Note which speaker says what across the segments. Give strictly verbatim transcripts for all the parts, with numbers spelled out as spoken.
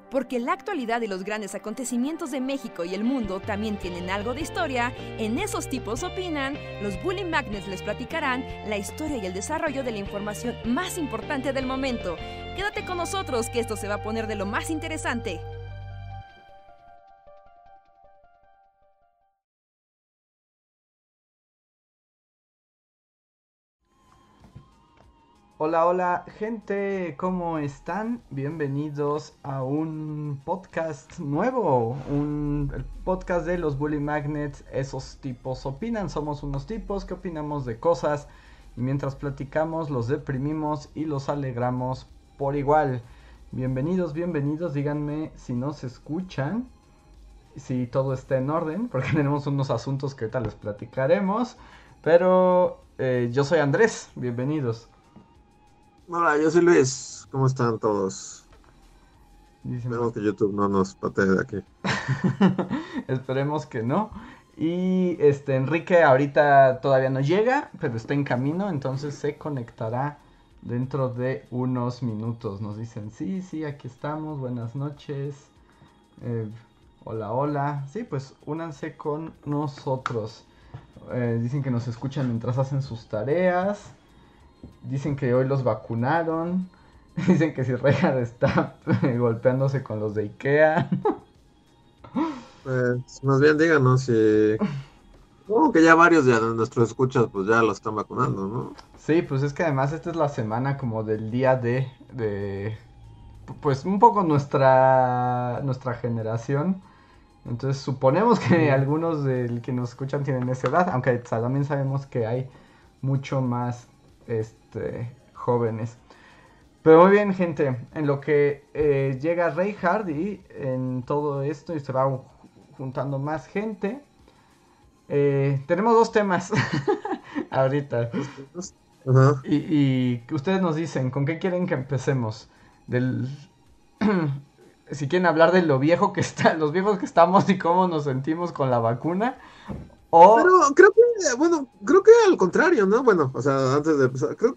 Speaker 1: Porque la actualidad y los grandes acontecimientos de México y el mundo también tienen algo de historia, en Esos Tipos Opinan, los Bully Magnets les platicarán la historia y el desarrollo de la información más importante del momento. Quédate con nosotros que esto se va a poner de lo más interesante.
Speaker 2: Hola, hola, gente, ¿cómo están? Bienvenidos a un podcast nuevo, un el podcast de los Bully Magnets, Esos Tipos Opinan. Somos unos tipos que opinamos de cosas y mientras platicamos los deprimimos y los alegramos por igual. Bienvenidos, bienvenidos, díganme si nos escuchan, si todo está en orden, porque tenemos unos asuntos que ahorita les platicaremos, pero eh, yo soy Andrés, bienvenidos.
Speaker 3: Hola, yo soy Luis. ¿Cómo están todos?
Speaker 2: Dicen...
Speaker 3: Esperemos que YouTube no nos patee de aquí.
Speaker 2: Esperemos que no. Y este Enrique ahorita todavía no llega, pero está en camino, entonces se conectará dentro de unos minutos. Nos dicen, sí, sí, aquí estamos, buenas noches. Eh, hola, hola. Sí, pues únanse con nosotros. Eh, dicen que nos escuchan mientras hacen sus tareas. Dicen que hoy los vacunaron. Dicen que si Regar está golpeándose con los de Ikea.
Speaker 3: Pues más bien díganos si... Como que ya varios de nuestros escuchas pues ya los están vacunando, ¿no?
Speaker 2: Sí, pues es que además esta es la semana como del día de... de pues un poco nuestra nuestra generación. Entonces suponemos que sí. Algunos del que nos escuchan tienen esa edad. Aunque también sabemos que hay mucho más... Este, jóvenes. Pero muy bien, gente, en lo que eh, llega Reinhard y en todo esto y se va juntando más gente, eh, tenemos dos temas ahorita. Uh-huh. y, y ustedes nos dicen, ¿con qué quieren que empecemos? Del si quieren hablar de lo viejo que está, los viejos que estamos y cómo nos sentimos con la vacuna. O...
Speaker 3: Pero creo que, bueno, creo que al contrario, ¿no? Bueno, o sea, antes de empezar, creo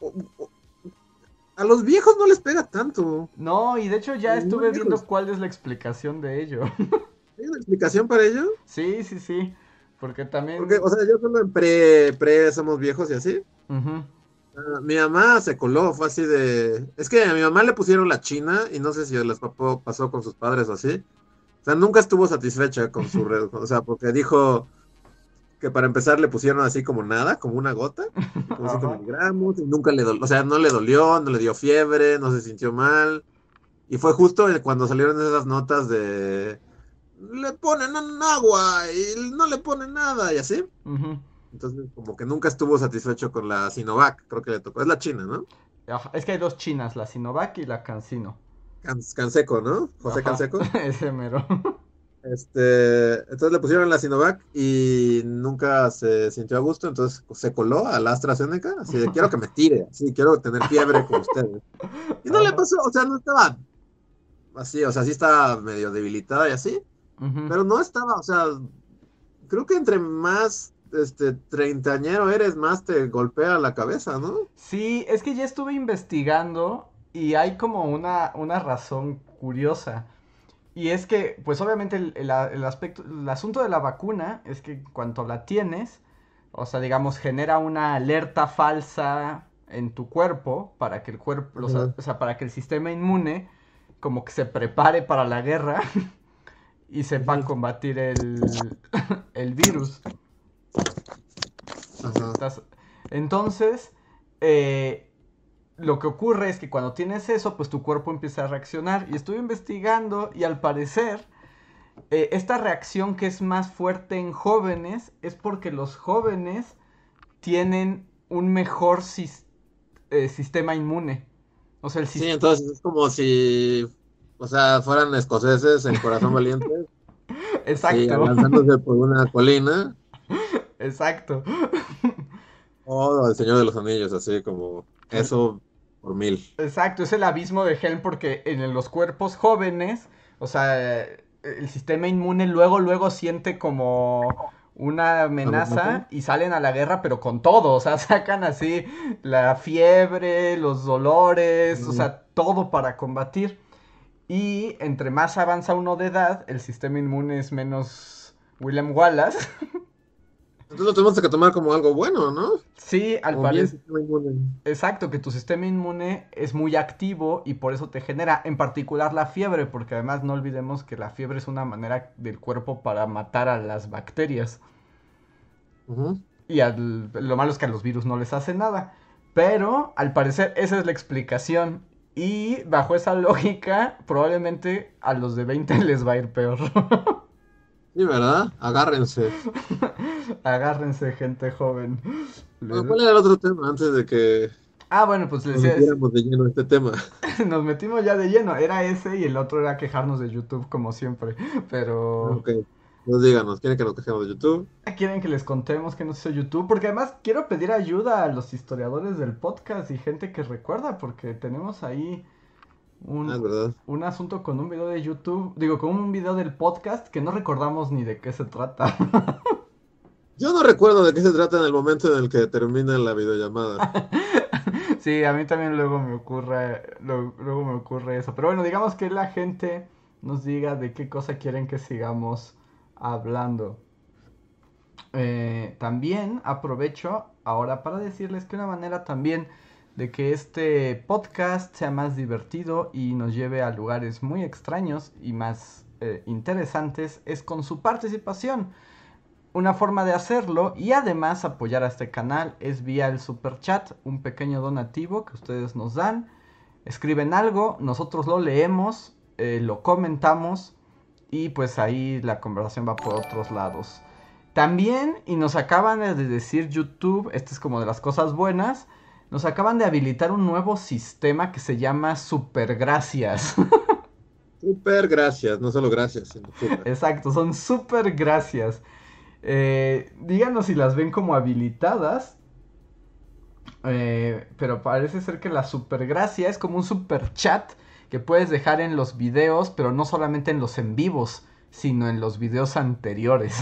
Speaker 3: a los viejos no les pega tanto.
Speaker 2: No, y de hecho ya estuve viendo cuál es la explicación de ello.
Speaker 3: ¿Hay una explicación para ello?
Speaker 2: Sí, sí, sí, porque también...
Speaker 3: Porque, o sea, yo solo en pre, pre somos viejos y así. Uh-huh. Uh, mi mamá se coló, fue así de... Es que a mi mamá le pusieron la china y no sé si les papó, pasó con sus padres o así. O sea, nunca estuvo satisfecha con su... Red, o sea, porque dijo... que para empezar le pusieron así como nada, como una gota, como cinco miligramos, y nunca le dolió, o sea, no le dolió, no le dio fiebre, no se sintió mal, y fue justo cuando salieron esas notas de, le ponen agua, y no le ponen nada, y así, uh-huh. Entonces como que nunca estuvo satisfecho con la Sinovac, creo que le tocó, es la china, ¿no?
Speaker 2: Es que hay dos chinas, la Sinovac y la CanSino.
Speaker 3: Can, Canseco, ¿no? José
Speaker 2: Ajá.
Speaker 3: Canseco.
Speaker 2: Ese mero.
Speaker 3: Este, entonces le pusieron la Sinovac y nunca se sintió a gusto, entonces se coló a la AstraZeneca, así de quiero que me tire, así quiero tener fiebre con ustedes. Y no le pasó, o sea, no estaba así, o sea, sí estaba medio debilitada y así, uh-huh. Pero no estaba, o sea, creo que entre más este treintañero eres, más te golpea la cabeza, ¿no?
Speaker 2: Sí, es que ya estuve investigando y hay como una, una razón curiosa. Y es que, pues obviamente el, el, el aspecto, el asunto de la vacuna es que cuando la tienes, o sea, digamos, genera una alerta falsa en tu cuerpo para que el cuerpo, uh-huh. o, sea, o sea, para que el sistema inmune como que se prepare para la guerra y sepa uh-huh. combatir el, el virus. Uh-huh. Entonces, eh... lo que ocurre es que cuando tienes eso, pues tu cuerpo empieza a reaccionar. Y estuve investigando y al parecer, eh, esta reacción que es más fuerte en jóvenes es porque los jóvenes tienen un mejor sis- eh, sistema inmune. O sea, el
Speaker 3: sí, entonces es como si, o sea, fueran escoceses en Corazón Valiente.
Speaker 2: Exacto.
Speaker 3: Sí, lanzándose por una colina.
Speaker 2: Exacto.
Speaker 3: O El Señor de los Anillos, así como eso por mil.
Speaker 2: Exacto, es el abismo de Helm porque en los cuerpos jóvenes, o sea, el sistema inmune luego, luego siente como una amenaza y salen a la guerra, pero con todo, o sea, sacan así la fiebre, los dolores, mm. o sea, todo para combatir. Y entre más avanza uno de edad, el sistema inmune es menos William Wallace.
Speaker 3: Entonces lo tenemos que tomar como algo bueno, ¿no?
Speaker 2: Sí, al
Speaker 3: Como bien
Speaker 2: parecer.
Speaker 3: sistema inmune.
Speaker 2: Exacto, que tu sistema inmune es muy activo y por eso te genera, en particular, la fiebre, porque además no olvidemos que la fiebre es una manera del cuerpo para matar a las bacterias.
Speaker 3: Ujú.
Speaker 2: Y al- lo malo es que a los virus no les hace nada. Pero, al parecer, esa es la explicación. Y bajo esa lógica, probablemente a los de veinte les va a ir peor.
Speaker 3: Sí, ¿verdad? Agárrense.
Speaker 2: Agárrense, gente joven.
Speaker 3: Bueno, ¿cuál era el otro tema antes de que
Speaker 2: Ah, bueno, pues les
Speaker 3: nos
Speaker 2: decía,
Speaker 3: metiéramos de lleno a este tema?
Speaker 2: nos metimos ya de lleno. Era ese y el otro era quejarnos de YouTube, como siempre. Pero
Speaker 3: Ok, pues díganos, ¿quieren que nos quejemos de YouTube?
Speaker 2: quieren que les contemos que nos hizo YouTube. Porque además quiero pedir ayuda a los historiadores del podcast y gente que recuerda. Porque tenemos ahí
Speaker 3: Ah, es
Speaker 2: un,
Speaker 3: verdad.
Speaker 2: un asunto con un video de YouTube. Digo, con un video del podcast que no recordamos ni de qué se trata.
Speaker 3: Yo no recuerdo de qué se trata en el momento en el que termina la videollamada.
Speaker 2: Sí, a mí también luego me ocurre, lo- luego me ocurre eso. Pero bueno, digamos que la gente nos diga de qué cosa quieren que sigamos hablando. Eh, también aprovecho ahora para decirles que una manera también de que este podcast sea más divertido y nos lleve a lugares muy extraños y más eh, interesantes es con su participación. Una forma de hacerlo y además apoyar a este canal es vía el super chat, un pequeño donativo que ustedes nos dan. Escriben algo, nosotros lo leemos, eh, lo comentamos y pues ahí la conversación va por otros lados. También, y nos acaban de decir YouTube, esta es como de las cosas buenas, nos acaban de habilitar un nuevo sistema que se llama Super Gracias.
Speaker 3: Súper gracias, no solo gracias, sino súper.
Speaker 2: Exacto, son super gracias. Eh, díganos si las ven como habilitadas. Eh, pero parece ser que la supergracia es como un super chat que puedes dejar en los videos, pero no solamente en los en vivos, sino en los videos anteriores.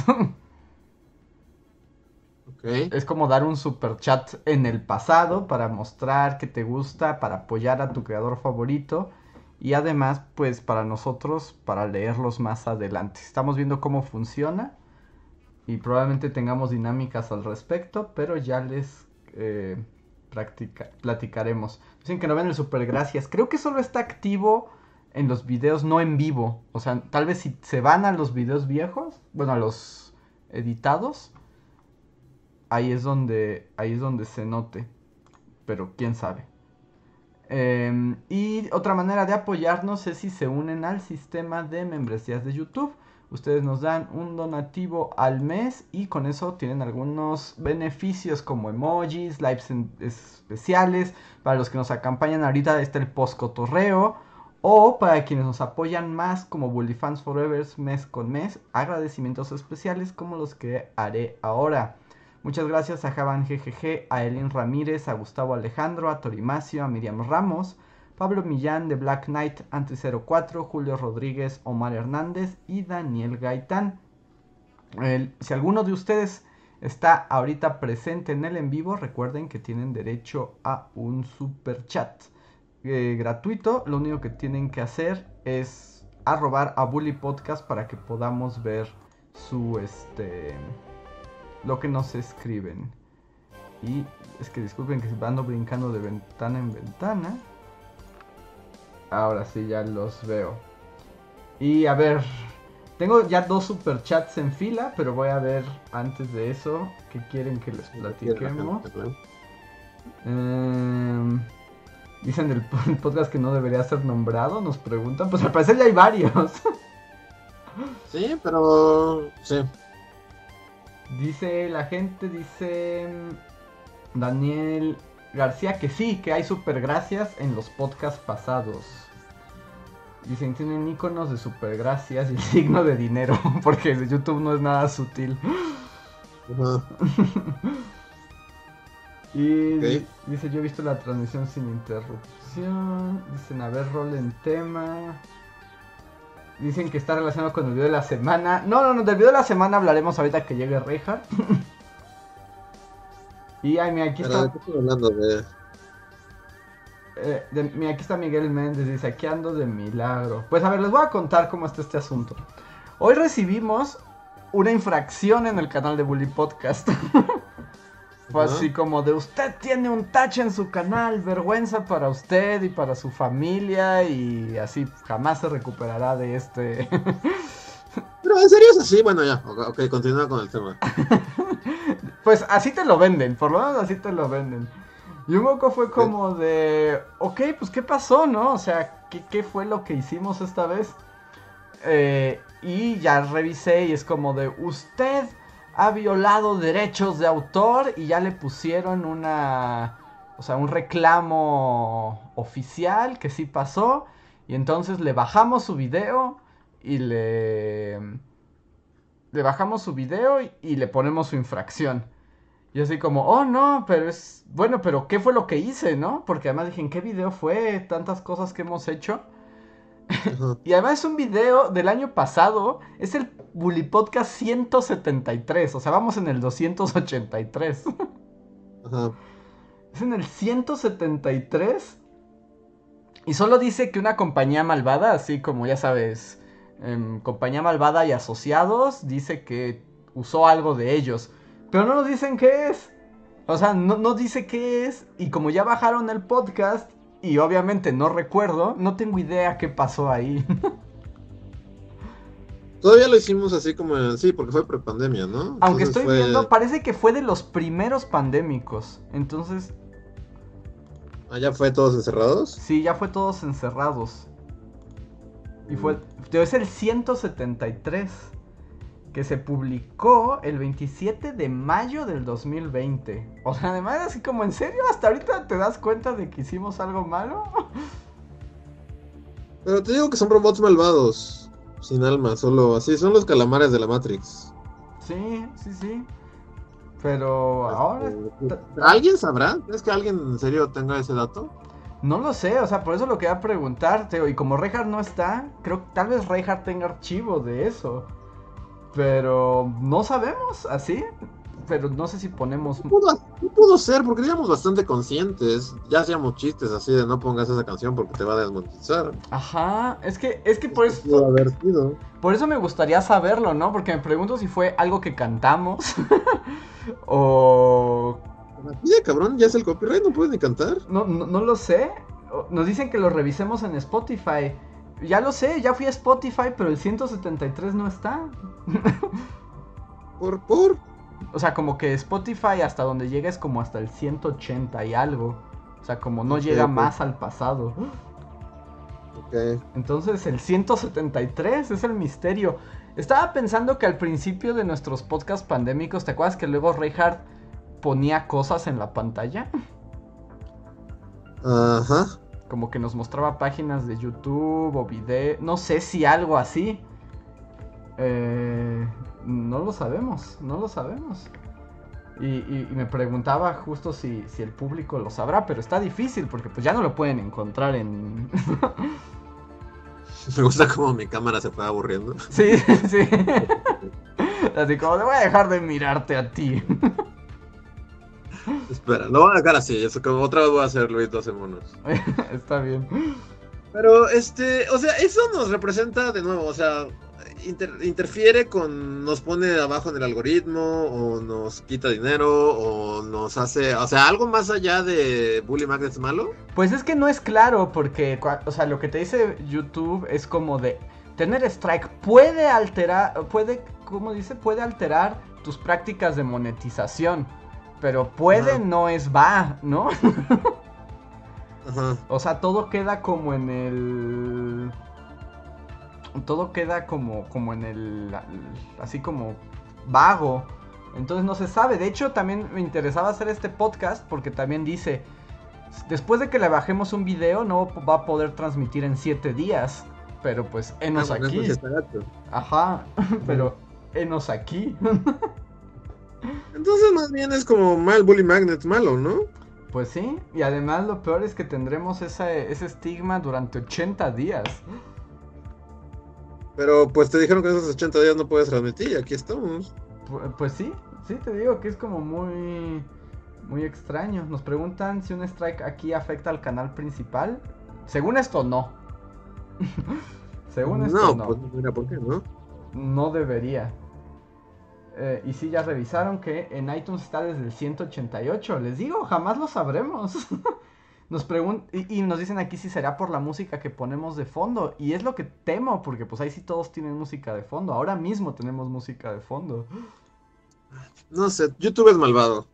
Speaker 3: Ok,
Speaker 2: Es como dar un super chat en el pasado para mostrar que te gusta, para apoyar a tu creador favorito y además, pues para nosotros, para leerlos más adelante. Estamos viendo cómo funciona y probablemente tengamos dinámicas al respecto, pero ya les eh, practica- platicaremos. Dicen que no ven el super gracias. Creo que solo está activo en los videos no en vivo. O sea, tal vez si se van a los videos viejos, bueno, a los editados, ahí es donde, ahí es donde se note. Pero quién sabe. Eh, y otra manera de apoyarnos es si se unen al sistema de membresías de YouTube. Ustedes nos dan un donativo al mes y con eso tienen algunos beneficios como emojis, lives en- especiales. Para los que nos acompañan ahorita está el post cotorreo. O para quienes nos apoyan más como Bully Fans Forever mes con mes, agradecimientos especiales como los que haré ahora. Muchas gracias a Javan G G G, a Elin Ramírez, a Gustavo Alejandro, a Torimacio, a Miriam Ramos, Pablo Millán de Black Knight, Anti cero cuatro, Julio Rodríguez, Omar Hernández y Daniel Gaitán. El- si alguno de ustedes está ahorita presente en el en vivo, recuerden que tienen derecho a un super chat eh, gratuito. Lo único que tienen que hacer es arrobar a Bully Podcast para que podamos ver su este lo que nos escriben. Y es que disculpen que ando brincando de ventana en ventana. Ahora sí ya los veo. Y a ver, tengo ya dos superchats en fila, pero voy a ver antes de eso qué quieren que les platiquemos. Eh, dicen del el podcast que no debería ser nombrado, nos preguntan. Pues al parecer ya hay varios.
Speaker 3: Sí, pero sí.
Speaker 2: Dice la gente, dice Daniel García que sí, que hay super gracias en los podcasts pasados. Dicen tienen iconos de super gracias y el signo de dinero, porque de YouTube no es nada sutil.
Speaker 3: Ajá.
Speaker 2: Y
Speaker 3: Ok.
Speaker 2: dice yo he visto la transmisión sin interrupción. Dicen a ver rol en tema. Dicen que está relacionado con el video de la semana. No, no, no, del video de la semana hablaremos ahorita que llegue Reinhardt. Y ay, mira, aquí
Speaker 3: Pero ¿de
Speaker 2: está.
Speaker 3: qué estoy hablando? De...
Speaker 2: Eh, de, mira, aquí está Miguel Méndez, dice, aquí ando de milagro. Pues a ver, les voy a contar cómo está este asunto. Hoy recibimos una infracción en el canal de Bully Podcast. Fue uh-huh. así como de, usted tiene un tache en su canal, vergüenza para usted y para su familia, y así jamás se recuperará de este...
Speaker 3: Pero en serio es así, bueno ya, ok, continúa con el tema.
Speaker 2: Pues así te lo venden, por lo menos así te lo venden. Y un poco fue como de, ok, pues ¿qué pasó, no? O sea, ¿qué, qué fue lo que hicimos esta vez? Eh, y ya revisé y es como de, usted ha violado derechos de autor, y ya le pusieron una, o sea, un reclamo oficial que sí pasó, y entonces le bajamos su video y le, le bajamos su video y, y le ponemos su infracción. Y así como, oh no, pero es, bueno, pero ¿qué fue lo que hice, no? Porque además dije, ¿en qué video fue? Tantas cosas que hemos hecho. Uh-huh. Y además es un video del año pasado, es el Bully Podcast ciento setenta y tres, o sea, vamos en el doscientos ochenta y tres. Uh-huh. Es en el ciento setenta y tres. Y solo dice que una compañía malvada, así como ya sabes, eh, compañía malvada y asociados, dice que usó algo de ellos. Pero no nos dicen qué es. O sea, no, no dice qué es. Y como ya bajaron el podcast, y obviamente no recuerdo, no tengo idea qué pasó ahí.
Speaker 3: Todavía lo hicimos así como, sí, porque fue prepandemia, ¿no? Entonces
Speaker 2: Aunque estoy
Speaker 3: fue...
Speaker 2: viendo, parece que fue de los primeros pandémicos. Entonces...
Speaker 3: ¿Ah, ya fue todos encerrados?
Speaker 2: Sí, ya fue todos encerrados. Y fue... Es el ciento setenta y tres. Que se publicó el veintisiete de mayo del dos mil veinte. O sea, además así como, ¿en serio? ¿Hasta ahorita te das cuenta de que hicimos algo malo?
Speaker 3: Pero te digo que son robots malvados, sin alma, solo así, son los calamares de la Matrix.
Speaker 2: Sí, sí, sí. Pero ahora...
Speaker 3: ¿Alguien sabrá? ¿Es que alguien en serio tenga ese dato?
Speaker 2: No lo sé, o sea, por eso lo quería preguntar, Teo. Y como Reinhardt no está, creo que tal vez Reinhardt tenga archivo de eso. Pero no sabemos, así. Pero no sé si ponemos...
Speaker 3: No pudo, no pudo ser, porque éramos bastante conscientes. Ya hacíamos chistes así de no pongas esa canción porque te va a desmonetizar.
Speaker 2: Ajá, es que, es que por eso...
Speaker 3: Pudo haber sido.
Speaker 2: Por eso me gustaría saberlo, ¿no? Porque me pregunto si fue algo que cantamos. O...
Speaker 3: Aquí de cabrón, ya es el copyright, no puedes ni cantar.
Speaker 2: No, no, no lo sé. Nos dicen que lo revisemos en Spotify. Ya lo sé, ya fui a Spotify, pero el ciento setenta y tres no está.
Speaker 3: ¿Por? ¿Por?
Speaker 2: O sea, como que Spotify hasta donde llega es como hasta el ciento ochenta y algo. O sea, como no okay, llega okay. más al pasado.
Speaker 3: Ok.
Speaker 2: Entonces el ciento setenta y tres es el misterio. Estaba pensando que al principio de nuestros podcasts pandémicos, ¿te acuerdas que luego Reinhardt ponía cosas en la pantalla?
Speaker 3: Ajá.
Speaker 2: Como que nos mostraba páginas de YouTube o video, no sé si algo así. Eh, no lo sabemos, no lo sabemos. Y, y, y me preguntaba justo si, si el público lo sabrá, pero está difícil porque pues ya no lo pueden encontrar en...
Speaker 3: Me gusta como mi cámara se fue aburriendo.
Speaker 2: Sí, sí. Así como, te voy a dejar de mirarte a ti.
Speaker 3: Espera, lo voy a dejar así, eso como otra vez voy a hacer Luis doce monos.
Speaker 2: Está bien.
Speaker 3: Pero, este, o sea, eso nos representa de nuevo, o sea, inter, interfiere con, nos pone abajo en el algoritmo, o nos quita dinero, o nos hace, o sea, algo más allá de Bully Magnets malo.
Speaker 2: Pues es que no es claro, porque, o sea, lo que te dice YouTube es como de, tener strike puede alterar, puede, ¿cómo dice? Puede alterar tus prácticas de monetización. Pero puede, ajá, no es va, ¿no?
Speaker 3: Ajá.
Speaker 2: O sea, todo queda como en el... Todo queda como, como en el... Así como vago. Entonces no se sabe. De hecho, también me interesaba hacer este podcast porque también dice... Después de que le bajemos un video, no va a poder transmitir en siete días. Pero pues, enos ah, aquí. Ajá, pero enos aquí.
Speaker 3: Entonces más bien es como mal Bully Magnet malo, ¿no?
Speaker 2: Pues sí, y además lo peor es que tendremos esa, ese estigma durante ochenta días.
Speaker 3: Pero pues te dijeron que en esos ochenta días no puedes transmitir y aquí estamos.
Speaker 2: Pues, pues sí, sí te digo que es como muy... Muy extraño. Nos preguntan si un strike aquí afecta al canal principal. Según esto, no. Según esto, no.
Speaker 3: No, pues mira, ¿por qué no?
Speaker 2: No debería. Eh, y sí, ya revisaron que en iTunes está desde el ciento ochenta y ocho. Les digo, jamás lo sabremos. Nos pregun- y, y nos dicen aquí si será por la música que ponemos de fondo. Y es lo que temo, porque pues ahí sí todos tienen música de fondo. Ahora mismo tenemos música de fondo.
Speaker 3: No sé, YouTube es malvado.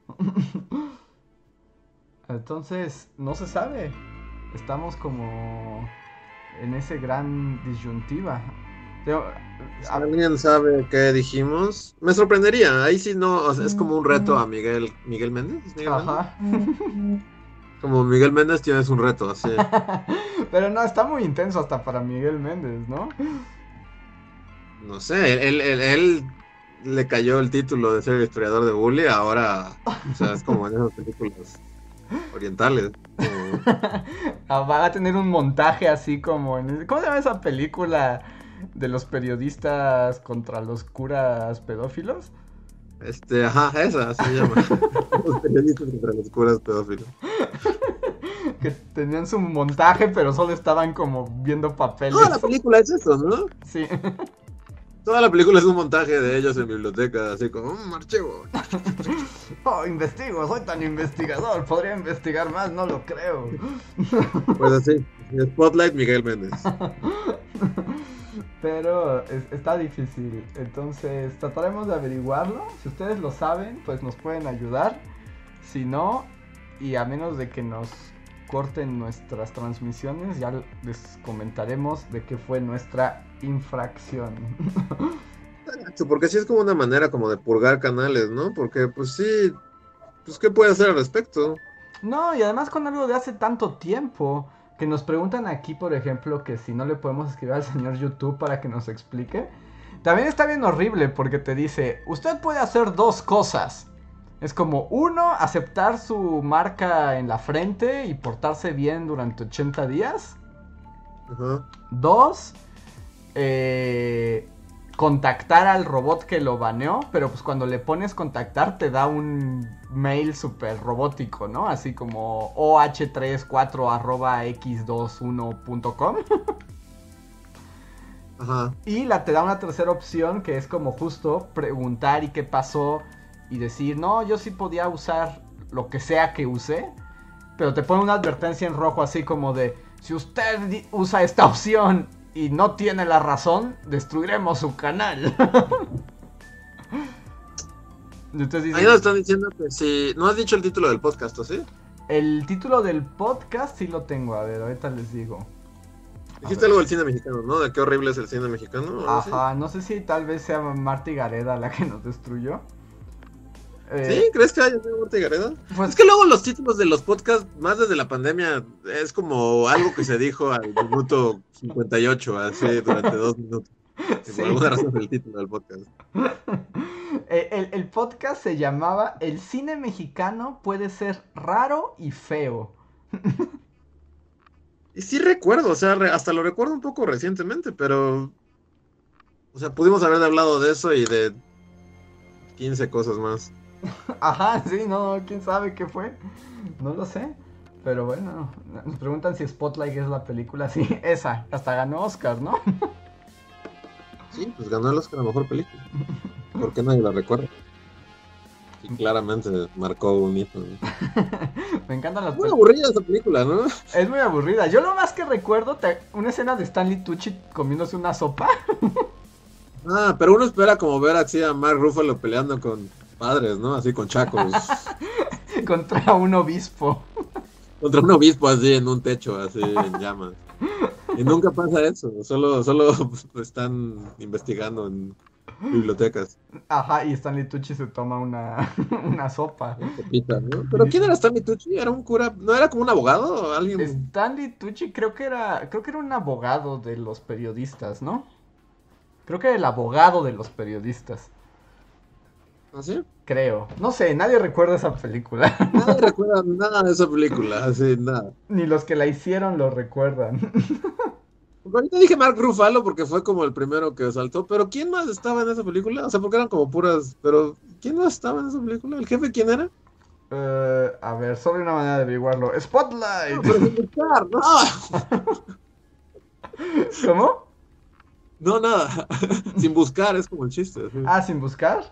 Speaker 2: Entonces, no se sabe. Estamos como en ese gran disyuntiva. Pero,
Speaker 3: Si alguien sabe qué dijimos, me sorprendería. Ahí sí no, o sea, es como un reto a Miguel Miguel Méndez. ¿Es Miguel
Speaker 2: ajá.
Speaker 3: Méndez? Como Miguel Méndez tienes un reto, así.
Speaker 2: Pero no, está muy intenso hasta para Miguel Méndez, ¿no?
Speaker 3: No sé, él, él, él le cayó el título de ser el historiador de Bully, ahora, o sea, es como en esas películas orientales. Como...
Speaker 2: Va a tener un montaje así como en... ¿Cómo se llama esa película de los periodistas contra los curas pedófilos?
Speaker 3: Este, ajá, esa, así se llama. Los periodistas contra los curas pedófilos.
Speaker 2: Que tenían su montaje, pero solo estaban como viendo papeles.
Speaker 3: Toda la película es eso, ¿no?
Speaker 2: Sí.
Speaker 3: Toda la película es un montaje de ellos en biblioteca, así como un archivo.
Speaker 2: Oh, investigo, soy tan investigador, podría investigar más, no lo creo.
Speaker 3: Pues así, Spotlight Miguel Méndez.
Speaker 2: Pero es, está difícil, entonces trataremos de averiguarlo. Si ustedes lo saben, pues nos pueden ayudar. Si no, y a menos de que nos corten nuestras transmisiones, ya les comentaremos de qué fue nuestra infracción.
Speaker 3: Porque sí es como una manera como de purgar canales, ¿no? Porque pues sí, pues ¿qué puede hacer al respecto?
Speaker 2: No, y además con algo de hace tanto tiempo, que nos preguntan aquí, por ejemplo, que si no le podemos escribir al señor YouTube para que nos explique. También está bien horrible porque te dice, usted puede hacer dos cosas. Es como, uno, aceptar su marca en la frente y portarse bien durante ochenta días.
Speaker 3: Ajá.
Speaker 2: Dos, eh, contactar al robot que lo baneó, pero pues cuando le pones contactar te da un mail súper robótico, ¿no? Así como o h treinta y cuatro arroba x veintiuno punto com.
Speaker 3: Ajá.
Speaker 2: Y la te da una tercera opción que es como justo preguntar y qué pasó y decir, no, yo sí podía usar lo que sea que usé, pero te pone una advertencia en rojo así como de, si usted usa esta opción y no tiene la razón, destruiremos su canal. Entonces dice,
Speaker 3: ahí nos están diciendo que si... ¿No has dicho el título del podcast, o sí?
Speaker 2: el título del podcast sí lo tengo, a ver, ahorita les digo.
Speaker 3: Dijiste algo del cine mexicano, ¿no? De qué horrible es el cine mexicano.
Speaker 2: Ajá, así. No sé si tal vez sea Marta Gareda la que nos destruyó.
Speaker 3: Eh, ¿Sí? ¿Crees que haya sido Marta Gareda? Pues, es que luego los títulos de los podcasts, más desde la pandemia, es como algo que se dijo al minuto cincuenta y ocho, así, durante dos minutos. Sí. Por alguna razón el título del podcast.
Speaker 2: el, el podcast se llamaba El cine mexicano puede ser raro y feo.
Speaker 3: Y sí recuerdo, o sea, hasta lo recuerdo un poco recientemente, pero... O sea, pudimos haber hablado de eso y de quince cosas más.
Speaker 2: Ajá, sí, no, quién sabe qué fue. No lo sé. Pero bueno, nos preguntan si Spotlight es la película. Sí, esa, hasta ganó Oscar, ¿no?
Speaker 3: Sí, pues ganó el Oscar a mejor película. ¿Por qué nadie la recuerda? Y claramente marcó un hito, ¿no?
Speaker 2: Me encantan las
Speaker 3: muy pel- aburrida esa película, ¿no?
Speaker 2: Es muy aburrida. Yo lo más que recuerdo, te... una escena de Stanley Tucci comiéndose una sopa.
Speaker 3: Ah, pero uno espera como ver así a Mark Ruffalo peleando con padres, ¿no? Así con chacos.
Speaker 2: Contra un obispo.
Speaker 3: Contra un obispo así en un techo, así en llamas. Y nunca pasa eso, solo, solo están investigando en bibliotecas.
Speaker 2: Ajá, y Stanley Tucci se toma una, una sopa.
Speaker 3: Copita, ¿no? ¿Pero quién era Stanley Tucci? ¿Era un cura? ¿No era como un abogado o alguien?
Speaker 2: Stanley Tucci creo que era, creo que era un abogado de los periodistas, ¿no? Creo que era el abogado de los periodistas.
Speaker 3: ¿Ah, sí?
Speaker 2: Creo. No sé, nadie recuerda esa película.
Speaker 3: Nadie recuerda nada de esa película, así, nada.
Speaker 2: Ni los que la hicieron lo recuerdan.
Speaker 3: Ahorita dije Mark Ruffalo porque fue como el primero que saltó, pero ¿quién más estaba en esa película? O sea, porque eran como puras, pero ¿quién más estaba en esa película? ¿El jefe quién era?
Speaker 2: Uh, a ver, solo hay una manera de averiguarlo. ¡Spotlight!
Speaker 3: No, pero sin buscar, no.
Speaker 2: ¿Cómo?
Speaker 3: No, nada. Sin buscar, es como el chiste. Sí.
Speaker 2: Ah, ¿sin buscar?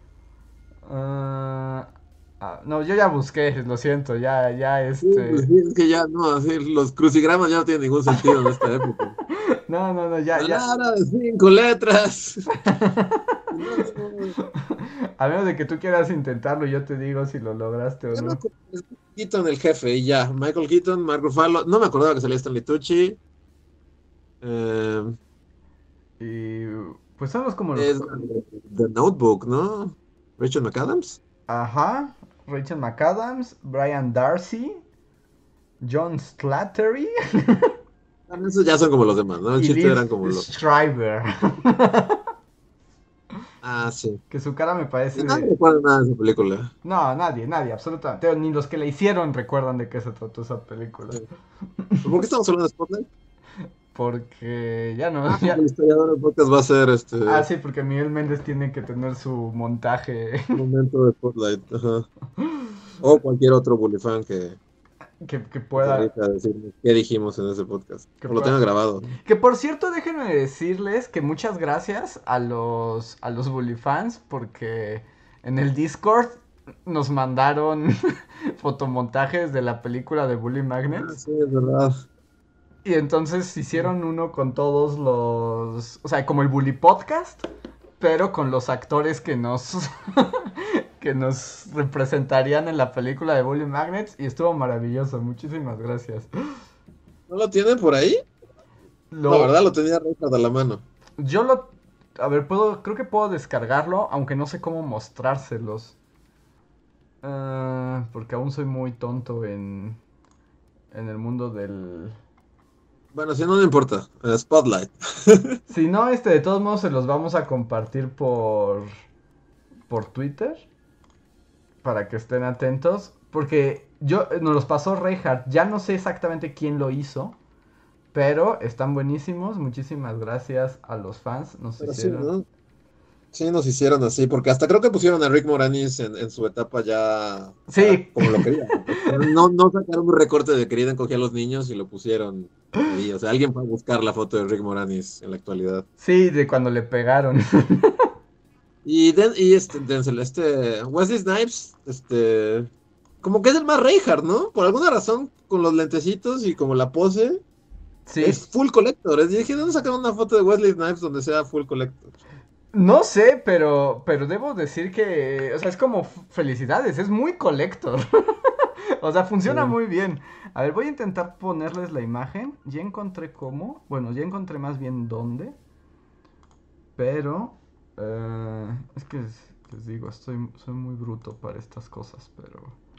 Speaker 2: Uh, ah, no, yo ya busqué, lo siento, ya, ya, este...
Speaker 3: Sí, es que ya, no, así, los crucigramas ya no tienen ningún sentido en esta época.
Speaker 2: No, no, no, ya, ya.
Speaker 3: Palabra de cinco letras.
Speaker 2: A menos de que tú quieras intentarlo, yo te digo si lo lograste o
Speaker 3: Yo me
Speaker 2: no.
Speaker 3: acuerdo de Keaton, el jefe, y ya. Michael Keaton, Mark Ruffalo. No me acordaba que salía Stanley Tucci. Eh,
Speaker 2: Y pues son los como los...
Speaker 3: es The Notebook, ¿no? Rachel McAdams.
Speaker 2: Ajá, Rachel McAdams, Brian Darcy, John Slattery
Speaker 3: Ah, esos ya son como los demás, ¿no? El
Speaker 2: y
Speaker 3: chiste
Speaker 2: Liv
Speaker 3: eran como los.
Speaker 2: Schreiber.
Speaker 3: Ah, sí.
Speaker 2: Que su cara me parece
Speaker 3: No
Speaker 2: de...
Speaker 3: recuerdo nada de esa película.
Speaker 2: No, nadie, nadie, absolutamente. Ni los que la hicieron recuerdan de qué se trató esa película.
Speaker 3: ¿Por qué estamos hablando de Spotlight?
Speaker 2: Porque ya no...
Speaker 3: Ah,
Speaker 2: ya...
Speaker 3: el historiador del podcast va a ser este.
Speaker 2: Ah, sí, porque Miguel Méndez tiene que tener su montaje.
Speaker 3: Momento de Spotlight. Ajá. O cualquier otro bully fan que.
Speaker 2: Que, que pueda...
Speaker 3: decirnos qué dijimos en ese podcast.
Speaker 2: Que
Speaker 3: o lo
Speaker 2: pueda...
Speaker 3: tenga grabado.
Speaker 2: Que por cierto, déjenme decirles que muchas gracias a los, a los bully fans porque en el Discord nos mandaron fotomontajes de la película de Bully Magnets.
Speaker 3: Ah, sí, es verdad.
Speaker 2: Y entonces hicieron uno con todos los... O sea, como el Bully Podcast, pero con los actores que nos... que nos representarían en la película de Bully Magnets. Y estuvo maravilloso. Muchísimas gracias.
Speaker 3: ¿No lo tienen por ahí?
Speaker 2: Lo...
Speaker 3: La verdad lo tenía Richard a la mano.
Speaker 2: Yo lo... A ver, puedo... Creo que puedo descargarlo, aunque no sé cómo mostrárselos. Uh, porque aún soy muy tonto en... En el mundo del...
Speaker 3: Bueno, si no, no importa. Uh, Spotlight.
Speaker 2: Si no, este, de todos modos se los vamos a compartir por... Por Twitter. Para que estén atentos. Porque yo... Nos los pasó Reinhardt. Ya no sé exactamente quién lo hizo. Pero están buenísimos. Muchísimas gracias a los fans. Nos
Speaker 3: Pero
Speaker 2: hicieron...
Speaker 3: sí, ¿no? Sí, nos hicieron así, porque hasta creo que pusieron a Rick Moranis en, en su etapa ya
Speaker 2: sí.
Speaker 3: como lo querían. No, no sacaron un recorte de querida encogía a los niños y lo pusieron ahí. O sea, alguien fue a buscar la foto de Rick Moranis en la actualidad.
Speaker 2: Sí, de cuando le pegaron.
Speaker 3: Y, Den, y este, Denzel, este, Wesley Snipes, este, como que es el más Reinhardt, ¿no? Por alguna razón, con los lentecitos y como la pose,
Speaker 2: Sí.
Speaker 3: es full collector. Y dije, ¿dónde sacaron una foto de Wesley Snipes donde sea full collector?
Speaker 2: No sé, pero, pero debo decir que, o sea, es como felicidades, es muy collector. O sea, funciona sí. muy bien. A ver, voy a intentar ponerles la imagen. Ya encontré cómo, bueno, ya encontré más bien dónde. Pero, uh, es que les digo, estoy, soy muy bruto para estas cosas, pero...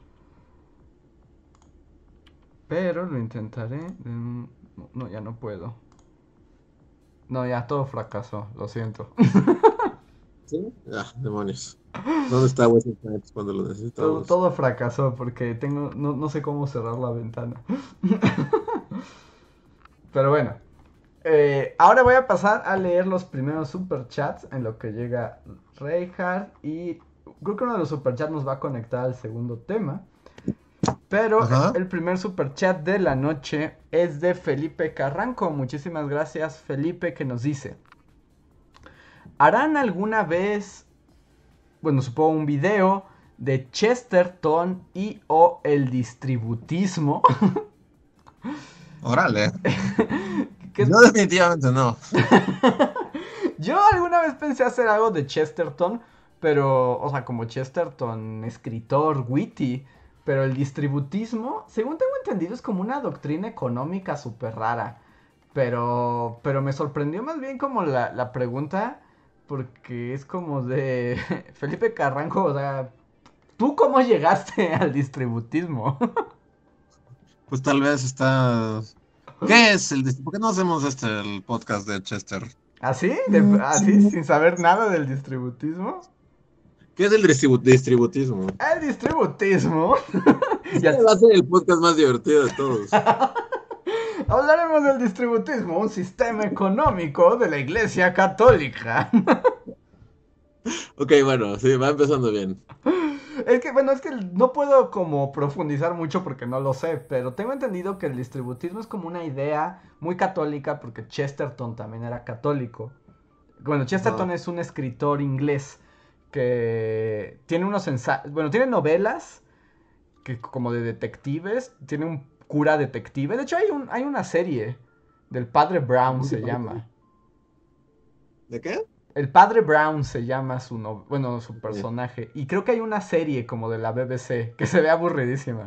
Speaker 2: Pero lo intentaré. No, no, ya no puedo. No, ya todo fracasó, lo siento.
Speaker 3: ¿Sí? Ah, demonios. ¿Dónde está Wesley Snipes cuando lo necesitamos?
Speaker 2: Todo, todo fracasó porque tengo, no, no sé cómo cerrar la ventana. Pero bueno. Eh, ahora voy a pasar a leer los primeros superchats en lo que llega Reinhardt. Y creo que uno de los superchats nos va a conectar al segundo tema. Pero Ajá. el primer superchat de la noche es de Felipe Carranco. Muchísimas gracias, Felipe, que nos dice: ¿harán alguna vez, bueno, supongo un video de Chesterton y o el distributismo?
Speaker 3: Órale. Yo definitivamente no.
Speaker 2: Yo alguna vez pensé hacer algo de Chesterton, pero, o sea, como Chesterton, escritor, witty. Pero el distributismo, según tengo entendido, es como una doctrina económica súper rara. Pero, pero me sorprendió más bien como la, la pregunta, porque es como de Felipe Carranco, o sea, ¿tú cómo llegaste al distributismo?
Speaker 3: Pues tal vez está... ¿Qué es el distributismo? ¿Por qué no hacemos este el podcast de Chester?
Speaker 2: ¿Así? ¿De, ¿Así? ¿Sin saber nada del distributismo?
Speaker 3: ¿Qué es el distribu distributismo?
Speaker 2: El distributismo.
Speaker 3: Ya va a ser el podcast más divertido de todos.
Speaker 2: Hablaremos del distributismo, un sistema económico de la Iglesia Católica.
Speaker 3: Ok, bueno, sí, va empezando bien.
Speaker 2: Es que, bueno, es que no puedo como profundizar mucho porque no lo sé, pero tengo entendido que el distributismo es como una idea muy católica porque Chesterton también era católico. Bueno, Chesterton
Speaker 3: Ajá.
Speaker 2: es un escritor inglés que tiene unos ensayos, bueno, tiene novelas que como de detectives, tiene un cura detective. De hecho, hay, un, hay una serie del Padre Brown se llama.
Speaker 3: ¿De qué?
Speaker 2: El Padre Brown se llama su no... bueno, su
Speaker 3: Sí.
Speaker 2: personaje. Y creo que hay una serie como de la B B C que se ve aburridísima.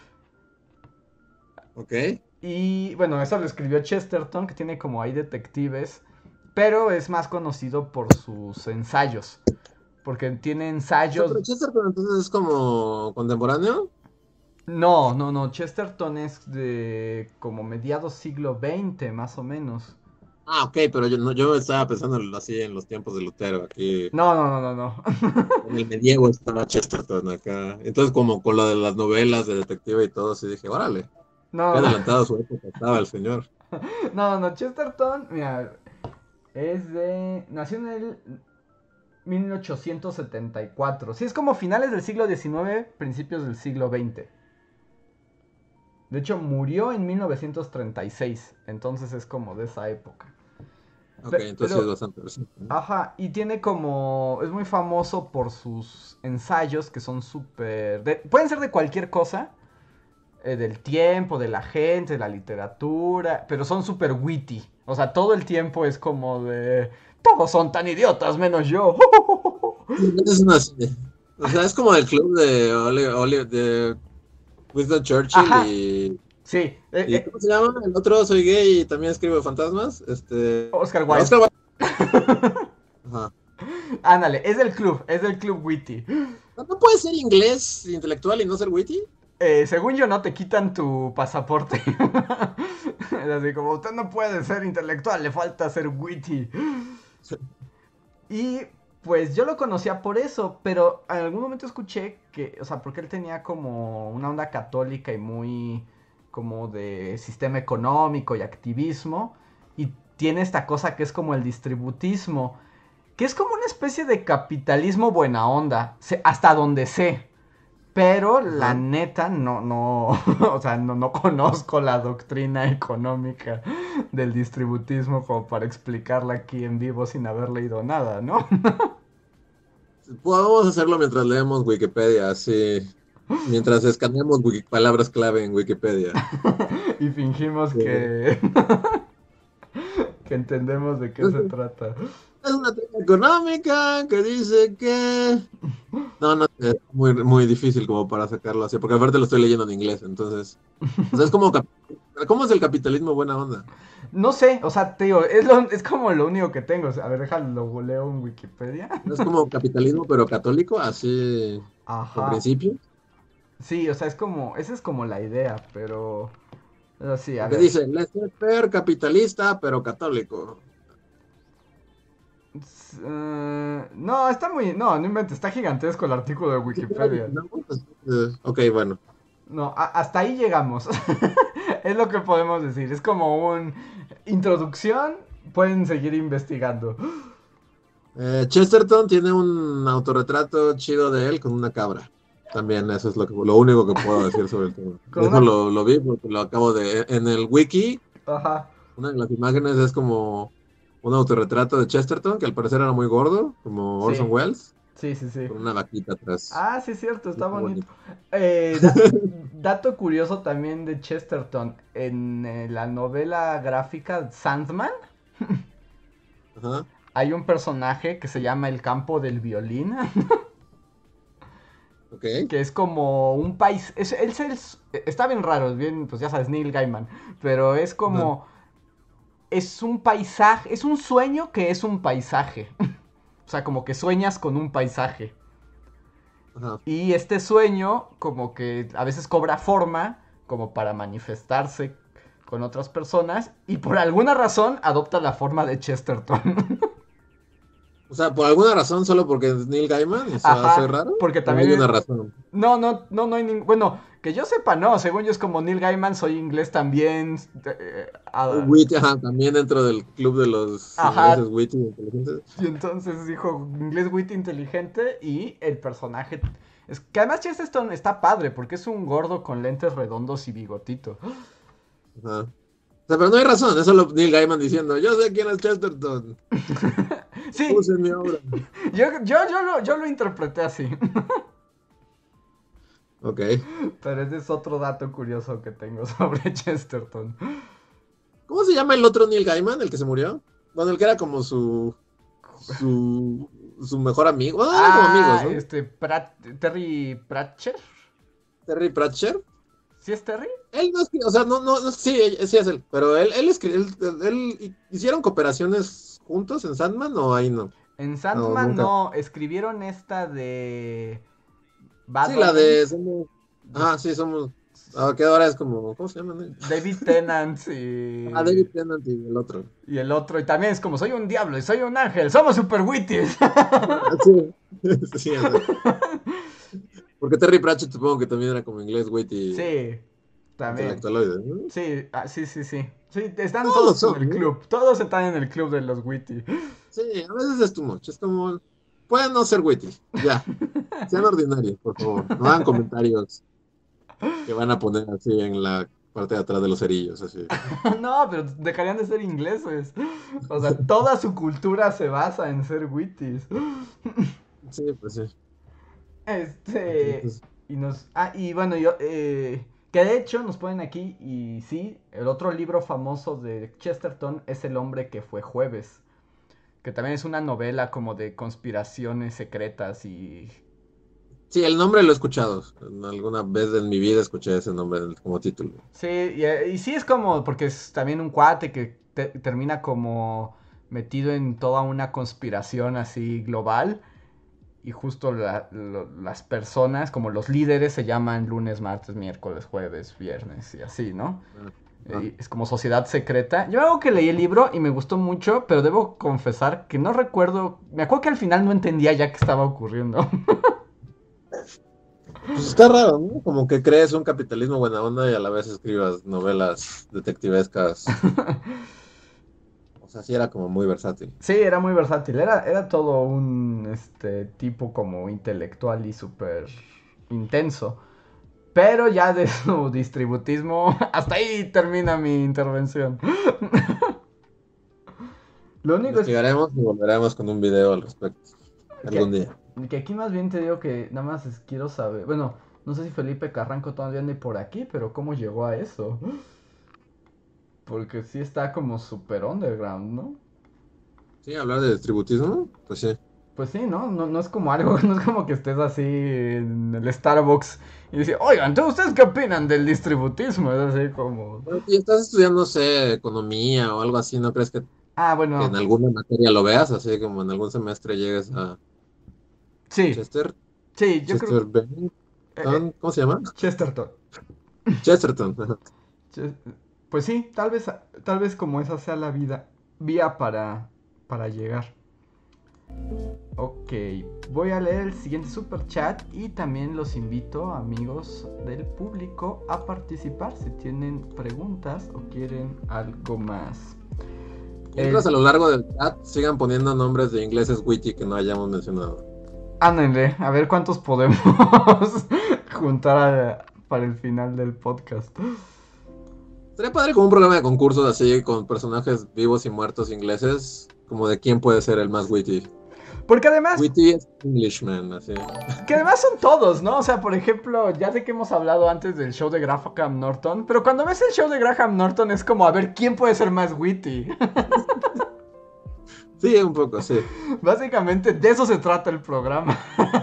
Speaker 3: Ok.
Speaker 2: Y bueno, eso lo escribió Chesterton, que tiene como ahí detectives, pero es más conocido por sus ensayos. Porque tiene
Speaker 3: O sea,
Speaker 2: ensayos...
Speaker 3: pero Chesterton entonces es como contemporáneo.
Speaker 2: No, no, no, Chesterton es de como mediados siglo veinte, más o menos.
Speaker 3: Ah, ok, pero yo, no, yo estaba pensando así en los tiempos de Lutero, aquí
Speaker 2: No, no, no, no, no.
Speaker 3: en el medievo estaba Chesterton acá. Entonces, como con lo de las novelas de detective y todo, sí dije, órale, qué
Speaker 2: No, no,
Speaker 3: adelantado a su época estaba el señor.
Speaker 2: no, no, Chesterton, mira, es de... nació en el mil ochocientos setenta y cuatro. Sí, es como finales del siglo diecinueve, principios del siglo veinte. De hecho, murió en mil novecientos treinta y seis, entonces es como de esa época.
Speaker 3: Ok,
Speaker 2: Pe-
Speaker 3: entonces sí es
Speaker 2: Pero,
Speaker 3: bastante reciente, ¿no?
Speaker 2: ajá, y tiene como... es muy famoso por sus ensayos que son súper... de- pueden ser de cualquier cosa, eh, del tiempo, de la gente, de la literatura, pero son súper witty. O sea, todo el tiempo es como de... todos son tan idiotas menos yo.
Speaker 3: Es una, o sea, es como el club de, Oli- Oli- de Winston Churchill
Speaker 2: Ajá,
Speaker 3: y,
Speaker 2: sí. eh,
Speaker 3: y
Speaker 2: eh,
Speaker 3: ¿cómo se llama? El otro, soy gay y también escribo fantasmas. Este,
Speaker 2: Oscar Wilde.
Speaker 3: Oscar Wilde. Ajá.
Speaker 2: Ándale, es del club, es del club witty.
Speaker 3: ¿No no puede ser inglés intelectual y no ser witty?
Speaker 2: Eh, según yo, no te quitan tu pasaporte. Es así como, usted no puede ser intelectual, le falta ser witty. Y pues yo lo conocía por eso, pero en algún momento escuché que, o sea, porque él tenía como una onda católica y muy como de sistema económico y activismo, y tiene esta cosa que es como el distributismo, que es como una especie de capitalismo buena onda, hasta donde sé. Pero la
Speaker 3: Ajá.
Speaker 2: neta no, no, o sea, no, no conozco la doctrina económica del distributismo como para explicarla aquí en vivo sin haber leído nada, ¿no?
Speaker 3: Podemos hacerlo mientras leemos Wikipedia, así. Mientras escaneamos wiki- palabras clave en Wikipedia.
Speaker 2: Y fingimos
Speaker 3: Sí.
Speaker 2: que, que entendemos de qué se trata.
Speaker 3: Es una teoría económica que dice que... No, no, es muy, muy difícil como para sacarlo así, porque aparte lo estoy leyendo en inglés, entonces... O sea, es como... cap- ¿Cómo es el capitalismo buena onda?
Speaker 2: No sé, o sea, te digo, es, lo, es como lo único que tengo. O sea, a ver, déjalo, lo leo en Wikipedia.
Speaker 3: Es como capitalismo pero católico, así con
Speaker 2: Ajá.
Speaker 3: principios.
Speaker 2: Sí, o sea, es como, esa es como la idea, pero... pero sí, a
Speaker 3: Porque
Speaker 2: ver.
Speaker 3: dice, laissez-faire capitalista pero católico.
Speaker 2: Uh, no, está muy... No, no inventes, está gigantesco el artículo de
Speaker 3: ¿Sí que lo
Speaker 2: Wikipedia.
Speaker 3: originamos? Eh, ok, bueno.
Speaker 2: No, a- hasta ahí llegamos. Es lo que podemos decir. Es como un... introducción. Pueden seguir investigando.
Speaker 3: Eh, Chesterton tiene un autorretrato chido de él con una cabra. También eso es lo, que, lo único que puedo decir sobre el tema.
Speaker 2: Con
Speaker 3: Eso
Speaker 2: una...
Speaker 3: lo, lo vi porque lo acabo de... En el wiki,
Speaker 2: Ajá.
Speaker 3: una de las imágenes es como un autorretrato de Chesterton, que al parecer era muy gordo, como Orson
Speaker 2: Sí,
Speaker 3: Welles,
Speaker 2: sí, sí, sí.
Speaker 3: con una vaquita atrás.
Speaker 2: Ah, sí, es cierto, está
Speaker 3: Está
Speaker 2: bonito.
Speaker 3: bonito.
Speaker 2: Eh, da- dato curioso también de Chesterton. En eh, la novela gráfica Sandman,
Speaker 3: Ajá,
Speaker 2: hay un personaje que se llama el campo del violín.
Speaker 3: ok.
Speaker 2: Que es como un país. Es, es, es- está bien raro, es bien, pues ya sabes, Neil Gaiman. Pero es
Speaker 3: Ajá,
Speaker 2: como. Es un paisaje. Es un sueño que es un paisaje. O sea, como que sueñas con un paisaje.
Speaker 3: ajá.
Speaker 2: Y este sueño, como que a veces cobra forma, como para manifestarse con otras personas. Y por alguna razón adopta la forma de Chesterton.
Speaker 3: O sea, por alguna razón, solo porque es Neil Gaiman y se hace
Speaker 2: Ajá,
Speaker 3: raro,
Speaker 2: porque
Speaker 3: o hay una
Speaker 2: también...
Speaker 3: razón.
Speaker 2: No, no, no, no hay ningún... Bueno, que yo sepa, no. Según yo es como Neil Gaiman, soy inglés también. eh, ah,
Speaker 3: Witty, ajá, también dentro del club de los ingleses
Speaker 2: ajá.
Speaker 3: witty inteligentes.
Speaker 2: Y entonces dijo inglés witty inteligente y el personaje... Es que además Chesterton está padre porque es un gordo con lentes redondos y bigotito.
Speaker 3: Ajá. O sea, pero no hay razón, es solo Neil Gaiman diciendo, yo sé quién es Chesterton.
Speaker 2: Sí.
Speaker 3: Puse mi obra.
Speaker 2: Yo, yo, yo, lo, yo lo interpreté así.
Speaker 3: Ok.
Speaker 2: Pero ese es otro dato curioso que tengo sobre Chesterton.
Speaker 3: ¿Cómo se llama el otro Neil Gaiman, el que se murió? Bueno, el que era como su su, su mejor amigo. Bueno, eran como
Speaker 2: Ah,
Speaker 3: amigos, ¿no?
Speaker 2: este, Prat, Terry Pratchett.
Speaker 3: Terry Pratchett.
Speaker 2: ¿Sí es Terry?
Speaker 3: Él no es que, o sea, no, no, no, sí, sí es él, pero él, él, escri- él, él- él- ¿hicieron cooperaciones juntos en Sandman o ahí no?
Speaker 2: En
Speaker 3: No,
Speaker 2: Sandman
Speaker 3: nunca.
Speaker 2: no, escribieron esta de Bad
Speaker 3: Sí, la de
Speaker 2: Omens,
Speaker 3: somos, ah, sí, somos, ah, que ahora es como, ¿cómo se llaman?
Speaker 2: David Tennant y...
Speaker 3: Ah, David Tennant y el otro.
Speaker 2: y el otro, y también es como, soy un diablo y soy un ángel, somos super witties.
Speaker 3: Ah, sí, sí, exacto. Porque Terry Pratchett supongo que también era como inglés, witty,
Speaker 2: Sí, también.
Speaker 3: intelectualoide, ¿no?
Speaker 2: Sí, ah, sí, sí, sí. Sí, están
Speaker 3: Todos lo
Speaker 2: todos en
Speaker 3: son,
Speaker 2: el
Speaker 3: ¿no?
Speaker 2: club, todos están en el club de los witty.
Speaker 3: Sí, a veces es too much, es como, pueden no ser witty, ya, sean ordinarios, por favor, no hagan comentarios que van a poner así en la parte de atrás de los cerillos, así.
Speaker 2: No, pero dejarían de ser ingleses. O sea, toda su cultura se basa en ser witties.
Speaker 3: Sí, pues sí.
Speaker 2: Este.
Speaker 3: Entonces,
Speaker 2: Y nos. Ah, y bueno, yo. Eh, que de hecho nos ponen aquí. Y sí, el otro libro famoso de Chesterton es El hombre que fue jueves. Que también es una novela como de conspiraciones secretas y.
Speaker 3: sí, el nombre lo he escuchado. En alguna vez en mi vida escuché ese nombre como título.
Speaker 2: Sí, y, y sí es como. Porque es también un cuate que te- termina como metido en toda una conspiración así global. Y justo la- lo- las personas, como los líderes, se llaman lunes, martes, miércoles, jueves, viernes y así, ¿no?
Speaker 3: Ah, ah.
Speaker 2: Eh, Es como sociedad secreta. Yo algo que leí el libro y me gustó mucho, pero debo confesar que no recuerdo. Me acuerdo que al final no entendía ya qué estaba ocurriendo.
Speaker 3: Pues está raro, ¿no? Como que crees un capitalismo buena onda y a la vez escribas novelas detectivescas. O sea, sí era como muy versátil.
Speaker 2: Sí, era muy versátil. Era, era todo un este tipo como intelectual y súper intenso. Pero ya de su distributismo, hasta ahí termina mi intervención. Lo único es
Speaker 3: Investigaremos y volveremos con un video al respecto. Algún
Speaker 2: que,
Speaker 3: día.
Speaker 2: que aquí más bien te digo que nada más es- quiero saber. Bueno, no sé si Felipe Carranco todavía ande por aquí, pero ¿cómo llegó a eso? Porque sí está como super underground, ¿no?
Speaker 3: Sí, hablar de distributismo, pues sí.
Speaker 2: Pues sí, ¿no? No, no es como algo, no es como que estés así en el Starbucks y dices, oigan, entonces, ¿ustedes qué opinan del distributismo? Es así como...
Speaker 3: Pero si estás estudiando, no sé, economía o algo así, ¿no crees que,
Speaker 2: Ah,
Speaker 3: que en
Speaker 2: bueno,
Speaker 3: alguna materia lo veas? Así como en algún semestre llegues a
Speaker 2: sí,
Speaker 3: Chester,
Speaker 2: sí, yo creo...
Speaker 3: Chester
Speaker 2: eh, eh,
Speaker 3: Bennington, ¿cómo se llama?
Speaker 2: Chesterton.
Speaker 3: Chesterton. Ajá.
Speaker 2: Che- Pues sí, tal vez, tal vez como esa sea la vida, vía para, para llegar. Ok, voy a leer el siguiente super chat y también los invito, amigos del público, a participar si tienen preguntas o quieren algo más.
Speaker 3: Mientras
Speaker 2: El-
Speaker 3: a lo largo del chat sigan poniendo nombres de ingleses witty que no hayamos mencionado.
Speaker 2: Ándenle, a ver cuántos podemos juntar a- para el final del podcast.
Speaker 3: Sería padre como un programa de concursos así con personajes vivos y muertos ingleses, como de quién puede ser el más witty.
Speaker 2: Porque además,
Speaker 3: Witty es Englishman, así.
Speaker 2: que además son todos, ¿no? O sea, por ejemplo, ya sé que hemos hablado antes del show de Graham Norton, pero cuando ves el show de Graham Norton es como a ver quién puede ser más witty.
Speaker 3: Sí, un poco, sí.
Speaker 2: Básicamente de eso se trata el programa.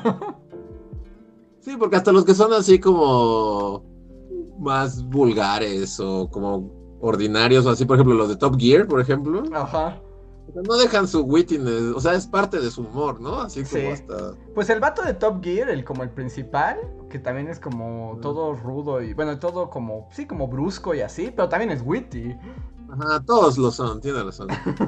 Speaker 3: Sí, porque hasta los que son así como más vulgares o como ordinarios o así, por ejemplo, los de Top Gear, por ejemplo,
Speaker 2: Ajá.
Speaker 3: o sea, no dejan su wittiness, o sea, es parte de su humor, ¿no? Así como
Speaker 2: Sí.
Speaker 3: hasta...
Speaker 2: Pues el vato de Top Gear, el como el principal, que también es como todo rudo y bueno, todo como sí, como brusco y así, pero también es witty.
Speaker 3: Ajá, todos lo son, tiene razón.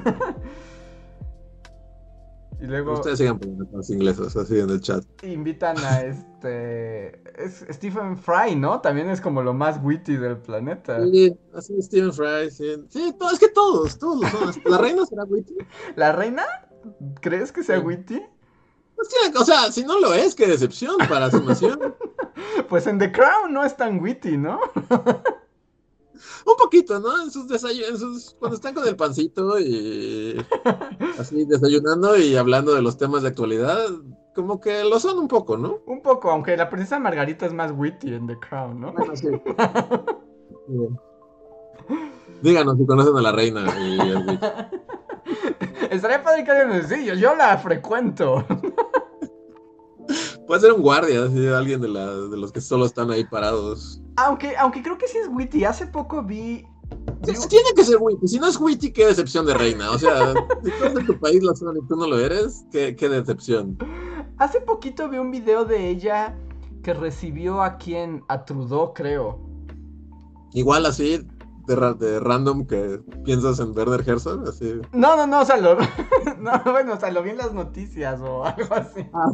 Speaker 2: Y luego
Speaker 3: Ustedes sigan poniendo los ingleses así en el chat.
Speaker 2: invitan a este es Stephen Fry, ¿no? También es como lo más witty del planeta.
Speaker 3: Sí, así Stephen Fry, sí. Sí, no, es que todos, todos lo son. ¿La reina será witty?
Speaker 2: ¿La reina? ¿Crees que sea
Speaker 3: Sí.
Speaker 2: witty?
Speaker 3: Hostia, o sea, si no lo es, qué decepción para su nación.
Speaker 2: Pues en The Crown no es tan witty, ¿no?
Speaker 3: Un poquito, ¿no? En sus desayunos, en sus... cuando están con el pancito y así desayunando y hablando de los temas de actualidad, como que lo son un poco, ¿no?
Speaker 2: Un poco, aunque la princesa Margarita es más witty en The Crown, ¿no?
Speaker 3: Bueno, sí. Díganos si conocen a la reina y el witch.
Speaker 2: Estaría padre que alguien nos diga, yo la frecuento.
Speaker 3: Puede ser un guardia, así, alguien de, la, de los que solo están ahí parados.
Speaker 2: Aunque, aunque creo que sí es witty. Hace poco vi...
Speaker 3: Sí, sí, tiene que ser witty. Si no es witty, qué decepción de reina. O sea, si todos de tu país lo son y tú no lo eres, qué, qué decepción.
Speaker 2: Hace poquito vi un video de ella que recibió a quien, a Trudeau, creo.
Speaker 3: Igual así, de, ra- de random, que piensas en Werner Herzog, así.
Speaker 2: No, no, no, o sea, lo... no, bueno, o sea, lo vi en las noticias o algo así.
Speaker 3: Ah.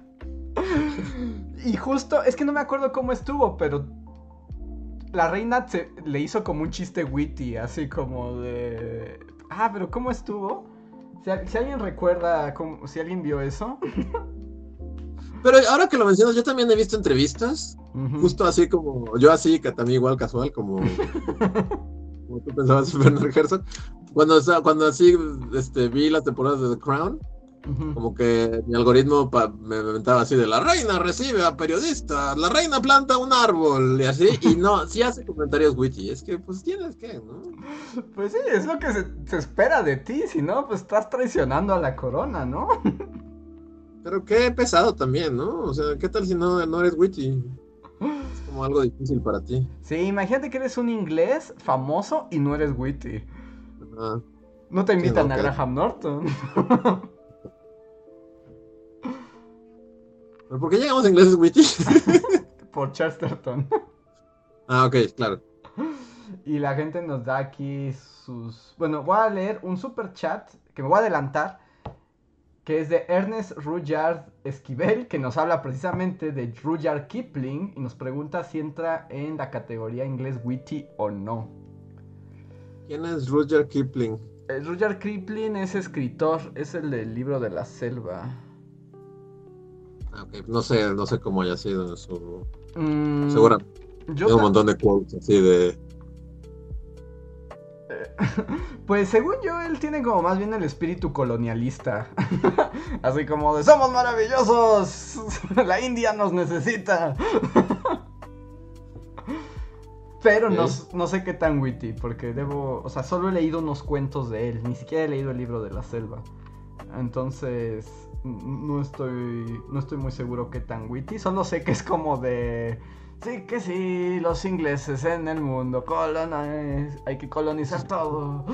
Speaker 2: Y justo, es que no me acuerdo cómo estuvo, pero la reina se, le hizo como un chiste witty, así como de... Ah, pero ¿cómo estuvo? Si, si alguien recuerda, cómo, si alguien vio eso.
Speaker 3: Pero ahora que lo mencionas, yo también he visto entrevistas,
Speaker 2: Uh-huh.
Speaker 3: justo así como, yo así, que también igual casual, como, como tú pensabas en Werner Herzog. Cuando, cuando así este, vi las temporadas de The Crown,
Speaker 2: Uh-huh.
Speaker 3: como que mi algoritmo pa- me inventaba así de la reina recibe a periodistas, la reina planta un árbol y así, y no, sí hace comentarios witty, es que pues tienes que, ¿no?
Speaker 2: Pues sí, es lo que se, se espera de ti, si no, pues estás traicionando a la corona, ¿no?
Speaker 3: Pero qué pesado también, ¿no? O sea, ¿qué tal si no, no eres witty? Es como algo difícil para ti.
Speaker 2: Sí, imagínate que eres un inglés famoso y no eres witty.
Speaker 3: Ah,
Speaker 2: No te invitan
Speaker 3: Sí, no,
Speaker 2: a
Speaker 3: que-
Speaker 2: Graham Norton.
Speaker 3: ¿pero por qué llegamos a ingleses witty?
Speaker 2: Por Chesterton.
Speaker 3: Ah, ok, claro.
Speaker 2: Y la gente nos da aquí sus... Bueno, voy a leer un super chat que me voy a adelantar, que es de Ernest Rudyard Esquivel, que nos habla precisamente de Rudyard Kipling y nos pregunta si entra en la categoría inglés witty o no.
Speaker 3: ¿Quién es Rudyard Kipling?
Speaker 2: Eh, Rudyard Kipling es escritor, es el del libro de la selva.
Speaker 3: Ah, ok, no sé, no sé cómo haya sido en su...
Speaker 2: Mm,
Speaker 3: Seguramente.
Speaker 2: yo
Speaker 3: Hay un
Speaker 2: ta-
Speaker 3: montón de quotes así de...
Speaker 2: Pues según yo, él tiene como más bien el espíritu colonialista. Así como de ¡somos maravillosos! ¡La India nos necesita! Pero no, no sé qué tan witty, porque debo... O sea, solo he leído unos cuentos de él, ni siquiera he leído el libro de la selva. Entonces, no estoy, no estoy muy seguro qué tan witty. Solo sé que es como de... Sí, que sí, los ingleses en el mundo, coloniz... hay que colonizar todo.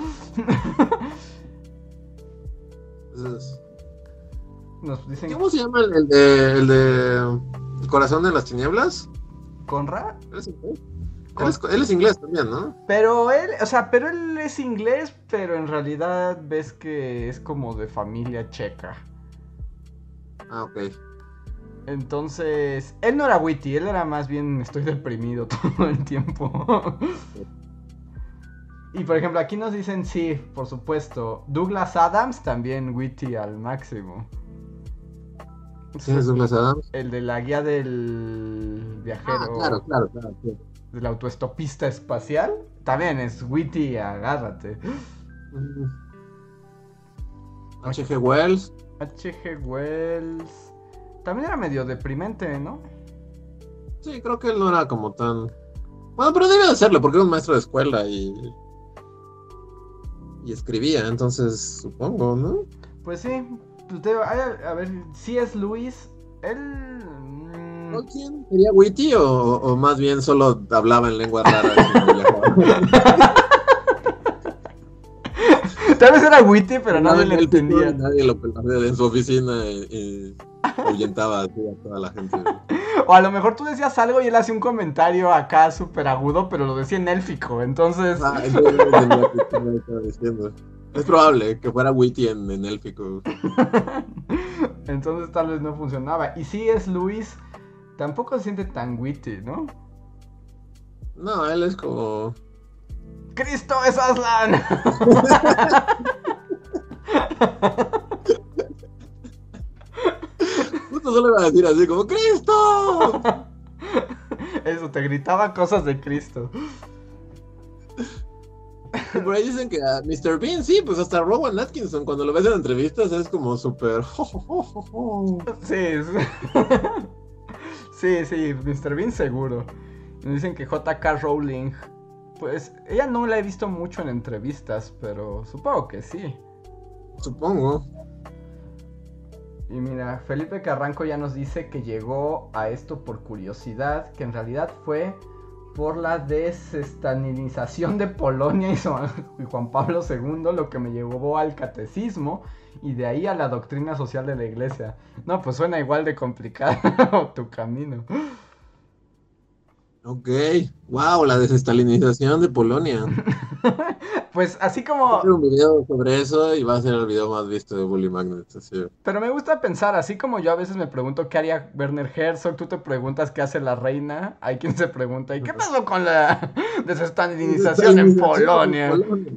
Speaker 3: Es-
Speaker 2: Nos dicen...
Speaker 3: ¿Cómo se llama el, el de... el de... El corazón de las tinieblas?
Speaker 2: ¿Conrad?
Speaker 3: ¿Él es inglés? Él es, él es inglés también, ¿no?
Speaker 2: Pero él, o sea, pero él es inglés, pero en realidad ves que es como de familia checa.
Speaker 3: Ah, ok.
Speaker 2: Entonces, él no era witty, él era más bien estoy deprimido todo el tiempo. Y por ejemplo, aquí nos dicen sí, por supuesto. Douglas Adams también witty al máximo.
Speaker 3: ¿Quién es Douglas Adams?
Speaker 2: El de la guía del viajero,
Speaker 3: Ah, claro, claro, claro. Sí.
Speaker 2: del autoestopista espacial, también es witty, agárrate.
Speaker 3: H G Wells.
Speaker 2: H G Wells también era medio deprimente, ¿no?
Speaker 3: Sí, creo que él no era como tan... Bueno, pero debía de serlo, porque era un maestro de escuela y... Y escribía, entonces supongo, ¿no?
Speaker 2: Pues sí, pues te- a, a ver, si es Luis, él... mm,
Speaker 3: ¿No quién? ¿Sería witty o, o más bien solo hablaba en lenguas raras? cuando viajaba?
Speaker 2: Tal vez era witty, pero
Speaker 3: No,
Speaker 2: nadie le
Speaker 3: él picó y
Speaker 2: entendía.
Speaker 3: Nadie lo pelaba en su oficina y, y ahuyentaba así a toda la gente.
Speaker 2: O a lo mejor tú decías algo y él hacía un comentario acá súper agudo, pero lo decía en élfico, entonces...
Speaker 3: Ah, entonces no entendía qué chingados estaba diciendo. Es probable que fuera witty en, en élfico.
Speaker 2: Entonces tal vez no funcionaba. Y si es Luis, tampoco se siente tan witty, ¿no?
Speaker 3: No, él es como...
Speaker 2: ¡Cristo es Aslan!
Speaker 3: iba a decir así como ¡Cristo!
Speaker 2: Eso, te gritaba cosas de Cristo.
Speaker 3: Y por ahí dicen que a míster Bean, sí, pues hasta Rowan Atkinson, cuando lo ves en entrevistas, es como súper...
Speaker 2: Sí, sí, sí, míster Bean seguro. Dicen que J K. Rowling, pues ella no la he visto mucho en entrevistas, pero supongo que sí.
Speaker 3: Supongo.
Speaker 2: Y mira, Felipe Carranco ya nos dice que llegó a esto por curiosidad, que en realidad fue por la desestalinización de Polonia y Juan Pablo segundo, lo que me llevó al catecismo y de ahí a la doctrina social de la iglesia. No, pues suena igual de complicado tu camino.
Speaker 3: Ok, wow, la desestalinización de Polonia.
Speaker 2: Pues así como...
Speaker 3: Voy a hacer un video sobre eso y va a ser el video más visto de Bully Magnets, así.
Speaker 2: Pero me gusta pensar, así como yo a veces me pregunto qué haría Werner Herzog, tú te preguntas qué hace la reina, hay quien se pregunta, ¿y qué pasó con la desestalinización en Polonia?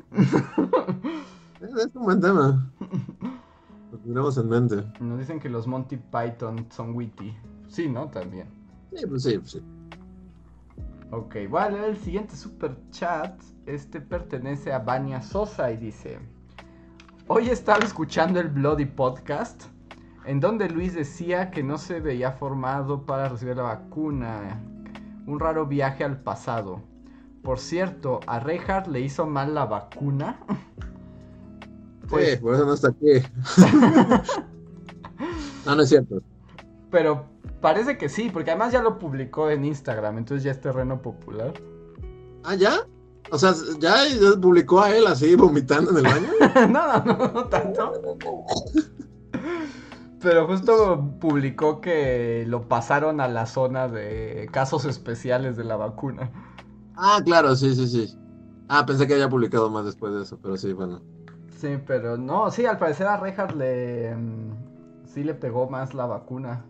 Speaker 3: Es un buen tema. Lo tendremos en mente.
Speaker 2: Nos dicen que los Monty Python son witty. Sí, ¿no? También.
Speaker 3: Sí, pues sí, pues sí.
Speaker 2: Ok, voy a leer el siguiente super chat. Este pertenece a Vania Sosa y dice: hoy estaba escuchando el Bloody Podcast, en donde Luis decía que no se veía formado para recibir la vacuna. Un raro viaje al pasado. Por cierto, ¿a Reinhardt le hizo mal la vacuna?
Speaker 3: Pues... sí, por eso no está aquí. No, no es cierto.
Speaker 2: Pero parece que sí, porque además ya lo publicó en Instagram, entonces ya es terreno popular.
Speaker 3: ¿Ah, ya? O sea, ¿ya publicó a él así vomitando en el baño?
Speaker 2: no, no, no tanto. Pero justo publicó que lo pasaron a la zona de casos especiales de la vacuna.
Speaker 3: Ah, claro, sí, sí, sí. Ah, pensé que había publicado más después de eso, pero sí, bueno.
Speaker 2: Sí, pero no, sí, al parecer a Reinhardt le... sí le pegó más la vacuna.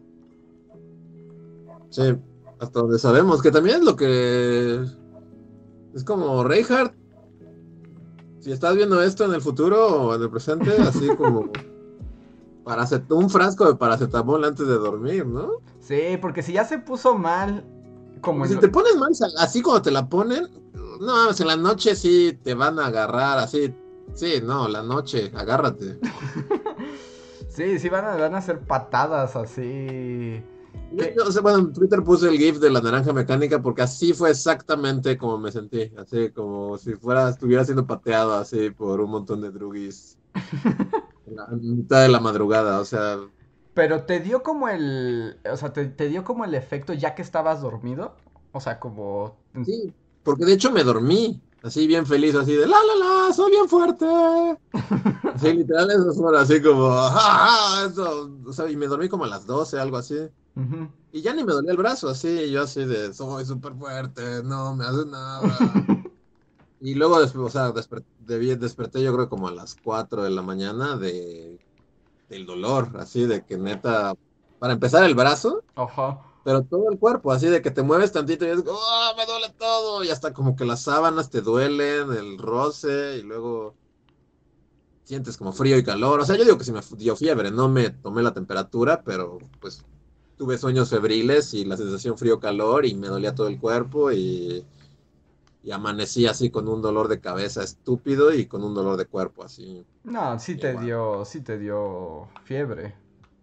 Speaker 3: Sí, hasta donde sabemos, que también es lo que... Es como Reinhardt. Si estás viendo esto en el futuro o en el presente, así como... Paracet... un frasco de paracetamol antes de dormir, ¿no?
Speaker 2: Sí, porque si ya se puso mal... Como
Speaker 3: si
Speaker 2: en...
Speaker 3: te pones mal, así como te la ponen... No, en la noche sí te van a agarrar, así... Sí, no, la noche, agárrate.
Speaker 2: sí, sí van a, van a hacer patadas así...
Speaker 3: Yo, yo, o sea, bueno, en Twitter puse el GIF de la naranja mecánica porque así fue exactamente como me sentí. Así como si fuera, estuviera siendo pateado así por un montón de druggies. En la mitad de la madrugada, o sea...
Speaker 2: Pero te dio como el... O sea, te, te dio como el efecto ya que estabas dormido. O sea, como...
Speaker 3: Sí, porque de hecho me dormí. Así bien feliz, así de la la la, soy bien fuerte. Sí, literal, eso fue así como, ¡ah! Eso, o sea, y me dormí como a las doce, algo así.
Speaker 2: Uh-huh.
Speaker 3: Y ya ni me dolía el brazo, así, yo así de, soy súper fuerte, no me hace nada. Y luego, o sea, desper debí, desperté yo creo como a las cuatro de la mañana de, del dolor, así de que neta, para empezar el brazo,
Speaker 2: Ajá.
Speaker 3: pero todo el cuerpo, así de que te mueves tantito y es como, ¡oh, me duele todo! Y hasta como que las sábanas te duelen, el roce, y luego sientes como frío y calor. O sea, yo digo que si me dio fiebre, no me tomé la temperatura, pero pues tuve sueños febriles y la sensación frío-calor y me dolía todo el cuerpo y, y amanecí así con un dolor de cabeza estúpido y con un dolor de cuerpo así.
Speaker 2: No, sí te
Speaker 3: Igual.
Speaker 2: dio, sí te dio fiebre.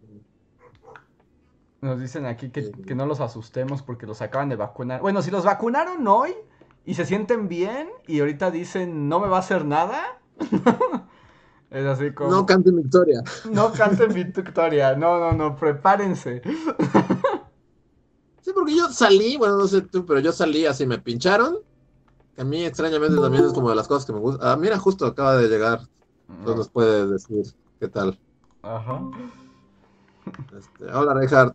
Speaker 2: Nos dicen aquí que,
Speaker 3: Sí.
Speaker 2: que no los asustemos porque los acaban de vacunar. Bueno, si los vacunaron hoy y se sienten bien y ahorita dicen no me va a hacer nada. Es así como...
Speaker 3: No canten victoria.
Speaker 2: No canten victoria. No, no, no, prepárense.
Speaker 3: Sí, porque yo salí, bueno, no sé tú, pero yo salí así, me pincharon. Que a mí extrañamente también es como de las cosas que me gustan. Ah, mira, justo acaba de llegar. Entonces nos puede decir qué tal.
Speaker 2: Ajá.
Speaker 3: Este, hola, Reinhardt.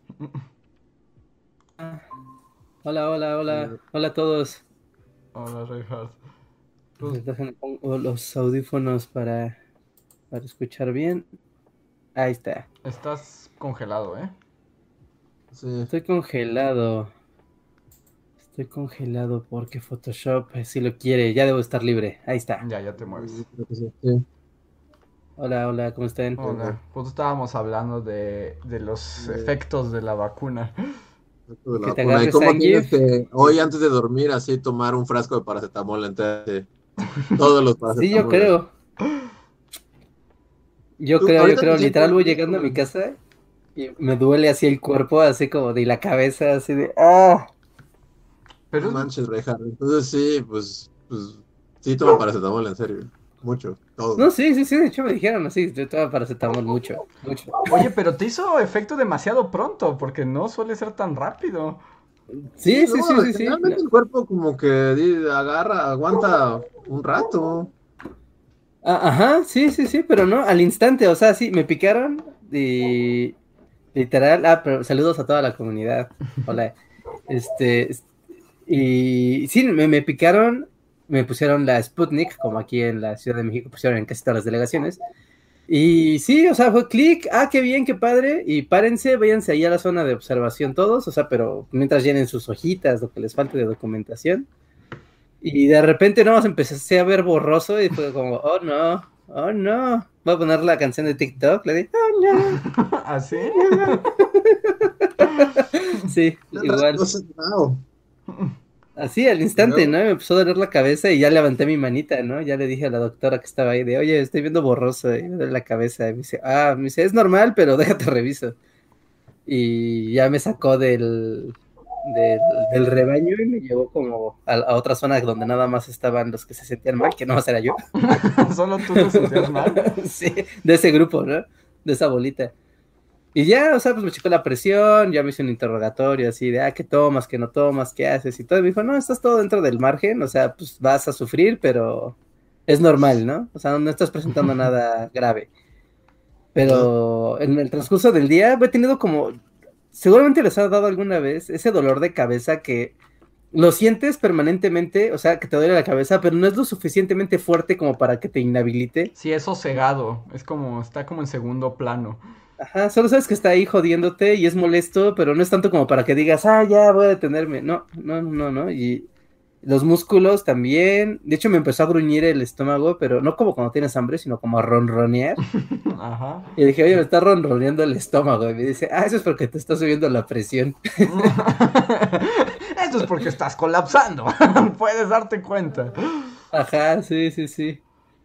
Speaker 4: Hola, hola, hola. Hola a todos.
Speaker 2: Hola, Reinhardt.
Speaker 4: Pues... Déjenme pongo los audífonos para, para escuchar bien. Ahí está.
Speaker 2: Estás congelado, ¿eh?
Speaker 3: Sí.
Speaker 4: Estoy congelado. Estoy congelado porque Photoshop, si lo quiere, ya debo estar libre. Ahí está.
Speaker 2: Ya, ya te mueves.
Speaker 3: Sí, creo que sí, sí.
Speaker 4: Hola, hola, ¿cómo están?
Speaker 2: Hola, justo estábamos hablando de, de los efectos de la vacuna.
Speaker 3: De la
Speaker 4: Que te
Speaker 3: vacuna. ¿Y
Speaker 4: agarre
Speaker 3: cómo tienes
Speaker 4: Zangief.
Speaker 3: que hoy antes de dormir así tomar un frasco de paracetamol entre todos los
Speaker 4: Sí, yo
Speaker 3: paracetamoles?
Speaker 4: creo. Yo
Speaker 3: ¿Tú,
Speaker 4: creo, yo
Speaker 3: ahorita
Speaker 4: creo.
Speaker 3: te sientes
Speaker 4: Literal voy
Speaker 3: bien,
Speaker 4: llegando a mi
Speaker 3: güey?
Speaker 4: casa y me duele así el cuerpo, así como de la cabeza, así de ¡ah!
Speaker 3: No
Speaker 2: Pero es,
Speaker 3: manches, Reja. Entonces sí, pues, pues sí toma paracetamol, en serio. Mucho, todo.
Speaker 4: No, sí, sí, sí, de hecho me dijeron así, yo estaba paracetamol mucho, mucho.
Speaker 2: oye, pero te hizo efecto demasiado pronto, porque no suele ser tan rápido.
Speaker 3: Sí,
Speaker 4: Sí, sí,
Speaker 3: no,
Speaker 4: sí, sí, sí. No.
Speaker 3: generalmente el cuerpo como que di- agarra, aguanta un rato.
Speaker 4: Ah, ajá, sí, sí, sí, pero no, al instante, o sea, sí, me picaron y literal, ah, pero saludos a toda la comunidad. Hola. Este, y sí, me, me picaron, me pusieron la Sputnik, como aquí en la Ciudad de México pusieron en casi todas las delegaciones. Y sí, o sea, fue clic, ah, qué bien, qué padre, y párense, váyanse ahí a la zona de observación todos, o sea, pero mientras llenen sus hojitas, lo que les falte de documentación. Y de repente no, empecé a ver borroso y fue como, oh no, oh no. Voy a poner la canción de TikTok, le di, oh no,
Speaker 2: ¿Así?
Speaker 4: oh no. Sí, igual.
Speaker 3: Entonces, wow.
Speaker 4: Así al
Speaker 3: Y
Speaker 4: instante, ¿no?
Speaker 3: luego,
Speaker 4: Me empezó a doler la cabeza y ya levanté mi manita, ¿no? Ya le dije a la doctora que estaba ahí de, oye, estoy viendo borroso y me duele la cabeza. Y me dice, ah, me dice, es normal, pero déjate reviso. Y ya me sacó del, del, del rebaño y me llevó como a, a otra zona donde nada más estaban los que se sentían mal, que no era yo.
Speaker 2: ¿Solo tú te sentías mal?
Speaker 4: Sí, de ese grupo, ¿no? De esa bolita. Y ya, o sea, pues me checó la presión, ya me hizo un interrogatorio así de, ah, ¿qué tomas, qué no tomas, qué haces? Y todo, y me dijo, no, estás todo dentro del margen, o sea, pues vas a sufrir, pero es normal, ¿no? O sea, no estás presentando nada grave.
Speaker 3: ajá.
Speaker 4: Pero en el transcurso del día he tenido como, seguramente les ha dado alguna vez ese dolor de cabeza que lo sientes permanentemente, o sea, que te duele la cabeza, pero no es lo suficientemente fuerte como para que te inhabilite.
Speaker 2: Sí, es sosegado, es como, está como en segundo plano.
Speaker 4: Ajá, solo sabes que está ahí jodiéndote y es molesto, pero no es tanto como para que digas, ah, ya voy a detenerme. No, no, no, no. Y los músculos también. De hecho, me empezó a gruñir el estómago, pero no como cuando tienes hambre, sino como a ronronear.
Speaker 2: Ajá.
Speaker 4: Y dije, oye, me está ronroneando el estómago. Y me dice, ah, eso es porque te está subiendo la presión.
Speaker 2: Esto es porque estás colapsando. Puedes darte cuenta.
Speaker 4: Ajá, sí, sí, sí.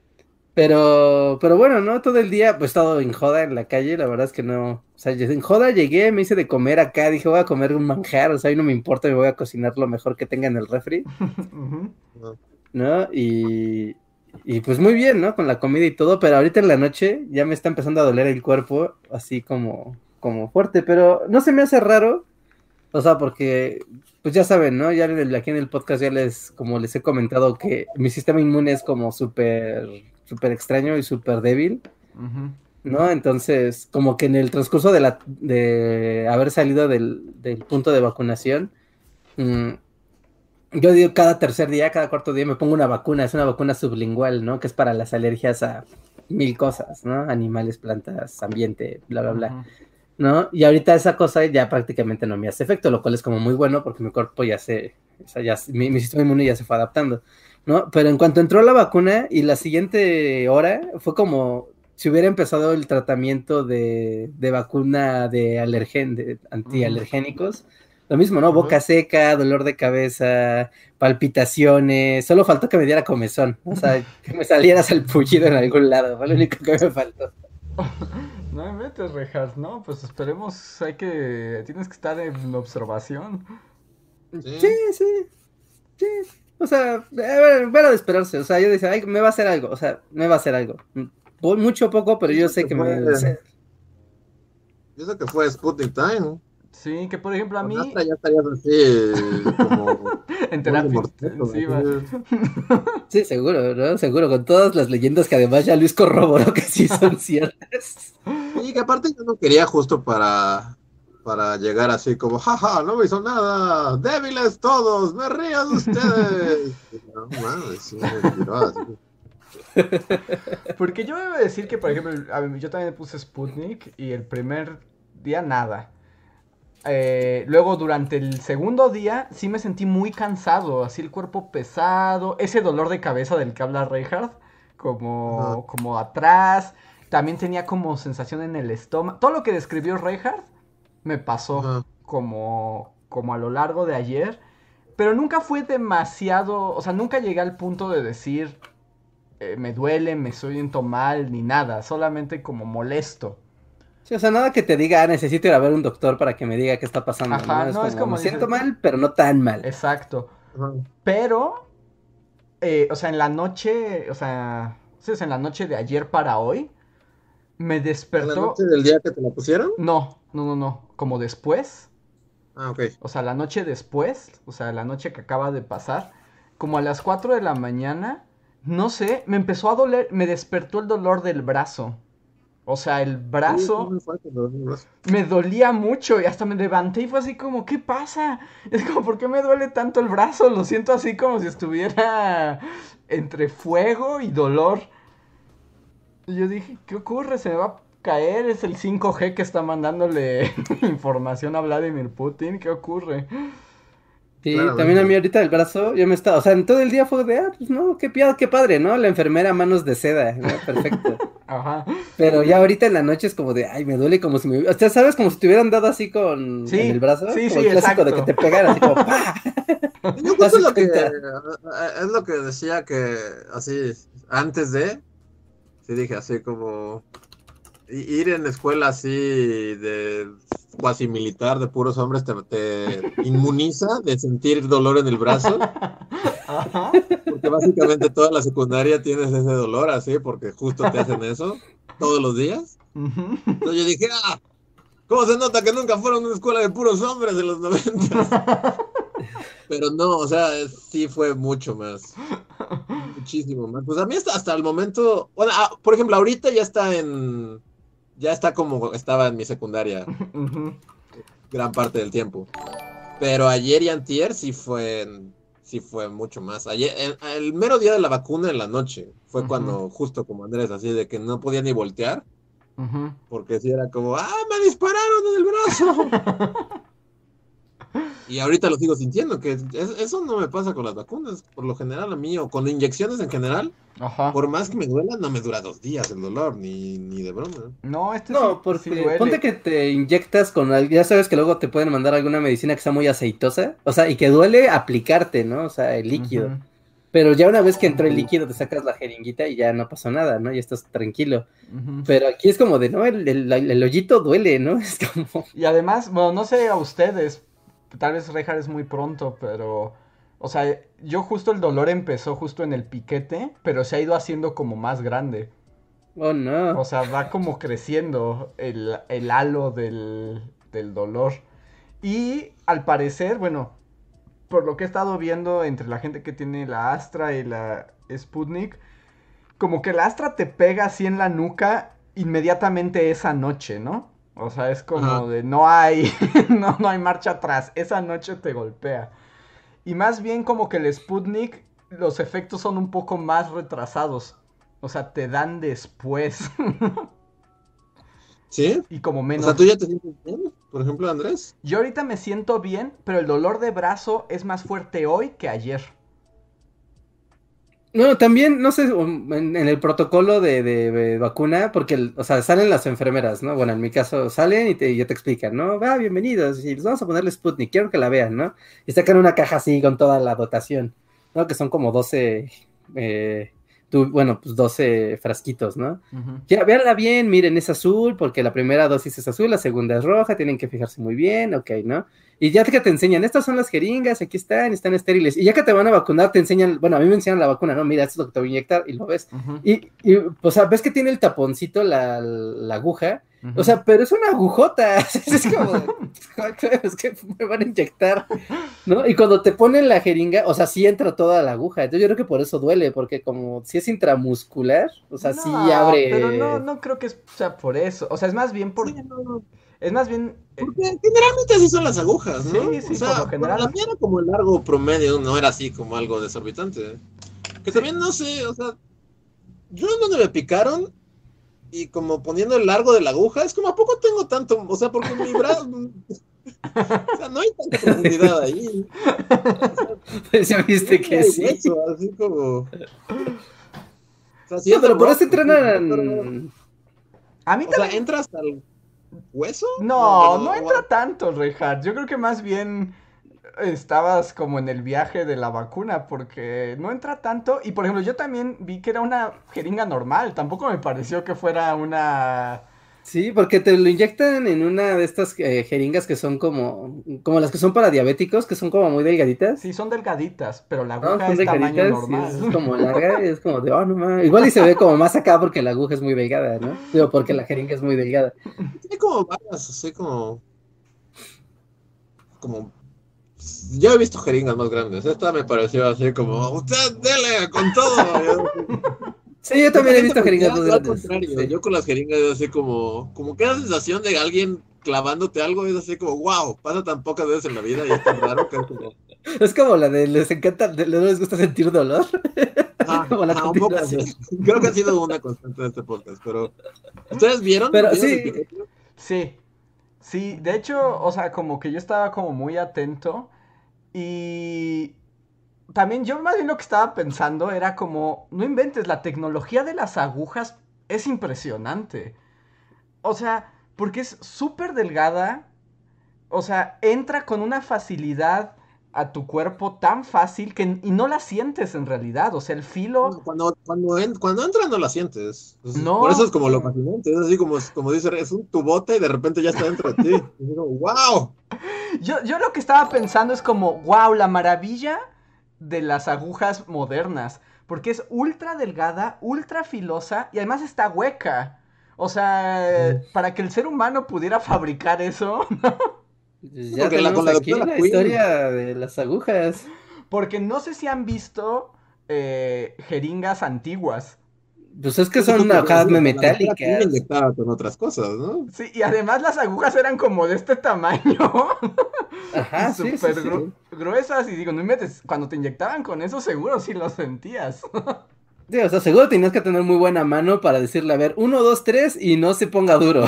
Speaker 4: Pero, pero bueno, ¿no? Todo el día, pues, estado en joda en la calle, la verdad es que no, o sea, yo en joda llegué, me hice de comer acá, dije, voy a comer un manjar, o sea, y no me importa, me voy a cocinar lo mejor que tenga en el refri,
Speaker 2: Ujú.
Speaker 4: ¿no? Y, y pues muy bien, ¿no? Con la comida y todo, pero ahorita en la noche ya me está empezando a doler el cuerpo, así como, como fuerte, pero no se me hace raro, o sea, porque, pues ya saben, ¿no? Ya en el- aquí en el podcast ya les, como les he comentado, que mi sistema inmune es como súper, súper extraño y súper débil,
Speaker 2: Ujú.
Speaker 4: ¿no? Entonces, como que en el transcurso de, la, de haber salido del, del punto de vacunación, mmm, yo digo cada tercer día, cada cuarto día me pongo una vacuna, es una vacuna sublingual, ¿no? Que es para las alergias a mil cosas, ¿no? Animales, plantas, ambiente, bla, bla, bla.
Speaker 2: Ujú.
Speaker 4: ¿No? Y ahorita esa cosa ya prácticamente no me hace efecto, lo cual es como muy bueno porque mi cuerpo ya se, o sea, ya, mi, mi sistema inmune ya se fue adaptando, ¿no? Pero en cuanto entró la vacuna y la siguiente hora fue como si hubiera empezado el tratamiento de, de vacuna de alergen, de antialergénicos, lo mismo, ¿no? Boca
Speaker 2: Ujú.
Speaker 4: seca, dolor de cabeza, palpitaciones, solo faltó que me diera comezón, o sea, que me saliera salpullido en algún lado, fue lo único que me faltó.
Speaker 2: No me metes, Rejas, no, pues esperemos, hay que, tienes que estar en observación.
Speaker 4: Sí,
Speaker 3: Sí.
Speaker 4: sí, sí. O sea, era de esperarse. O sea, yo decía, ay, me va a hacer algo. O sea, me va a hacer algo. Mucho o poco, pero yo
Speaker 3: Eso
Speaker 4: sé
Speaker 3: que
Speaker 4: que
Speaker 3: fue,
Speaker 4: me.
Speaker 3: eso que fue Sputnik Time.
Speaker 2: Sí, que por ejemplo a
Speaker 3: Con
Speaker 2: mí,
Speaker 3: Astra ya estarías así como
Speaker 2: en terapia
Speaker 3: Voldemort,
Speaker 2: intensiva.
Speaker 3: así.
Speaker 4: Sí, seguro, ¿no? Seguro, con todas las leyendas que además ya Luis corroboró que sí son ciertas.
Speaker 3: Y que aparte yo no quería justo para, para llegar así como, jaja, no me hizo nada, débiles todos, me río de ustedes. No mames, sí me tiró así.
Speaker 2: Porque yo debo decir que, por ejemplo, a mí- yo también me puse Sputnik y el primer día nada. Eh, luego durante el segundo día sí me sentí muy cansado, así el cuerpo pesado, ese dolor de cabeza del que habla Reinhardt,
Speaker 3: Ajá.
Speaker 2: como, como atrás. También tenía como sensación en el estómago. Todo lo que describió Reinhardt me pasó uh-huh. como, como a lo largo de ayer. Pero nunca fue demasiado... O sea, nunca llegué al punto de decir... Eh, me duele, me siento mal, ni nada. Solamente como molesto.
Speaker 4: Sí, o sea, nada que te diga, ah, necesito ir a ver un doctor para que me diga qué está pasando.
Speaker 2: Ajá,
Speaker 4: no, es
Speaker 2: no
Speaker 4: como,
Speaker 2: es como
Speaker 4: me
Speaker 2: dices...
Speaker 4: siento mal, pero no tan mal.
Speaker 2: Exacto.
Speaker 3: Uh-huh.
Speaker 2: Pero... Eh, o sea, en la noche... O sea... Sí, en la noche de ayer para hoy... Me despertó...
Speaker 3: ¿En la noche del día que te la pusieron?
Speaker 2: No, no, no, no. Como después.
Speaker 3: Ah, ok.
Speaker 2: O sea, la noche después. O sea, la noche que acaba de pasar. Como a las cuatro de la mañana. No sé, me empezó a doler. Me despertó el dolor del brazo. O sea, el brazo...
Speaker 3: Sí, fue el dolor del brazo.
Speaker 2: Me dolía mucho. Y hasta me levanté y fue así como, ¿qué pasa? Es como, ¿por qué me duele tanto el brazo? Lo siento así como si estuviera entre fuego y dolor. Y yo dije, ¿qué ocurre? Se me va a caer. Es el cinco G que está mandándole información a Vladimir Putin. ¿Qué ocurre?
Speaker 4: Sí, también a mí ahorita el brazo, yo me estaba, o sea, en todo el día fue de, ah, pues no, qué piado, qué padre, ¿no? La enfermera manos de seda, ¿no? Perfecto.
Speaker 2: Ajá.
Speaker 4: Pero ya ahorita en la noche es como de, ay, me duele como si me, o sea, ¿sabes? Como si te hubieran dado así con
Speaker 2: sí,
Speaker 4: en el brazo.
Speaker 2: Sí,
Speaker 4: como
Speaker 2: sí,
Speaker 4: el clásico
Speaker 2: exacto.
Speaker 4: de que te pegaran, así como, ¡pah!
Speaker 3: Yo justo lo que, es lo que decía que, así, antes de, sí dije así como, ir en escuela así de cuasi militar de puros hombres te, te inmuniza de sentir dolor en el brazo.
Speaker 2: Ajá.
Speaker 3: Porque básicamente toda la secundaria tienes ese dolor así, porque justo te hacen eso todos los días.
Speaker 2: Uh-huh.
Speaker 3: Entonces yo dije, ah, ¿cómo se nota que nunca fueron a una escuela de puros hombres en los noventas? Pero no, o sea, sí fue mucho más. Muchísimo más. Pues a mí hasta, hasta el momento, bueno, ah, por ejemplo, ahorita ya está en, ya está como estaba en mi secundaria. Uh-huh. Gran parte del tiempo. Pero ayer y antier sí fue, sí fue mucho más. Ayer, el, el mero día de la vacuna en la noche, fue uh-huh. cuando, justo como Andrés, así de que no podía ni voltear. Uh-huh. Porque sí era como, ¡ah, me dispararon en el brazo! Y ahorita lo sigo sintiendo, que es, eso no me pasa con las vacunas, por lo general a mí, o con inyecciones en general. Ajá. Por más que me duela, no me dura dos días el dolor, ni, ni de broma.
Speaker 2: No, este
Speaker 4: no,
Speaker 2: sí,
Speaker 4: porque
Speaker 2: sí duele.
Speaker 4: Ponte que te inyectas con, ya sabes que luego te pueden mandar alguna medicina que está muy aceitosa, o sea, y que duele aplicarte, ¿no? O sea, el líquido. Uh-huh. Pero ya una vez que entró el líquido te sacas la jeringuita y ya no pasó nada, ¿no? Ya estás tranquilo. Uh-huh. Pero aquí es como de, no, el, el, el hoyito duele, ¿no? Es como...
Speaker 2: Y además, bueno, no sé a ustedes, tal vez Reinhardt es muy pronto, pero... O sea, yo justo el dolor empezó justo en el piquete, pero se ha ido haciendo como más grande.
Speaker 4: Oh, no.
Speaker 2: O sea, va como creciendo el, el halo del, del dolor. Y al parecer, bueno, por lo que he estado viendo entre la gente que tiene la Astra y la Sputnik, como que la Astra te pega así en la nuca inmediatamente esa noche, ¿no? O sea, es como Ajá. de no hay, no, no hay marcha atrás, esa noche te golpea. Y más bien como que el Sputnik, los efectos son un poco más retrasados. O sea, te dan después.
Speaker 3: ¿Sí?
Speaker 2: Y como menos...
Speaker 3: O sea, ¿tú ya te sientes bien? Por ejemplo, Andrés.
Speaker 2: Yo ahorita me siento bien, pero el dolor de brazo es más fuerte hoy que ayer.
Speaker 4: No, también, no sé, en, en el protocolo de, de, de vacuna, porque, o sea, salen las enfermeras, ¿no? Bueno, en mi caso salen y, te, y ya te explican, ¿no? Va, bienvenidos, y les vamos a ponerle Sputnik, quiero que la vean, ¿no? Y sacan una caja así con toda la dotación, ¿no? Que son como doce, eh, tu, bueno, pues doce frasquitos, ¿no? Uh-huh. Ya, véanla bien, miren, es azul, porque la primera dosis es azul, la segunda es roja, tienen que fijarse muy bien, ok, ¿no? Y ya que te enseñan, estas son las jeringas, aquí están, están estériles. Y ya que te van a vacunar, te enseñan, bueno, a mí me enseñan la vacuna, ¿no? Mira, esto es lo que te voy a inyectar, y lo ves. Uh-huh. Y, y, o sea, ves que tiene el taponcito, la, la aguja, uh-huh. o sea, pero es una agujota. Es como, es que me van a inyectar, ¿no? Y cuando te ponen la jeringa, o sea, sí entra toda la aguja. Entonces yo creo que por eso duele, porque como si es intramuscular, o sea,
Speaker 2: no,
Speaker 4: sí abre.
Speaker 2: Pero no, no creo que sea por eso. O sea, es más bien por... Sí, no. Es más bien...
Speaker 3: Porque generalmente así son las agujas, ¿no?
Speaker 2: Sí, sí,
Speaker 3: o sea,
Speaker 2: por lo general.
Speaker 3: La mía era como el largo promedio, no era así como algo desorbitante. Que sí. También no sé, o sea, yo en donde me picaron y como poniendo el largo de la aguja, es como, ¿a poco tengo tanto? O sea, porque mi brazo... o sea, no hay tanta profundidad ahí.
Speaker 4: O sea, ya viste no que sí.
Speaker 3: Eso, así como... O
Speaker 4: sea, sí no, pero por eso entrenan...
Speaker 2: A mí
Speaker 3: O
Speaker 2: también...
Speaker 3: sea, ¿entra hasta el hueso?
Speaker 2: No,
Speaker 3: No,
Speaker 2: no
Speaker 3: bueno,
Speaker 2: entra
Speaker 3: bueno.
Speaker 2: tanto, Reinhardt. Yo creo que más bien estabas como en el viaje de la vacuna, porque no entra tanto. Y por ejemplo, yo también vi que era una jeringa normal. Tampoco me pareció que fuera una...
Speaker 4: Sí, porque te lo inyectan en una de estas eh, jeringas que son como, como las que son para diabéticos, que son como muy delgaditas.
Speaker 2: Sí, son delgaditas, pero la
Speaker 4: No,
Speaker 2: aguja
Speaker 4: son
Speaker 2: es tamaño
Speaker 4: delgaditas y es,
Speaker 2: normal.
Speaker 4: es como larga y es como de, oh, no mames. Igual y se ve como más acá porque la aguja es muy delgada, ¿no? Digo, porque la jeringa es muy delgada.
Speaker 3: Tiene como varias, así como, como, yo he visto jeringas más grandes. Esta me pareció así como, usted dele con todo. Yo,
Speaker 4: Sí, yo
Speaker 3: mucha
Speaker 4: también he
Speaker 3: gente
Speaker 4: visto jeringas
Speaker 3: voltea,
Speaker 4: más
Speaker 3: yo al
Speaker 4: grandes.
Speaker 3: contrario,
Speaker 4: Sí.
Speaker 3: yo con las jeringas es así como, como que la sensación de alguien clavándote algo es así como, wow, pasa tan pocas veces en la vida y es tan raro que es como,
Speaker 4: Es como la de les encanta, de- no les gusta sentir dolor.
Speaker 3: ajá,
Speaker 4: Como la
Speaker 3: ajá, un poco así.
Speaker 4: continuación.
Speaker 3: Creo que ha sido una constante de este podcast, pero ¿ustedes vieron?
Speaker 4: Pero
Speaker 3: ¿Vieron el
Speaker 4: sí,
Speaker 3: episodio?
Speaker 2: Sí, sí, de hecho, o sea, como que yo estaba como muy atento y también yo más bien lo que estaba pensando era como, no inventes, la tecnología de las agujas es impresionante. O sea, porque es súper delgada, o sea, entra con una facilidad a tu cuerpo tan fácil que y no la sientes en realidad, o sea, el filo
Speaker 3: No, Cuando, cuando, en- cuando entra no la sientes. Pues, por eso
Speaker 2: no.
Speaker 3: es como lo fascinante. Es así como, como dice, es un tubote y de repente ya está dentro de ti. Y digo, wow.
Speaker 2: Yo, yo lo que estaba pensando es como, wow, la maravilla de las agujas modernas. Porque es ultra delgada, ultra filosa y además está hueca. O sea, para que el ser humano pudiera fabricar eso.
Speaker 4: pues ya
Speaker 3: Porque la, con
Speaker 4: tenemos
Speaker 3: la
Speaker 4: aquí
Speaker 3: doctora
Speaker 4: la
Speaker 3: Queen.
Speaker 4: historia de las agujas.
Speaker 2: Porque no sé si han visto eh, jeringas antiguas.
Speaker 4: Pues es que
Speaker 3: Eso fue
Speaker 4: son
Speaker 3: lo que iba a
Speaker 4: acá
Speaker 3: decir. O sea, la doctora Queen
Speaker 4: metálicas.
Speaker 3: inyectaba con otras cosas, ¿no?
Speaker 2: Sí, y además las agujas eran como de este tamaño. Y
Speaker 4: Ajá, sí, sí,
Speaker 2: súper gru-
Speaker 4: sí.
Speaker 2: gruesas. Y digo, no metes, cuando te inyectaban con eso, seguro sí lo sentías.
Speaker 4: Sí, o sea, seguro tenías que tener muy buena mano para decirle, a ver, uno, dos, tres y no se ponga duro.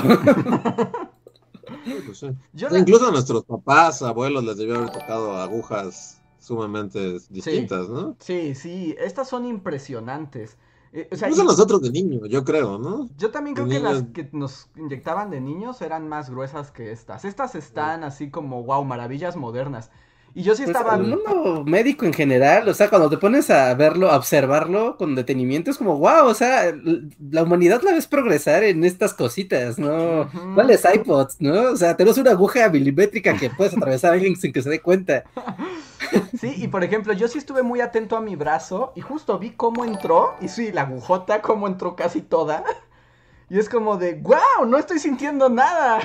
Speaker 3: Sí, pues sí.
Speaker 2: Yo
Speaker 3: O sea,
Speaker 2: la...
Speaker 3: incluso a nuestros papás, abuelos les debió haber tocado agujas sumamente
Speaker 2: Sí,
Speaker 3: distintas, ¿no?
Speaker 2: sí, sí, estas son impresionantes. Eh, o sea,
Speaker 3: Incluso
Speaker 2: y
Speaker 3: nosotros de niños, yo creo, ¿no?
Speaker 2: yo también
Speaker 3: De
Speaker 2: creo que las
Speaker 3: niños.
Speaker 2: que nos inyectaban de niños eran más gruesas que estas. Estas están así como, wow, maravillas modernas. Y yo sí
Speaker 4: Pues el
Speaker 2: estaba...
Speaker 4: mundo médico en general, o sea, cuando te pones a verlo, a observarlo con detenimiento, es como, wow, o sea, l- la humanidad la ves progresar en estas cositas, ¿no?
Speaker 2: Ujú.
Speaker 4: ¿Cuáles iPods, no? O sea, tenemos una aguja milimétrica que puedes atravesar a alguien sin que se dé cuenta.
Speaker 2: Sí, y por ejemplo, yo sí estuve muy atento a mi brazo y justo vi cómo entró. Y sí, la agujota, cómo entró casi toda. Y es como de, wow, no estoy sintiendo nada.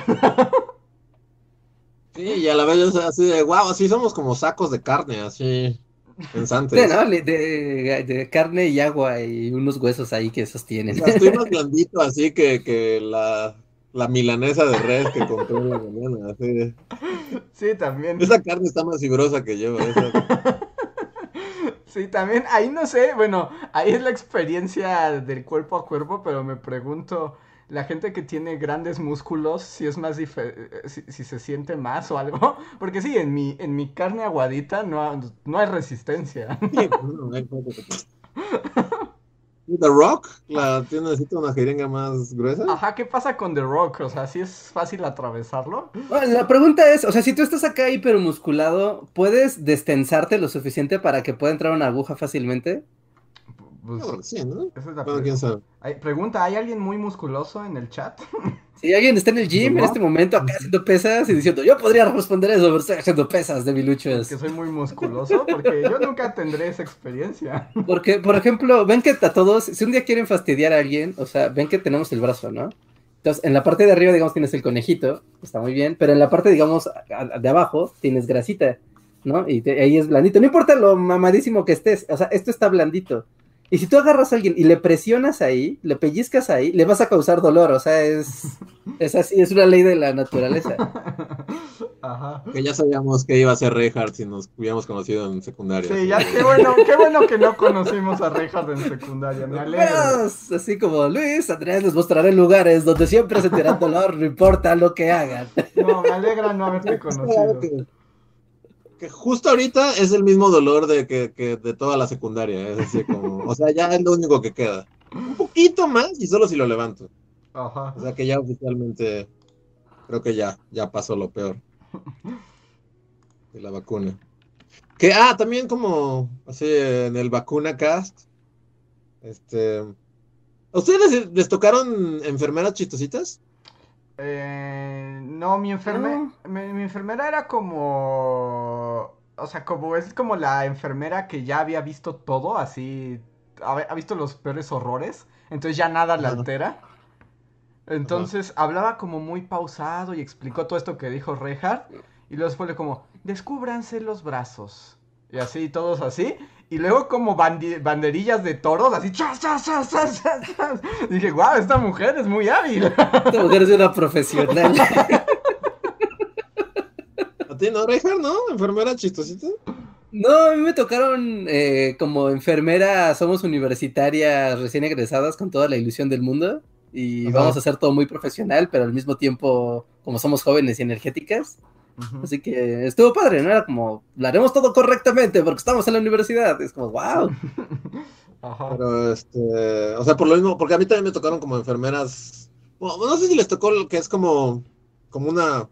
Speaker 3: Sí, y a la vez es así de, wow, así somos como sacos de carne, así,
Speaker 4: Sí,
Speaker 3: pensantes.
Speaker 4: ¿no? Le- De, de carne y agua y unos huesos ahí que
Speaker 3: O
Speaker 4: sostienen.
Speaker 3: sea, estoy más blandito así que, que la, la milanesa de res que compré en la mañana. Así.
Speaker 2: Sí, también.
Speaker 3: Esa carne está más fibrosa que yo. Esa...
Speaker 2: Sí, también, ahí no sé, bueno, ahí es la experiencia del cuerpo a cuerpo, pero me pregunto, la gente que tiene grandes músculos, si es más dife- eh, si, si se siente más o algo, porque sí, en mi, en mi carne aguadita no, ha- no hay resistencia.
Speaker 3: Sí, pues, no, hay poco que- The Rock, la tiene, necesita una jeringa más gruesa.
Speaker 2: Ajá, ¿qué pasa con The Rock? O sea, ¿sí es fácil atravesarlo?
Speaker 4: Bueno, la pregunta es, o sea, si tú estás acá hipermusculado, ¿puedes destensarte lo suficiente para que pueda entrar una aguja fácilmente?
Speaker 2: Pues,
Speaker 3: Yo creo que sí, ¿no?
Speaker 2: esa es la
Speaker 3: Bueno, quién
Speaker 2: pregunta.
Speaker 3: sabe.
Speaker 2: Pregunta, ¿hay alguien muy musculoso en el chat?
Speaker 4: Si alguien está en el
Speaker 3: The
Speaker 4: gym en este
Speaker 3: Rock.
Speaker 4: momento acá haciendo pesas y diciendo, yo podría responder eso, pero estoy haciendo pesas,
Speaker 2: Porque
Speaker 4: debiluchos.
Speaker 2: soy muy musculoso, porque yo nunca tendré esa experiencia.
Speaker 4: Porque, por ejemplo, ven que a todos, si un día quieren fastidiar a alguien, o sea, ven que tenemos el brazo, ¿no? Entonces, en la parte de arriba, digamos, tienes el conejito, está muy bien, pero en la parte, digamos, a- a- de abajo, tienes grasita, ¿no? Y te- ahí es blandito. No importa lo mamadísimo que estés, o sea, esto está blandito. Y si tú agarras a alguien y le presionas ahí, le pellizcas ahí, le vas a causar dolor, o sea, es, es así, es una ley de la naturaleza.
Speaker 2: Ajá.
Speaker 3: Que ya sabíamos que iba a ser Reinhardt si nos hubiéramos conocido en secundaria.
Speaker 2: Sí,
Speaker 3: ¿sí?
Speaker 2: ya, qué bueno, qué bueno que no conocimos a Reinhardt en secundaria, me alegro.
Speaker 4: Pues, así como Luis Andrés les mostraré lugares donde siempre sentirán dolor, no importa lo que hagan.
Speaker 2: No, me alegra no haberte
Speaker 3: Es claro
Speaker 2: conocido.
Speaker 3: que, que justo ahorita es el mismo dolor de que, que de toda la secundaria. Es así como, o sea, ya es lo único que queda. Un poquito más y solo si lo levanto. Ajá. O sea que ya oficialmente, creo que ya, ya pasó lo peor de la vacuna. Que, ah, también como, así, en el Vacuna Cast, este, ¿a ustedes les tocaron enfermeras chistositas?
Speaker 2: Eh, no, mi, enferme,
Speaker 4: No.
Speaker 2: mi, mi enfermera era como... O sea, como es como la enfermera que ya había visto todo, así... Ha, ha visto los peores horrores, entonces ya nada la
Speaker 3: Ajá.
Speaker 2: altera. Entonces
Speaker 3: Ajá.
Speaker 2: hablaba como muy pausado y explicó todo esto que dijo Reinhardt. Y luego después le como, descúbranse los brazos. Y así, todos así. Y luego como bandi- banderillas de toros, así, chas, chas, chas, chas, chas, chas. Dije, wow, esta mujer es muy hábil.
Speaker 4: Esta mujer es una profesional.
Speaker 3: ¿A ti no, Reinhardt, no? ¿Enfermera chistosita?
Speaker 4: No, a mí me tocaron eh, como enfermera, somos universitarias recién egresadas con toda la ilusión del mundo y
Speaker 3: Ajá.
Speaker 4: vamos a hacer todo muy profesional, pero al mismo tiempo como somos jóvenes y energéticas.
Speaker 2: Ujú.
Speaker 4: Así que estuvo padre, ¿no? Era como, lo haremos todo correctamente porque estamos en la universidad. Es como, wow.
Speaker 2: Ajá.
Speaker 3: Pero, este, o sea, por lo mismo, porque a mí también me tocaron como enfermeras, bueno, no sé si les tocó lo que es como, como una,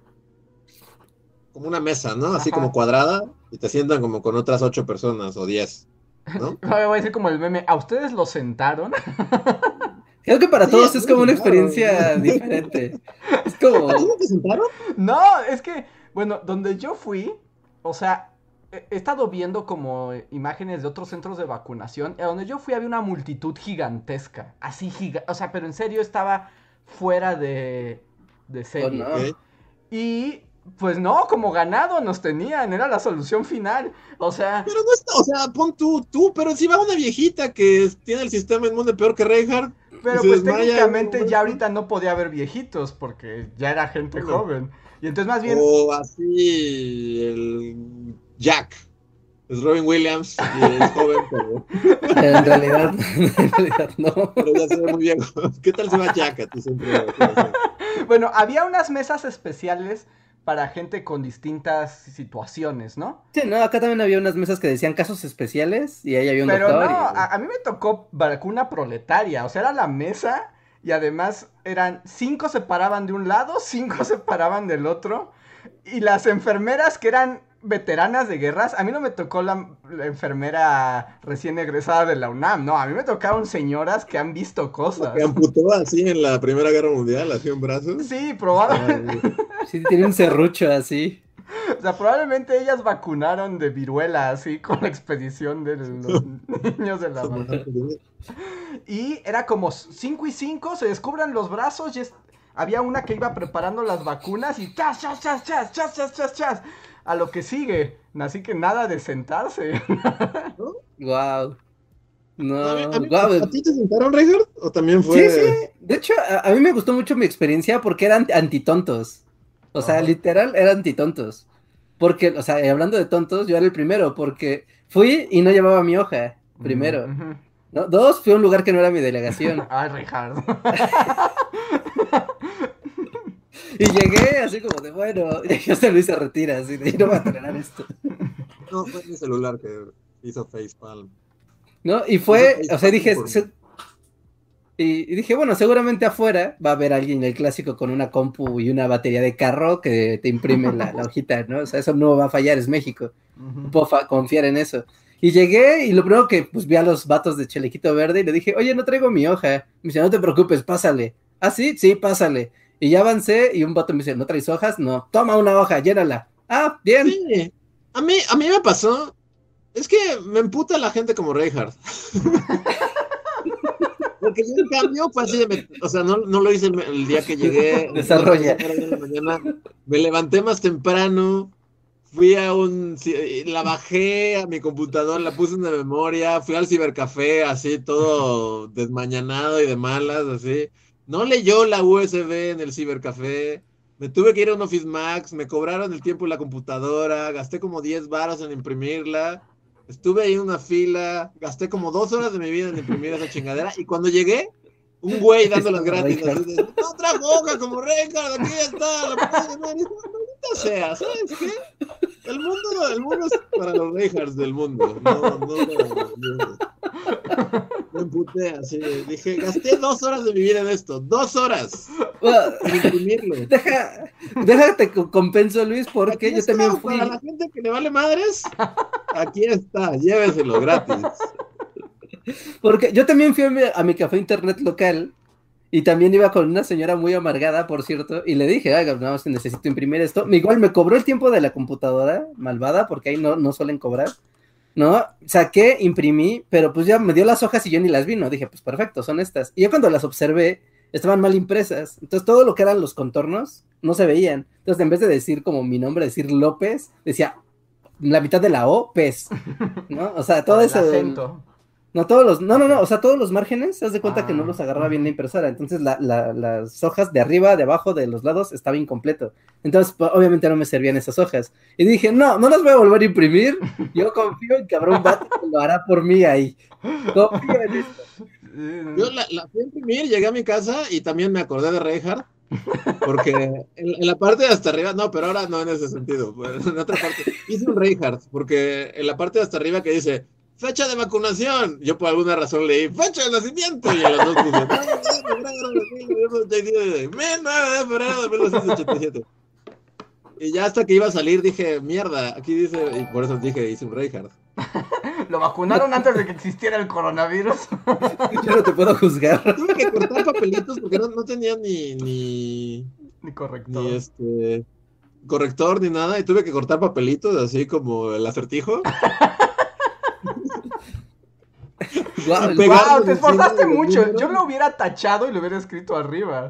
Speaker 3: como una mesa, ¿no? Así
Speaker 2: Ajá.
Speaker 3: como cuadrada, y te sientan como con otras ocho personas o diez, ¿no?
Speaker 2: Voy a decir como el meme, ¿a ustedes lo sentaron?
Speaker 4: Creo que para
Speaker 3: Sí,
Speaker 4: todos
Speaker 3: a
Speaker 4: es
Speaker 3: mí me
Speaker 4: como una
Speaker 3: sentaron.
Speaker 4: experiencia diferente. Es como,
Speaker 3: ¿A ti no te sentaron?
Speaker 2: No, es que, bueno, donde yo fui, o sea, he he estado viendo como imágenes de otros centros de vacunación. A donde yo fui había una multitud gigantesca. Así giga, o sea, pero en serio estaba fuera de, de
Speaker 4: oh,
Speaker 2: serie.
Speaker 4: no.
Speaker 3: Ok.
Speaker 2: Y pues no, como ganado nos tenían, era la solución final. O sea,
Speaker 3: Pero no está, o sea, pon tú, tú, pero si va una viejita que tiene el sistema inmune peor que Reinhardt, y
Speaker 2: pero
Speaker 3: se
Speaker 2: pues
Speaker 3: desmaya en un
Speaker 2: técnicamente ya
Speaker 3: momento.
Speaker 2: ahorita no podía haber viejitos porque ya era gente
Speaker 3: Bueno.
Speaker 2: joven. Y entonces más bien...
Speaker 3: O así, el Jack. Es Robin Williams y es joven, pero,
Speaker 4: En realidad, en realidad no.
Speaker 3: pero ya se ve muy viejo. ¿Qué tal se va Jack a ti siempre?
Speaker 2: Bueno, había unas mesas especiales para gente con distintas situaciones, ¿no?
Speaker 4: Sí, no, acá también había unas mesas que decían casos especiales y ahí había un
Speaker 2: Pero no,
Speaker 4: doctor. y-
Speaker 2: a, a mí me tocó vacuna proletaria, o sea, era la mesa y además eran cinco se paraban de un lado, cinco se paraban del otro y las enfermeras que eran veteranas de guerras, a mí no me tocó la, la enfermera recién egresada de la UNAM, no, a mí me tocaron señoras que han visto cosas.
Speaker 3: Que amputó así en la Primera Guerra Mundial, así en brazos.
Speaker 2: Sí, probablemente.
Speaker 4: Sí, tiene un serrucho así.
Speaker 2: O sea, probablemente ellas vacunaron de viruela, así, con la expedición de los niños de la mano. Y era como cinco y cinco, se descubran los brazos, y es... había una que iba preparando las vacunas y chas, chas, chas, chas, chas, chas, chas, chas, a lo que sigue. Así que nada de sentarse.
Speaker 3: ¿No?
Speaker 4: Wow. No,
Speaker 3: A, mí, a, mí,
Speaker 4: guau.
Speaker 3: ¿a ti te sentaron, Reinhardt? ¿O también fue...?
Speaker 4: Sí, sí. De hecho, a, a mí me gustó mucho mi experiencia porque eran antitontos. O sea,
Speaker 2: Ajá.
Speaker 4: literal, eran antitontos. Porque, o sea, hablando de tontos, yo era el primero porque fui y no llevaba mi hoja, primero.
Speaker 2: Ujú.
Speaker 4: ¿No? Dos, fui a un lugar que no era mi delegación.
Speaker 2: Ay, Ricardo.
Speaker 4: Y llegué así como de, bueno, y José Luis se retira, así de, no voy a tolerar esto.
Speaker 3: No, fue mi celular que hizo facepalm.
Speaker 4: ¿No? Y fue,
Speaker 3: Hizo
Speaker 4: o sea, dije,
Speaker 3: facepalm
Speaker 4: se- y, y dije, bueno, seguramente afuera va a haber alguien, el clásico, con una compu y una batería de carro que te imprime la, la hojita, ¿no? O sea, eso no va a fallar, es México. No
Speaker 2: Ujú.
Speaker 4: puedo fa- confiar en eso. Y llegué y lo primero que, pues, vi a los vatos de Chalequito Verde y le dije, oye, no traigo mi hoja. Me dice, no te preocupes, pásale. ¿Ah, sí? Sí, pásale. Y ya avancé y un vato me dice, ¿no traes hojas? No. Toma una hoja, llénala. Ah, bien.
Speaker 3: Sí, a mí, a mí me pasó. Es que me emputa la gente como Reinhardt. Porque yo en cambio fue así de, me- o sea, no, no lo hice el, el día que llegué.
Speaker 4: Desarrolla.
Speaker 3: a las nueve de la mañana, me levanté más temprano, fui a un, ci- la bajé a mi computadora, la puse en la memoria, fui al cibercafé así todo desmañanado y de malas, así. No leyó la U S B en el cibercafé. Me tuve que ir a un Office Max, me cobraron el tiempo y la computadora, gasté como diez varos en imprimirla. Estuve ahí en una fila, gasté como dos horas de mi vida en imprimir esa chingadera y cuando llegué, un güey dándolas gratis, así de, no trajo hoja como Reinhardt, aquí está, la puta de madre. Maldita sea, ¿sabes qué? El mundo, el mundo es para los Reinhardts del mundo, no, no para los míos. Me emputé así, dije, gasté dos horas de mi vida en esto, dos horas para imprimirlo.
Speaker 4: Deja, déjate compenso, Luis, porque yo también fui.
Speaker 3: Para la gente que le vale madres, aquí está, lléveselo gratis.
Speaker 4: Porque yo también fui a mi, a mi café internet local y también iba con una señora muy amargada, por cierto, y le dije, oiga, no, necesito imprimir esto. Igual me cobró el tiempo de la computadora, malvada, porque ahí no, no suelen cobrar, ¿no? Saqué, imprimí, pero pues ya me dio las hojas y yo ni las vi, ¿no? Dije, pues perfecto, son estas. Y yo cuando las observé, estaban mal impresas. Entonces todo lo que eran los contornos no se veían. Entonces en vez de decir como mi nombre, decir López, decía la mitad de la O, pez, ¿no? O sea, todo eso...
Speaker 2: acento.
Speaker 4: No, todos los, no, no, no, o sea, todos los márgenes, haz de cuenta
Speaker 2: ah,
Speaker 4: que no los agarraba bien la impresora, entonces la, la, las hojas de arriba, de abajo, de los lados, estaba incompleto, entonces pues, obviamente no me servían esas hojas, y dije, no, no las voy a volver a imprimir, yo confío en que habrá un vato que lo hará por mí ahí, confío en esto.
Speaker 3: Yo la, la fui a imprimir, llegué a mi casa y también me acordé de Reinhardt, porque en, en la parte de hasta arriba, no, pero ahora no en ese sentido, en otra parte, hice un Reinhardt, porque en la parte de hasta arriba que dice, fecha de vacunación. Yo por alguna razón leí fecha de nacimiento y a los dos puse nueve de febrero de mil novecientos ochenta y siete. Y ya hasta que iba a salir dije, mierda, aquí dice, y por eso dije, hice un Reinhardt.
Speaker 2: Lo vacunaron antes de que existiera el coronavirus.
Speaker 4: Yo no te puedo juzgar.
Speaker 3: Tuve que cortar papelitos porque no, no tenía ni, ni,
Speaker 2: ni corrector.
Speaker 3: Ni este corrector ni nada, y tuve que cortar papelitos así como el acertijo.
Speaker 2: Wow, wow, te esforzaste mucho. Yo lo hubiera tachado y lo hubiera escrito arriba.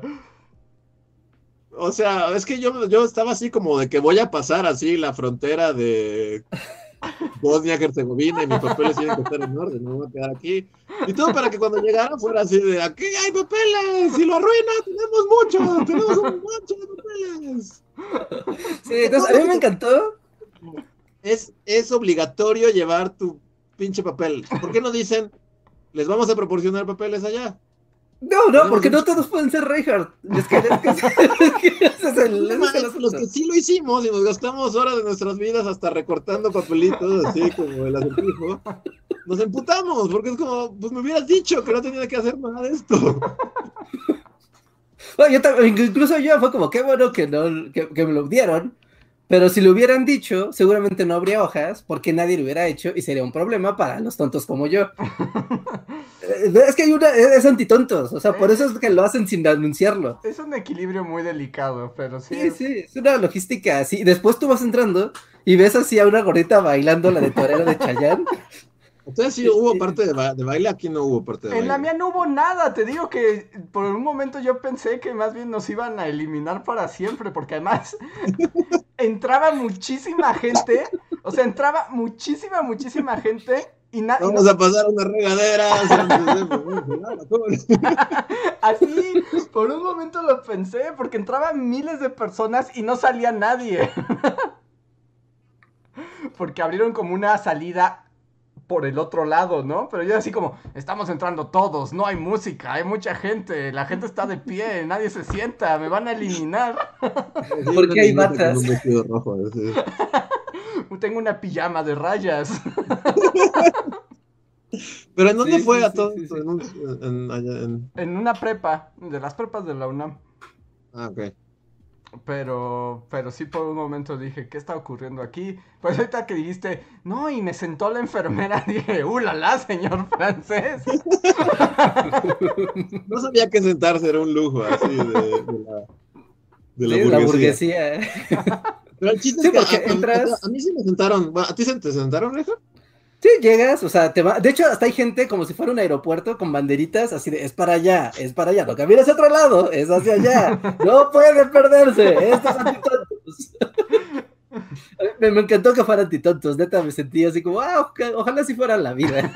Speaker 3: O sea, es que yo, yo estaba así como de que voy a pasar así la frontera de Bosnia-Herzegovina y mis papeles tienen que estar en orden, no me voy a quedar aquí. Y todo para que cuando llegara fuera así de, aquí hay papeles, si lo arruina, tenemos muchos, tenemos un montón de papeles.
Speaker 4: Sí, entonces a mí me encantó.
Speaker 3: Es, es obligatorio llevar tu pinche papel. ¿Por qué no dicen, les vamos a proporcionar papeles allá?
Speaker 4: No, no, porque no todos pueden ser Reinhardt. Es que, es que, es que ese es el, ese
Speaker 3: no,
Speaker 4: es el
Speaker 3: es los que sí lo hicimos y nos gastamos horas de nuestras vidas hasta recortando papelitos, así como el acertijo. Nos emputamos, porque es como, pues me hubieras dicho que no tenía que hacer nada de esto.
Speaker 4: Bueno, yo también, incluso yo fue como, qué bueno que, no, que, que me lo dieron. Pero si lo hubieran dicho, seguramente no habría hojas, porque nadie lo hubiera hecho y sería un problema para los tontos como yo. Es que hay una, es antitontos, o sea, por eso es que lo hacen sin anunciarlo.
Speaker 2: Es un equilibrio muy delicado, pero sí.
Speaker 4: Sí, es... sí, es una logística así. Después tú vas entrando y ves así a una gordita bailando la de Torero de Chayanne.
Speaker 3: Entonces sí hubo parte de, ba de baile, aquí no hubo parte de baile.
Speaker 2: En la mía no hubo nada, te digo que por un momento yo pensé que más bien nos iban a eliminar para siempre, porque además entraba muchísima gente, o sea, entraba muchísima, muchísima gente y nadie...
Speaker 3: Vamos no... a pasar una regadera.
Speaker 2: Así, por un momento lo pensé, porque entraban miles de personas y no salía nadie. Porque abrieron como una salida por el otro lado, ¿no? Pero yo así como, estamos entrando todos, no hay música, hay mucha gente, la gente está de pie, nadie se sienta, me van a eliminar.
Speaker 4: ¿Por qué hay batas?
Speaker 3: Un vestido rojo, sí.
Speaker 2: Tengo una pijama de rayas.
Speaker 3: ¿Pero en dónde
Speaker 2: sí,
Speaker 3: fue
Speaker 2: sí,
Speaker 3: a todo
Speaker 2: sí,
Speaker 3: esto?
Speaker 2: sí.
Speaker 3: En, un, en, allá, en...
Speaker 2: en una prepa, de las prepas de la UNAM.
Speaker 3: Ah, ok.
Speaker 2: Pero, pero sí por un momento dije, ¿qué está ocurriendo aquí? Pues ahorita que dijiste, no, y me sentó la enfermera, dije, ¡uh, la, la, señor francés!
Speaker 3: No sabía que sentarse era un lujo así de, de la, de la
Speaker 4: sí,
Speaker 3: burguesía.
Speaker 4: La burguesía.
Speaker 3: Pero el chiste
Speaker 4: sí,
Speaker 3: es que a,
Speaker 4: entras...
Speaker 3: a, a, mí sí me sentaron, ¿a ti se te sentaron, Reja?
Speaker 4: Sí, llegas, o sea, te va... De hecho, hasta hay gente como si fuera un aeropuerto con banderitas así de, es para allá, es para allá, no camines hacia otro lado, es hacia allá, no puede perderse, estos antitontos. me, me encantó que fueran antitontos, neta, me sentí así como, ah, ojalá así fuera la vida.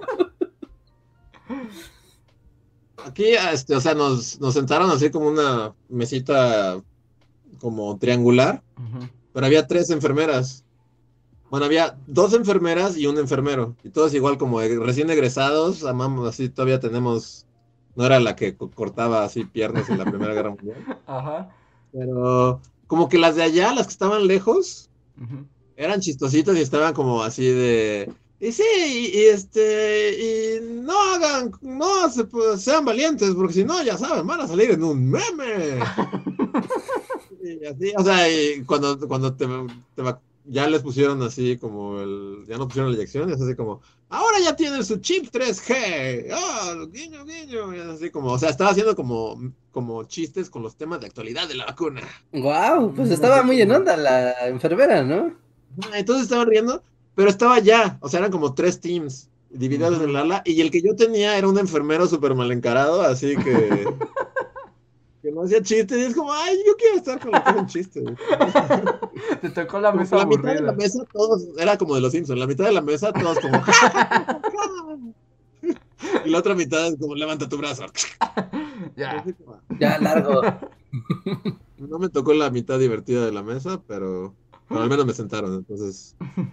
Speaker 3: Aquí, este, o sea, nos, nos sentaron así como una mesita como triangular, uh-huh. Pero había tres enfermeras. Bueno, había dos enfermeras y un enfermero, y todos igual como recién egresados, amamos, así todavía tenemos, no era la que cortaba así piernas en la Primera Guerra Mundial,
Speaker 2: ajá.
Speaker 3: Pero como que las de allá, las que estaban lejos, uh-huh. Eran chistositas y estaban como así de, Y sí, y, y este, y no hagan, no se, pues, sean valientes, porque si no, ya saben, van a salir en un meme. Y así, o sea, y cuando, cuando te, te va- ya les pusieron así como el, ya no pusieron la inyección, es así como, ahora ya tienen su chip tres G, oh, guiño, guiño, y es así como, o sea, estaba haciendo como, como chistes con los temas de actualidad de la vacuna.
Speaker 4: Wow, pues estaba
Speaker 3: Así
Speaker 4: muy en
Speaker 3: como,
Speaker 4: onda la enfermera, ¿no?
Speaker 3: ah, entonces estaba riendo, pero estaba ya, o sea, eran como tres teams divididos en
Speaker 2: Ujú.
Speaker 3: la ala, y el que yo tenía era un enfermero súper mal encarado, así que, que no hacía chistes, y es como, ay, yo quiero estar con los que hacen chistes.
Speaker 2: Te tocó la
Speaker 3: Como que
Speaker 2: mesa
Speaker 3: la mitad de la
Speaker 2: aburrida.
Speaker 3: mesa, todos, era como de los Simpsons, la mitad de la mesa, todos como, y la otra mitad es como, levanta tu brazo.
Speaker 2: Ya.
Speaker 3: Así como,
Speaker 4: Ya largo.
Speaker 3: no me tocó la mitad divertida de la mesa, pero, pero al menos me sentaron, entonces,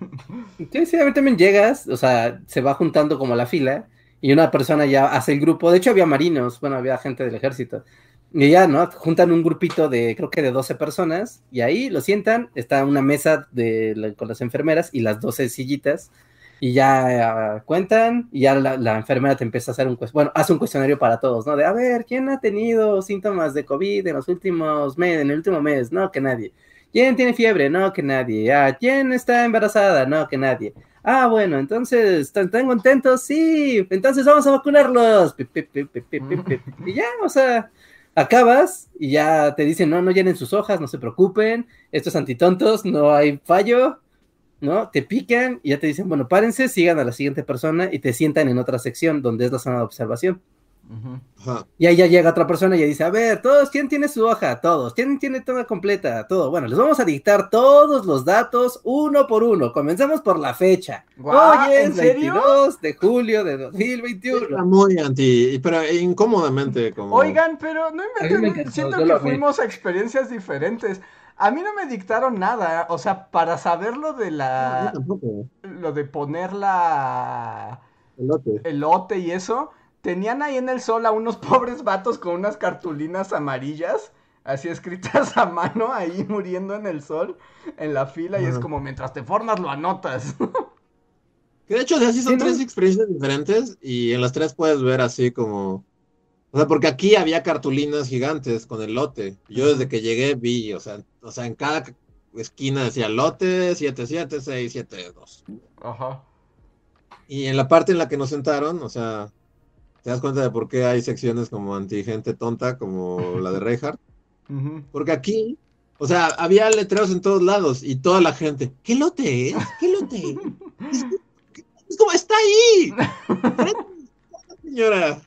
Speaker 4: Sí, sí, a mí también llegas, o sea, se va juntando como la fila y una persona ya hace el grupo. De hecho, había marinos, bueno, había gente del ejército. Y ya, ¿no? Juntan un grupito de, creo que de doce personas y ahí lo sientan. Está una mesa de, la- con las enfermeras y las doce sillitas y ya uh, cuentan y ya la, la, enfermera te empieza a hacer un, bueno, hace un cuestionario para todos, ¿no? De, a ver, ¿quién ha tenido síntomas de COVID en los últimos meses, en el último mes? No, que nadie. ¿Quién tiene fiebre? No, que nadie. Ah, ¿quién está embarazada? No, que nadie. Ah, bueno, entonces, ¿están contentos? Sí, entonces vamos a vacunarlos. Pip, pip, pip, pip, pip, pip. Y ya, o sea, acabas y ya te dicen, no, no llenen sus hojas, no se preocupen, estos antitontos, no hay fallo, ¿no? Te pican y ya te dicen, bueno, párense, sigan a la siguiente persona y te sientan en otra sección donde es la zona de observación.
Speaker 3: ajá.
Speaker 4: Y ahí ya llega otra persona y ya dice, a ver, todos, ¿quién tiene su hoja? Todos, ¿quién tiene toda completa? Todo. Bueno, les vamos a dictar todos los datos uno por uno. Comenzamos por la fecha.
Speaker 2: Guau,
Speaker 4: Hoy es
Speaker 2: ¿en serio?
Speaker 4: veintidós de julio de dos mil
Speaker 3: Era
Speaker 4: veintiuno.
Speaker 3: muy anti, pero incómodamente, como,
Speaker 2: Oigan, pero no
Speaker 4: A mí me
Speaker 2: inventen,
Speaker 4: encantó,
Speaker 2: siento
Speaker 4: yo
Speaker 2: que
Speaker 4: lo amé.
Speaker 2: fuimos a experiencias diferentes. A mí no me dictaron nada, o sea, para saber lo de
Speaker 3: no, a mí
Speaker 2: la,
Speaker 3: tampoco,
Speaker 2: lo de poner la
Speaker 3: elote.
Speaker 2: elote y eso, tenían ahí en el sol a unos pobres vatos con unas cartulinas amarillas, así escritas a mano, ahí muriendo en el sol, en la fila, y es
Speaker 3: Ajá.
Speaker 2: como mientras te formas lo anotas.
Speaker 3: Que de hecho, o sea, sí
Speaker 4: Sí,
Speaker 3: son tres
Speaker 4: ¿no?
Speaker 3: experiencias diferentes y en las tres puedes ver así como, o sea, porque aquí había cartulinas gigantes con el lote. Yo desde
Speaker 2: Ujú.
Speaker 3: que llegué vi, o sea, o sea, en cada esquina decía lote siete siete seis siete dos.
Speaker 2: Ajá.
Speaker 3: Y en la parte en la que nos sentaron, o sea, te das cuenta de por qué hay secciones como anti gente tonta, como la de Reinhardt.
Speaker 2: Ujú.
Speaker 3: Porque aquí, o sea, había letreros en todos lados y toda la gente, ¿qué lote es? ¿Qué lote es? Es, es como, está ahí, enfrente, señora.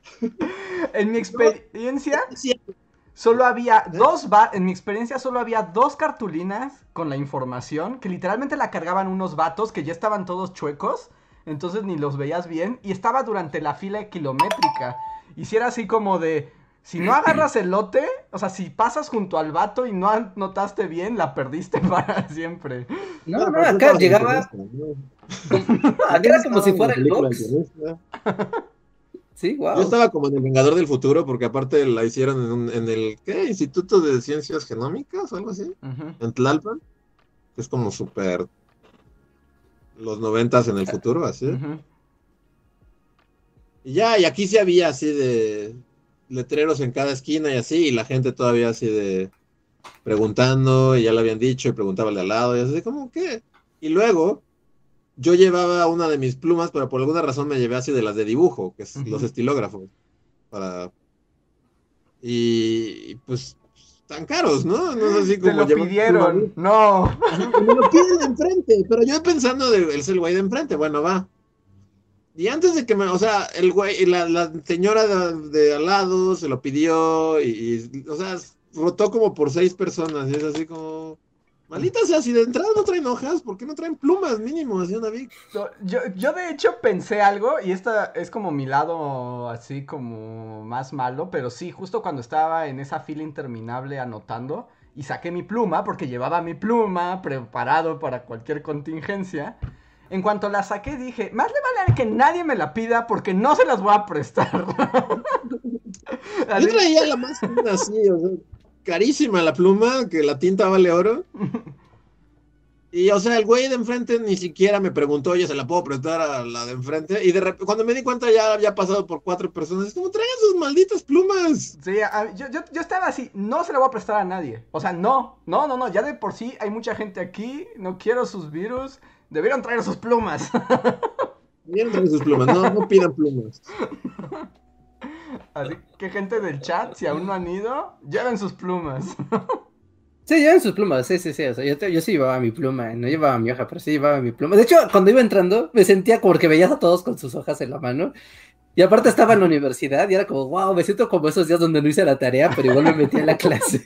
Speaker 2: En mi
Speaker 3: No,
Speaker 2: experiencia,
Speaker 3: decía,
Speaker 2: solo había
Speaker 3: ¿eh?
Speaker 2: dos va en mi experiencia solo había dos cartulinas con la información que literalmente la cargaban unos vatos que ya estaban todos chuecos, entonces ni los veías bien y estaba durante la fila kilométrica. Y si era así como de si no agarras el lote, o sea, si pasas junto al vato y no notaste bien, la perdiste para siempre.
Speaker 4: No,
Speaker 3: Bueno,
Speaker 4: no,
Speaker 3: pero tú
Speaker 4: acá
Speaker 3: estabas en el
Speaker 4: llegaba,
Speaker 3: turista, ¿no?
Speaker 4: como, no, acá
Speaker 3: Yo
Speaker 4: era como
Speaker 3: estaba
Speaker 4: si
Speaker 3: en la
Speaker 4: fuera el
Speaker 3: película del
Speaker 4: box.
Speaker 3: turista.
Speaker 4: Sí,
Speaker 3: Yo
Speaker 4: wow.
Speaker 3: estaba como en el Vengador del Futuro, porque aparte la hicieron en, un, en el, ¿qué? Instituto de Ciencias Genómicas o algo así,
Speaker 2: Ujú.
Speaker 3: en Tlalpan, que es como súper los noventas en el futuro, así.
Speaker 2: Ujú.
Speaker 3: Y ya, y aquí sí había así de letreros en cada esquina y así, y la gente todavía así de preguntando, y ya le habían dicho, y preguntaba al de al lado, y así como, ¿qué? Y luego yo llevaba una de mis plumas, pero por alguna razón me llevé así de las de dibujo, que es los
Speaker 2: Ujú.
Speaker 3: estilógrafos, para... Y pues tan caros, ¿no? No es así
Speaker 2: Te
Speaker 3: como
Speaker 2: lo
Speaker 3: llevar una pluma.
Speaker 2: pidieron. No.
Speaker 3: Ajá, y me lo piden de enfrente, pero yo pensando de, es el güey de enfrente, bueno, va. Y antes de que me, o sea, el güey, la, la señora de, de al lado se lo pidió y, y, o sea, rotó como por seis personas y es así como, malita sea, si de entrada no traen hojas, ¿por qué no traen plumas mínimo? Así una Vic.
Speaker 2: No, Yo, yo de hecho pensé algo y esta es como mi lado así como más malo, pero sí, justo cuando estaba en esa fila interminable anotando y saqué mi pluma porque llevaba mi pluma preparado para cualquier contingencia. En cuanto la saqué dije, más le vale que nadie me la pida porque no se las voy a prestar.
Speaker 3: Yo
Speaker 2: Así.
Speaker 3: traía la más fina así, o sea, carísima la pluma, que la tinta vale oro. Y, o sea, el güey de enfrente ni siquiera me preguntó, oye, ¿se la puedo prestar a la de enfrente? Y de repente, cuando me di cuenta ya había pasado por cuatro personas, es como, traigan sus malditas plumas.
Speaker 2: Sí, a, yo, yo, yo estaba así, no se la voy a prestar a nadie. O sea, no, no, no, no, ya de por sí hay mucha gente aquí, no quiero sus virus, debieron traer sus plumas.
Speaker 3: Debieron traer sus plumas, no, no pidan plumas.
Speaker 2: Así que gente del chat, si aún no han ido, lleven sus plumas.
Speaker 4: Sí, llevan sus plumas, sí, sí, sí, o sea, yo, te- yo sí llevaba mi pluma, no llevaba mi hoja, pero sí llevaba mi pluma. De hecho, cuando iba entrando, me sentía como que veías a todos con sus hojas en la mano, y aparte estaba en la universidad, y era como, wow, me siento como esos días donde no hice la tarea, pero igual me metí a la clase.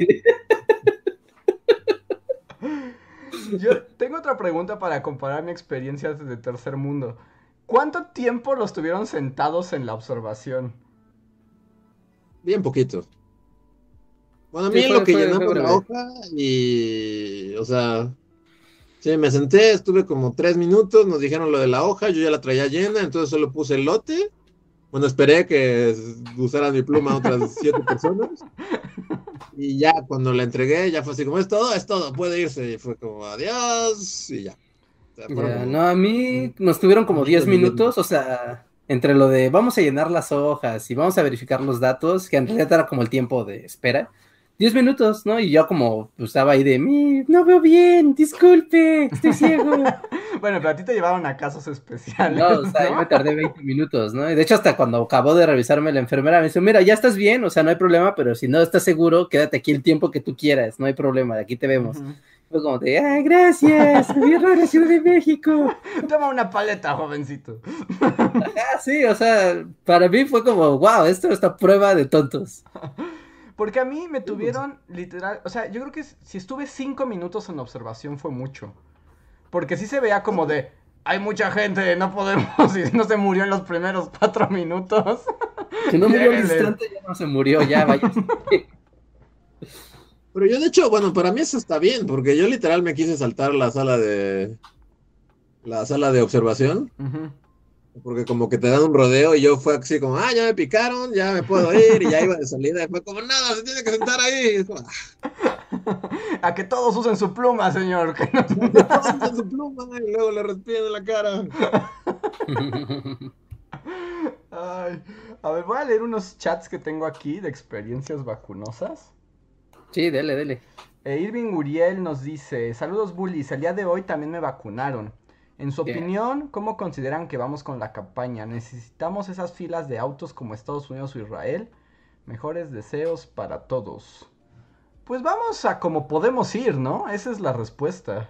Speaker 2: Yo tengo otra pregunta para comparar mi experiencia desde tercer mundo. ¿Cuánto tiempo los tuvieron sentados en la observación?
Speaker 3: Bien poquito. Bueno, a
Speaker 4: Sí,
Speaker 3: mí
Speaker 4: fue,
Speaker 3: lo que
Speaker 4: fue, fue
Speaker 3: llenamos la
Speaker 4: breve.
Speaker 3: hoja y, o sea, sí, me senté, estuve como tres minutos, nos dijeron lo de la hoja, yo ya la traía llena, entonces solo puse el lote. Bueno, esperé que usaran mi pluma otras siete personas. Y ya cuando la entregué, ya fue así como, es todo, es todo, puede irse. Y fue como, adiós, y ya. O sea, fueron
Speaker 4: Ya,
Speaker 3: como
Speaker 4: no, a mí nos tuvieron como diez
Speaker 3: diez minutos.
Speaker 4: minutos, o sea, entre lo de vamos a llenar las hojas y vamos a verificar los datos, que en realidad era como el tiempo de espera, diez minutos, ¿no? Y yo como pues, estaba ahí de, "Mi, no veo bien, disculpe, estoy ciego".
Speaker 2: Bueno, pero a ti te llevaron a casos especiales,
Speaker 4: No, o sea, yo me
Speaker 2: ¿no?
Speaker 4: tardé veinte minutos, ¿no? Y de hecho hasta cuando acabó de revisarme la enfermera me dice, mira, ya estás bien, o sea, no hay problema, pero si no estás seguro, quédate aquí el tiempo que tú quieras, no hay problema, aquí te vemos.
Speaker 2: Ujú.
Speaker 4: Fue como de, ay, gracias, me vi raro Ciudad de México.
Speaker 2: Toma una paleta, jovencito.
Speaker 4: Ah, sí, o sea, para mí fue como, wow, esto es esta prueba de tontos.
Speaker 2: Porque a mí me tuvieron literal, o sea, yo creo que si estuve cinco minutos en observación fue mucho. Porque sí se veía como de, hay mucha gente, no podemos, y no se murió en los primeros cuatro minutos.
Speaker 4: Si no murió al
Speaker 2: Lléguenle.
Speaker 4: instante, ya no se murió, ya vaya.
Speaker 3: Pero yo, de hecho, bueno, para mí eso está bien, porque yo literal me quise saltar la sala de la sala de observación,
Speaker 2: Ujú.
Speaker 3: porque como que te dan un rodeo y yo fue así como, ah, ya me picaron, ya me puedo ir, y ya iba de salida, y fue como, nada, se tiene que sentar ahí. Y es como,
Speaker 2: A que todos usen su pluma, señor. Que no-
Speaker 3: "Ah, que todos usan su pluma", y luego le respiran en la cara.
Speaker 2: Ay, a ver, voy a leer unos chats que tengo aquí de experiencias vacunosas.
Speaker 4: Sí, dele, dele.
Speaker 2: E Irving Uriel nos dice, saludos bullies, el día de hoy también me vacunaron. En su
Speaker 4: Yeah.
Speaker 2: opinión, ¿cómo consideran que vamos con la campaña? ¿Necesitamos esas filas de autos como Estados Unidos o Israel? Mejores deseos para todos. Pues vamos a como podemos ir, ¿no? Esa es la respuesta.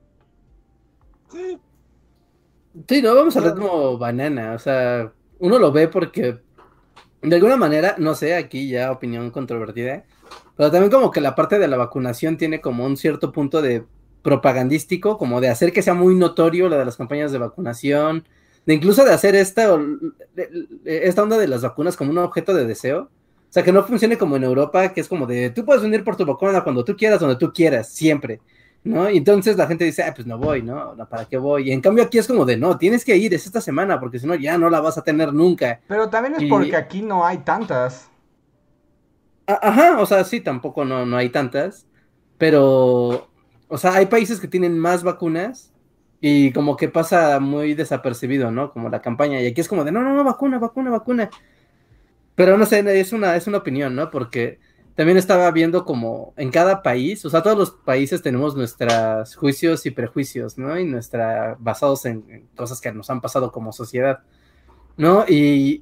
Speaker 3: Sí,
Speaker 4: Sí, no, vamos al
Speaker 3: no,
Speaker 4: ritmo banana, o sea, uno lo ve porque, de alguna manera, no sé, aquí ya opinión controvertida, pero también como que la parte de la vacunación tiene como un cierto punto de propagandístico, como de hacer que sea muy notorio lo de las campañas de vacunación, de incluso de hacer esta, esta onda de las vacunas como un objeto de deseo. O sea, que no funcione como en Europa, que es como de, tú puedes venir por tu vacuna cuando tú quieras, donde tú quieras, siempre, ¿no? Y entonces la gente dice, ah, pues no voy, ¿no? No, ¿para qué voy? Y en cambio aquí es como de, no, tienes que ir, es esta semana, porque si no ya no la vas a tener nunca.
Speaker 2: Pero también es
Speaker 4: Y,
Speaker 2: porque aquí no hay tantas.
Speaker 4: a- ajá, o sea, sí, tampoco no, no hay tantas, pero, o sea, hay países que tienen más vacunas y como que pasa muy desapercibido, ¿no? Como la campaña, y aquí es como de, no, no, no, vacuna, vacuna, vacuna. Pero no sé, es una, es una opinión, ¿no? Porque también estaba viendo como en cada país, o sea, todos los países tenemos nuestros juicios y prejuicios, ¿no? Y nuestra, basados en, en cosas que nos han pasado como sociedad, ¿no? Y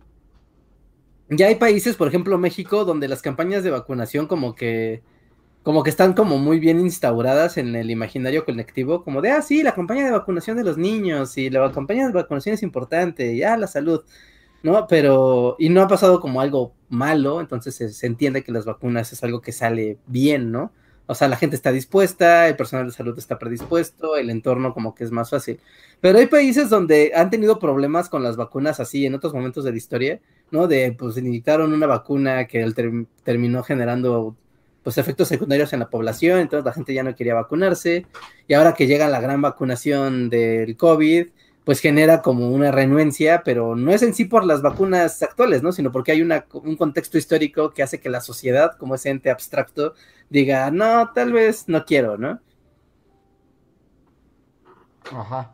Speaker 4: ya hay países, por ejemplo, México, donde las campañas de vacunación como que, como que están como muy bien instauradas en el imaginario colectivo, como de, ah, sí, la campaña de vacunación de los niños y la campaña de vacunación es importante, y ah, la salud. ¿No? Pero, y no ha pasado como algo malo, entonces se, se entiende que las vacunas es algo que sale bien, ¿no? O sea, la gente está dispuesta, el personal de salud está predispuesto, el entorno como que es más fácil. Pero hay países donde han tenido problemas con las vacunas así en otros momentos de la historia, ¿no? De, pues, inyectaron una vacuna que el ter terminó generando, pues, efectos secundarios en la población, entonces la gente ya no quería vacunarse, y ahora que llega la gran vacunación del COVID, pues genera como una renuencia, pero no es en sí por las vacunas actuales, ¿no? Sino porque hay una, un contexto histórico que hace que la sociedad, como ese ente abstracto, diga, no, tal vez no quiero, ¿no?
Speaker 2: Ajá.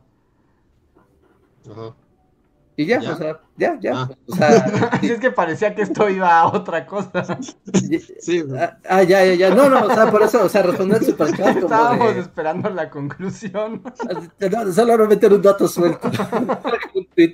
Speaker 3: Ajá.
Speaker 4: Y ya,
Speaker 3: ¿Ya?
Speaker 4: o sea, ya, ya.
Speaker 3: Ah.
Speaker 4: O sea,
Speaker 2: Sí, es que parecía que esto iba a otra cosa.
Speaker 3: Sí.
Speaker 4: Ah, ah, ya, ya, ya. No, no, o sea, por eso, o sea, responder el superchat como
Speaker 2: Estábamos
Speaker 4: de...
Speaker 2: esperando la conclusión.
Speaker 4: No, solo no meter un dato suelto. Un tweet.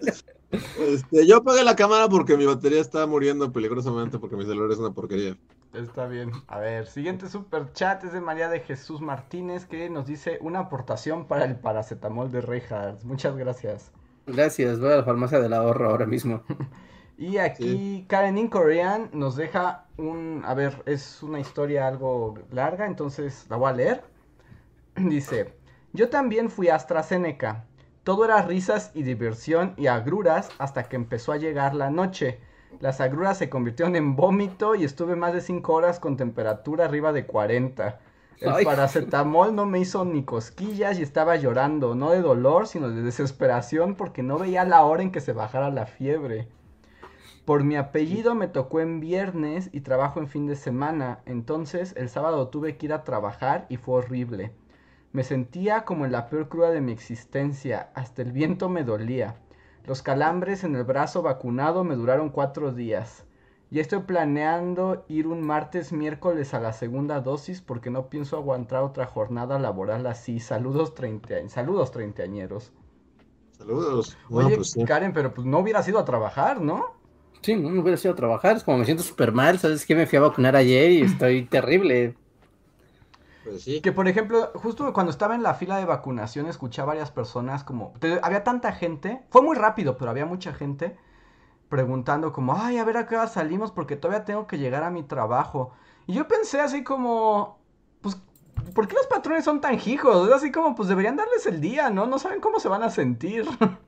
Speaker 3: Este, yo apagué la cámara porque mi batería está muriendo peligrosamente porque mi celular es una porquería.
Speaker 2: Está bien. A ver, siguiente super chat es de María de Jesús Martínez que nos dice una aportación para el paracetamol de Reinhardt. Muchas gracias.
Speaker 4: Gracias, voy a la farmacia del ahorro ahora mismo.
Speaker 2: Y aquí sí. Karen in Korean nos deja un... A ver, es una historia algo larga, entonces la voy a leer. Dice, yo también fui a AstraZeneca. Todo era risas y diversión y agruras hasta que empezó a llegar la noche. Las agruras se convirtieron en vómito y estuve más de cinco horas con temperatura arriba de cuarenta. El Ay. paracetamol no me hizo ni cosquillas y estaba llorando, no de dolor, sino de desesperación porque no veía la hora en que se bajara la fiebre. Por mi apellido me tocó en viernes y trabajo en fin de semana, entonces el sábado tuve que ir a trabajar y fue horrible. Me sentía como en la peor cruda de mi existencia, hasta el viento me dolía. Los calambres en el brazo vacunado me duraron cuatro días. Ya estoy planeando ir un martes, miércoles a la segunda dosis porque no pienso aguantar otra jornada laboral así. Saludos treinta, saludos treintañeros.
Speaker 3: Saludos.
Speaker 2: Oye, no, pues sí. Karen, pero pues no hubieras ido a trabajar, ¿no?
Speaker 4: Sí, no, no hubiera ido a trabajar. Es como me siento súper mal, ¿sabes qué? Me fui a vacunar ayer y estoy terrible.
Speaker 3: Pues sí.
Speaker 2: Que por ejemplo, justo cuando estaba en la fila de vacunación escuché a varias personas como... Te, había tanta gente, fue muy rápido, pero había mucha gente preguntando como, ay, a ver a qué hora salimos porque todavía tengo que llegar a mi trabajo. Y yo pensé así como, pues, ¿por qué los patrones son tan hijos? Es así como, pues deberían darles el día, ¿no? No saben cómo se van a sentir.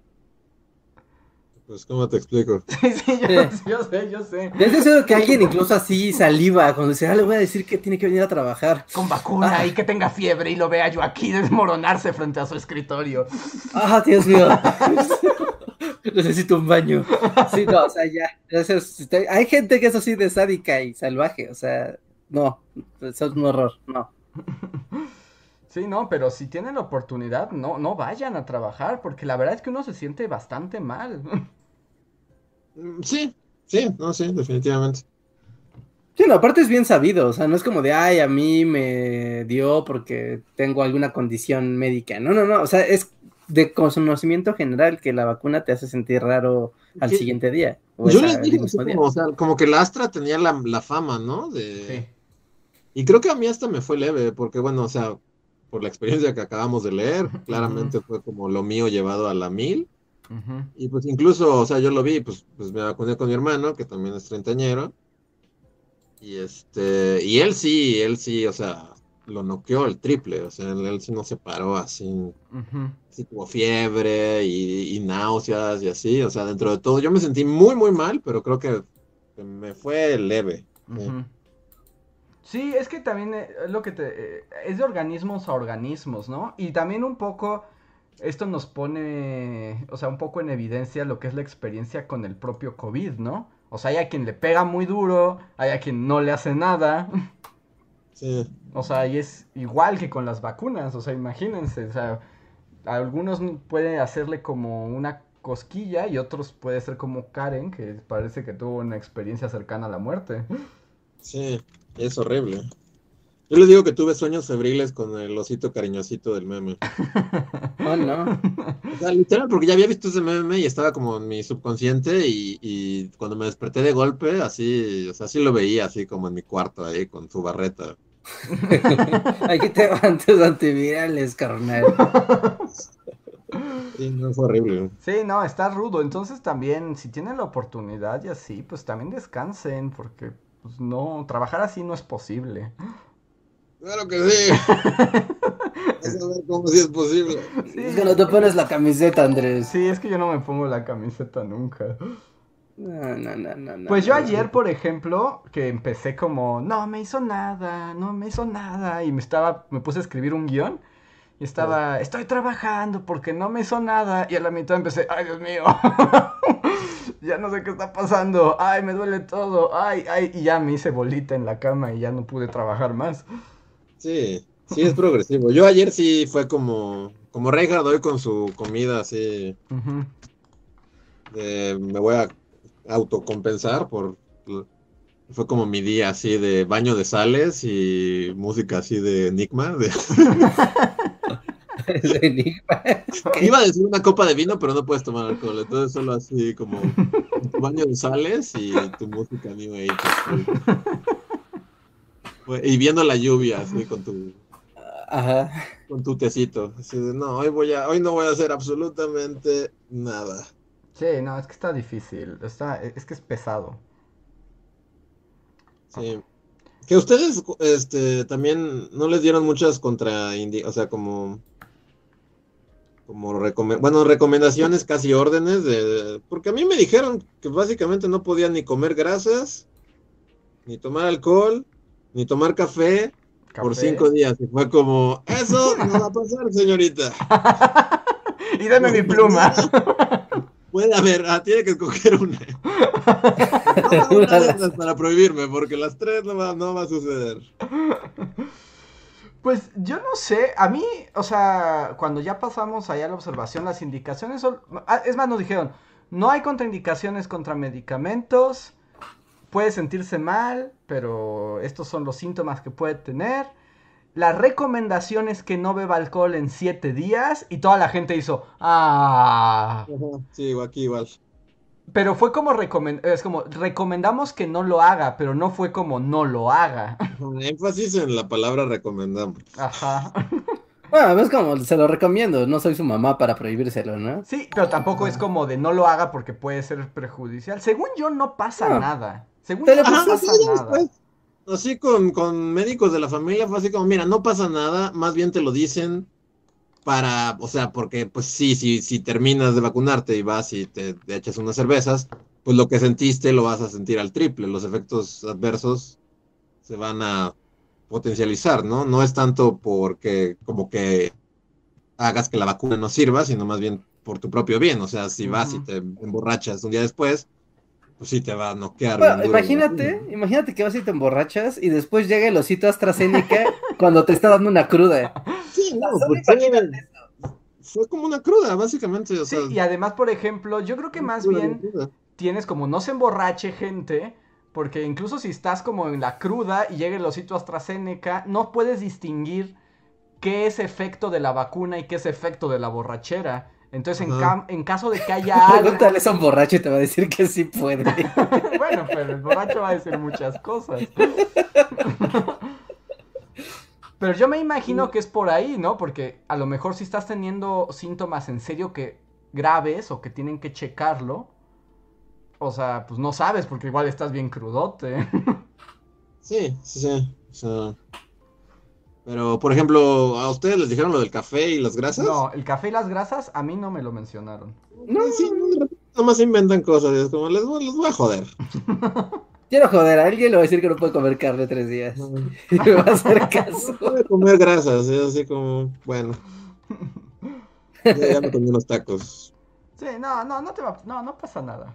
Speaker 3: Pues, ¿cómo te explico?
Speaker 2: Sí, sí, yo, sí. yo sé, yo sé.
Speaker 4: Es eso que alguien incluso así saliva cuando dice, ah, le voy a decir que tiene que venir a trabajar.
Speaker 2: Con vacuna ah. y que tenga fiebre y lo vea yo aquí desmoronarse frente a su escritorio.
Speaker 4: Ah, Dios mío. Necesito un baño. Sí, no, o sea, ya. Es, hay gente que es así de sádica y salvaje, o sea, no, eso es un horror, no.
Speaker 2: Sí, no, pero si tienen la oportunidad, no, no vayan a trabajar, porque la verdad es que uno se siente bastante mal.
Speaker 3: Sí, sí, no, sí, definitivamente.
Speaker 4: Sí, no, aparte es bien sabido, o sea, no es como de, ay, a mí me dio porque tengo alguna condición médica, no, no, no, o sea, es de conocimiento general que la vacuna te hace sentir raro al ¿Qué? Siguiente día.
Speaker 3: O Yo les dije así como, o sea, como que la Astra tenía la, la fama, ¿no? De... Sí. Y creo que a mí hasta me fue leve, porque bueno, o sea, por la experiencia que acabamos de leer, claramente uh-huh. fue como lo mío llevado a la mil. Uh-huh. Y pues incluso, o sea, yo lo vi, pues, pues me vacuné con mi hermano, que también es treintañero. Y este, y él sí, él sí, o sea, lo noqueó el triple, o sea, él, él sí no se paró así, uh-huh. así tuvo fiebre y, y náuseas y así, o sea, dentro de todo, yo me sentí muy, muy mal, pero creo que me fue leve.
Speaker 2: Uh-huh. ¿eh? Sí, es que también es lo que te, es de organismos a organismos, ¿no? Y también un poco, esto nos pone, o sea, un poco en evidencia lo que es la experiencia con el propio COVID, ¿no? O sea, hay a quien le pega muy duro, hay a quien no le hace nada.
Speaker 3: Sí.
Speaker 2: O sea, y es igual que con las vacunas, o sea, imagínense, o sea, a algunos puede hacerle como una cosquilla y otros puede ser como Karen, que parece que tuvo una experiencia cercana a la muerte.
Speaker 3: Sí, es horrible. Yo les digo que tuve sueños febriles con el osito cariñosito del meme.
Speaker 4: Oh, no.
Speaker 3: O sea, literal, porque ya había visto ese meme y estaba como en mi subconsciente y, y cuando me desperté de golpe, así, o sea, así lo veía, así como en mi cuarto ahí con su barreta.
Speaker 4: Aquí te van tus antivirales, carnal.
Speaker 3: Sí, no, fue horrible.
Speaker 2: Sí, no, está rudo. Entonces también, si tienen la oportunidad y así, pues también descansen, porque pues no, trabajar así no es posible.
Speaker 3: Claro que sí. Vas a ver cómo sí es posible.
Speaker 4: Sí. Es que no te pones la camiseta, Andrés.
Speaker 2: Sí, es que yo no me pongo la camiseta nunca.
Speaker 4: No, no, no, no.
Speaker 2: Pues
Speaker 4: no,
Speaker 2: yo
Speaker 4: no,
Speaker 2: ayer,
Speaker 4: no.
Speaker 2: por ejemplo, que empecé como, no me hizo nada, no me hizo nada, y me estaba, me puse a escribir un guión, y estaba, estoy trabajando porque no me hizo nada, y a la mitad empecé, ay, Dios mío, ya no sé qué está pasando, ay, me duele todo, ay, ay, y ya me hice bolita en la cama y ya no pude trabajar más.
Speaker 3: Sí, sí es progresivo. Yo ayer sí fue como, como Reinhardt hoy con su comida así, uh-huh. de, me voy a autocompensar por... Fue como mi día así de baño de sales y música así de Enigma. De...
Speaker 4: ¿De Enigma?
Speaker 3: Iba a decir una copa de vino, pero no puedes tomar alcohol. Entonces solo así como tu baño de sales y tu música New Age. Y viendo la lluvia así con tu...
Speaker 4: Ajá.
Speaker 3: Con tu tecito. Así de, no, hoy, voy a, hoy no voy a hacer absolutamente nada.
Speaker 2: Sí, no, es que está difícil. Está, es que es pesado.
Speaker 3: Sí. Que ustedes este, también no les dieron muchas contra... Indi- o sea, como... como recome- bueno, recomendaciones, casi órdenes de... Porque a mí me dijeron que básicamente no podía ni comer grasas, ni tomar alcohol, ni tomar café, café por cinco días. Y fue como, eso no va a pasar, señorita.
Speaker 2: Y dame mi pluma.
Speaker 3: Puede haber, ah, tiene que escoger una. No, una de esas para prohibirme, porque las tres no va, no va a suceder.
Speaker 2: Pues yo no sé, a mí, o sea, cuando ya pasamos allá a la observación, las indicaciones son, es más, nos dijeron, no hay contraindicaciones contra medicamentos, puede sentirse mal, pero estos son los síntomas que puede tener. La recomendación es que no beba alcohol en siete días y toda la gente hizo, ah.
Speaker 3: Sí, aquí igual.
Speaker 2: Pero fue como, recomend- es como, recomendamos que no lo haga, pero no fue como no lo haga.
Speaker 3: Énfasis en la palabra recomendamos.
Speaker 2: Ajá.
Speaker 4: Bueno, es como, se lo recomiendo, no soy su mamá para prohibírselo, ¿no?
Speaker 2: Sí, pero tampoco Ajá. es como de no lo haga porque puede ser perjudicial. Según yo, no pasa no. nada. Según
Speaker 3: pero
Speaker 2: yo, no
Speaker 3: Ajá,
Speaker 2: pasa
Speaker 3: sí,
Speaker 2: nada.
Speaker 3: Después, así con, con médicos de la familia fue así como, mira, no pasa nada, más bien te lo dicen para, o sea, porque pues sí, sí, si terminas de vacunarte y vas y te, te echas unas cervezas, pues lo que sentiste lo vas a sentir al triple, los efectos adversos se van a potencializar, ¿no? No es tanto porque como que hagas que la vacuna no sirva, sino más bien por tu propio bien, o sea, si vas uh-huh. y te emborrachas un día después, pues sí te va a noquear.
Speaker 4: Bueno, imagínate, imagínate que vas y te emborrachas y después llega el osito AstraZeneca cuando te está dando una cruda.
Speaker 3: Sí, no, pues fue, fue como una cruda, básicamente. O
Speaker 2: sí,
Speaker 3: sea,
Speaker 2: y además, por ejemplo, yo creo que más bien tienes como no se emborrache gente, porque incluso si estás como en la cruda y llega el osito AstraZeneca, no puedes distinguir qué es efecto de la vacuna y qué es efecto de la borrachera. Entonces, en, cam- en caso de que haya algo...
Speaker 4: Pregúntale a un borracho y te va a decir que sí puede.
Speaker 2: Bueno, pero el borracho va a decir muchas cosas. Pero yo me imagino que es por ahí, ¿no? Porque a lo mejor si estás teniendo síntomas en serio que graves o que tienen que checarlo, o sea, pues no sabes porque igual estás bien crudote.
Speaker 3: Sí, sí, sí. O sea... Pero, por ejemplo, ¿a ustedes les dijeron lo del café y las grasas?
Speaker 2: No, el café y las grasas a mí no me lo mencionaron.
Speaker 3: No, sí, no, de repente nomás inventan cosas, es como, les voy, les voy a joder.
Speaker 4: Quiero joder, a alguien le voy a decir que no puede comer carne tres días. No. Y me va a hacer caso.
Speaker 3: No puede comer grasas, es así como, bueno. Ya, ya me comí unos tacos.
Speaker 2: Sí, no, no, no te va, no, no pasa nada.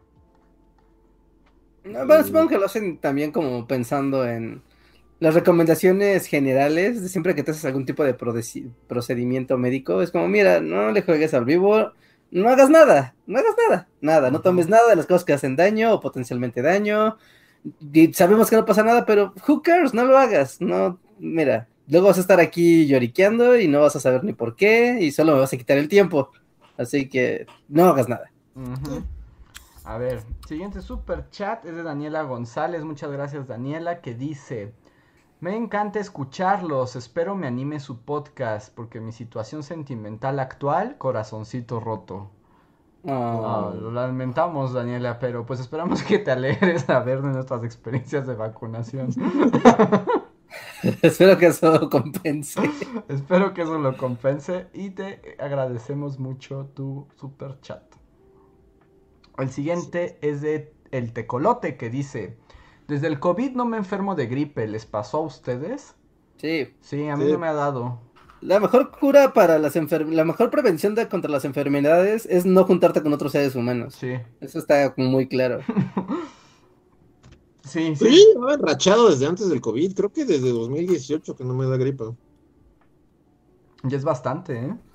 Speaker 4: No, bueno, supongo que lo hacen también como pensando en las recomendaciones generales de siempre que te haces algún tipo de procedimiento médico. Es como, mira, no le juegues al vivo, no hagas nada, no hagas nada, nada, no tomes nada de las cosas que hacen daño o potencialmente daño. Y sabemos que no pasa nada, pero who cares, no lo hagas, no, mira, luego vas a estar aquí lloriqueando y no vas a saber ni por qué y solo me vas a quitar el tiempo, así que no hagas nada.
Speaker 2: Uh-huh. A ver, siguiente super chat es de Daniela González, muchas gracias Daniela, que dice: me encanta escucharlos, espero me anime su podcast, porque mi situación sentimental actual, corazoncito roto. Oh. Oh, lo lamentamos, Daniela, pero pues esperamos que te alegres a ver de nuestras experiencias de vacunación.
Speaker 4: Espero que eso compense.
Speaker 2: Espero que eso lo compense y te agradecemos mucho tu super chat. El siguiente es de El Tecolote, que dice: desde el COVID no me enfermo de gripe, ¿les pasó a ustedes?
Speaker 4: Sí.
Speaker 2: Sí, a mí sí. No me ha dado.
Speaker 4: La mejor cura para las enfermedades, la mejor prevención de contra las enfermedades es no juntarte con otros seres humanos.
Speaker 2: Sí.
Speaker 4: Eso está muy claro.
Speaker 2: Sí, sí.
Speaker 3: Sí, me he enrachado desde antes del COVID, creo que desde dos mil dieciocho que no me da gripa.
Speaker 2: Y es bastante, ¿eh?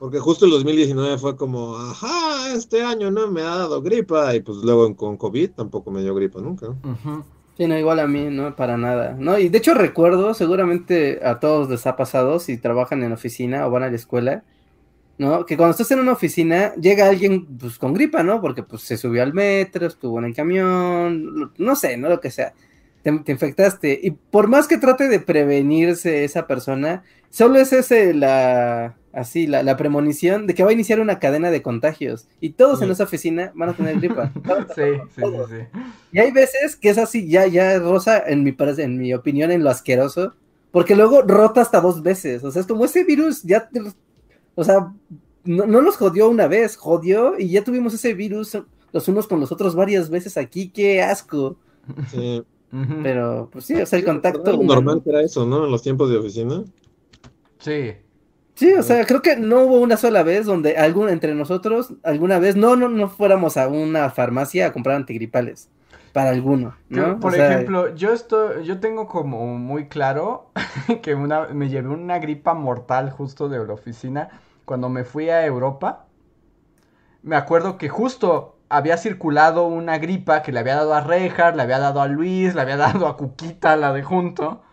Speaker 3: Porque justo el dos mil diecinueve fue como, ajá, este año no me ha dado gripa. Y pues luego con COVID tampoco me dio gripa nunca.
Speaker 4: Uh-huh. Sí, no, igual a mí, no, para nada. No, y de hecho recuerdo, seguramente a todos les ha pasado, si trabajan en oficina o van a la escuela, ¿no? Que cuando estás en una oficina, llega alguien, pues, con gripa, ¿no? Porque, pues, se subió al metro, estuvo en el camión, no sé, ¿no? Lo que sea. Te, te infectaste. Y por más que trate de prevenirse esa persona, solo es ese la... así, la, la premonición de que va a iniciar una cadena de contagios. Y todos sí. en esa oficina van a tener gripa.
Speaker 2: Sí, sí, sí, sí.
Speaker 4: Y hay veces que es así, ya, ya rosa, en mi, en mi opinión, en lo asqueroso, porque luego rota hasta dos veces. O sea, es como ese virus ya... Te, o sea, no, no nos jodió una vez, jodió y ya tuvimos ese virus los unos con los otros varias veces aquí, qué asco.
Speaker 3: Sí.
Speaker 4: Pero, pues sí, o sea, el contacto...
Speaker 3: Lo normal que era eso, ¿no? En los tiempos de oficina.
Speaker 2: Sí.
Speaker 4: Sí, o sea, creo que no hubo una sola vez donde algún entre nosotros, alguna vez, no, no, no fuéramos a una farmacia a comprar antigripales. Para alguno, ¿no?
Speaker 2: Por
Speaker 4: o sea,
Speaker 2: ejemplo, yo estoy, yo tengo como muy claro que una, me llevé una gripa mortal justo de la oficina cuando me fui a Europa. Me acuerdo que justo había circulado una gripa que le había dado a Reinhardt, le había dado a Luis, le había dado a Cuquita, la de junto.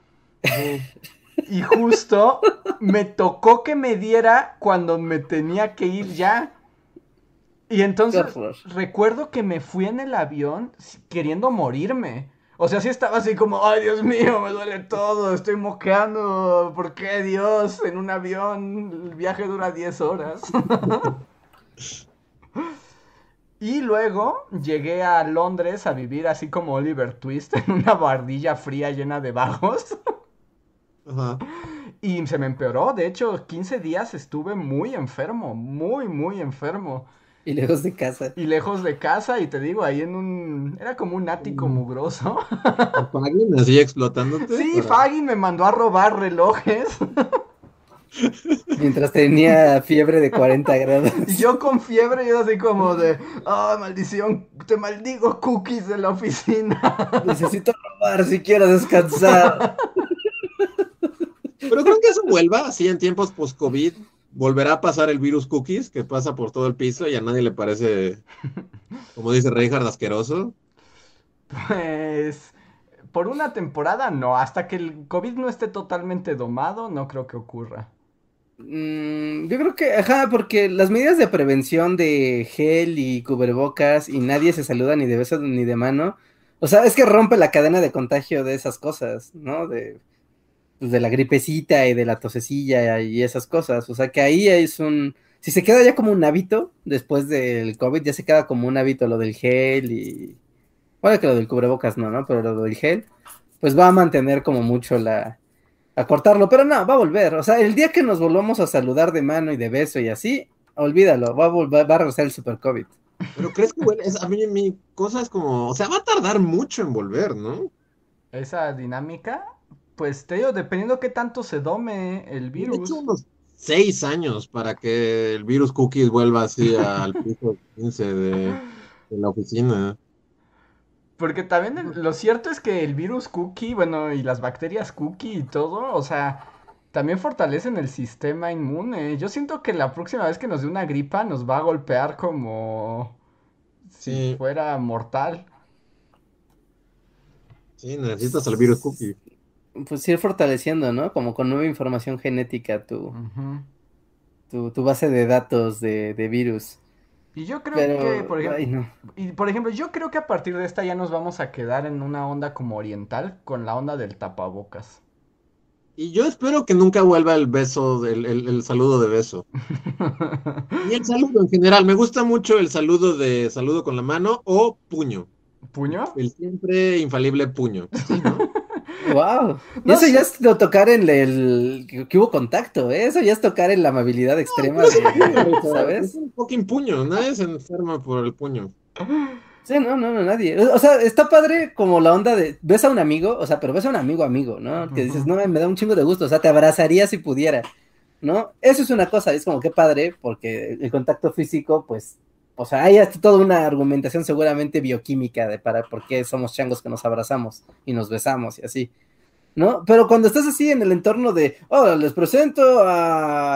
Speaker 2: Y justo me tocó que me diera cuando me tenía que ir ya. Y entonces recuerdo que me fui en el avión queriendo morirme. O sea, sí estaba así como, ay, Dios mío, me duele todo, estoy moqueando. ¿Por qué, Dios? En un avión el viaje dura diez horas. Y luego llegué a Londres a vivir así como Oliver Twist en una bardilla fría llena de vagos.
Speaker 3: Ajá.
Speaker 2: Y se me empeoró. De hecho, quince días estuve muy enfermo, muy, muy enfermo.
Speaker 4: Y lejos de casa.
Speaker 2: Y lejos de casa, y te digo, ahí en un... Era como un ático mugroso.
Speaker 3: ¿Fagin así explotándote?
Speaker 2: Sí, para... Fagin me mandó a robar relojes.
Speaker 4: Mientras tenía fiebre de cuarenta grados.
Speaker 2: Y yo con fiebre, yo así como de... ¡Ah, oh, maldición! Te maldigo, cookies de la oficina.
Speaker 4: Necesito robar si quiero descansar.
Speaker 3: Pero creo que eso vuelva, así en tiempos post-COVID, volverá a pasar el virus cookies, que pasa por todo el piso y a nadie le parece, como dice Reinhardt, asqueroso.
Speaker 2: Pues, por una temporada no, hasta que el COVID no esté totalmente domado, no creo que ocurra.
Speaker 4: Mm, yo creo que, ajá, porque las medidas de prevención de gel y cubrebocas y nadie se saluda ni de beso ni de mano, o sea, es que rompe la cadena de contagio de esas cosas, ¿no? De... pues de la gripecita y de la tosecilla y esas cosas, o sea que ahí es un, si se queda ya como un hábito después del COVID, ya se queda como un hábito lo del gel y, bueno que lo del cubrebocas no, ¿no? Pero lo del gel, pues va a mantener como mucho la, a cortarlo, pero no, va a volver, o sea, el día que nos volvamos a saludar de mano y de beso y así, olvídalo, va a volver, va a regresar el super COVID.
Speaker 3: Pero crees que, bueno, es, a mí mi cosa es como, o sea, va a tardar mucho en volver, ¿no?
Speaker 2: Esa dinámica... Pues te digo, dependiendo qué tanto se dome el virus.
Speaker 3: De hecho, unos seis años para que el virus cookies vuelva así al piso quince de, de la oficina.
Speaker 2: Porque también el, lo cierto es que el virus cookie, bueno, y las bacterias cookie y todo, o sea, también fortalecen el sistema inmune. Yo siento que la próxima vez que nos dé una gripa nos va a golpear como si
Speaker 3: sí.
Speaker 2: fuera mortal.
Speaker 3: Sí, necesitas el virus cookie.
Speaker 4: Pues ir fortaleciendo, ¿no? Como con nueva información genética tu, uh-huh. tu, tu base de datos de, de virus.
Speaker 2: Y yo creo
Speaker 4: Pero,
Speaker 2: que, por ejemplo,
Speaker 4: ay, no.
Speaker 2: y por ejemplo, yo creo que a partir de esta ya nos vamos a quedar en una onda como oriental, con la onda del tapabocas.
Speaker 3: Y yo espero que nunca vuelva el beso, el, el, el saludo de beso. Y el saludo en general, me gusta mucho el saludo de saludo con la mano o puño.
Speaker 2: ¿Puño?
Speaker 3: El siempre infalible puño, ¿sí, no?
Speaker 4: Wow, y
Speaker 2: no
Speaker 4: eso
Speaker 2: sé.
Speaker 4: ya es lo tocar en el que, que hubo contacto, ¿eh? Eso ya es tocar en la amabilidad extrema, no, de, ¿sabes?
Speaker 3: Es un fucking puño, nadie se enferma por el puño.
Speaker 4: Sí, no, no, no, nadie. O sea, está padre como la onda de ves a un amigo, o sea, pero ves a un amigo amigo, ¿no? Que dices, no, me da un chingo de gusto, o sea, te abrazaría si pudiera, ¿no? Eso es una cosa, es como que padre, porque el contacto físico, pues, o sea, hay toda una argumentación seguramente bioquímica de para por qué somos changos que nos abrazamos y nos besamos y así, ¿no? Pero cuando estás así en el entorno de, oh, les presento a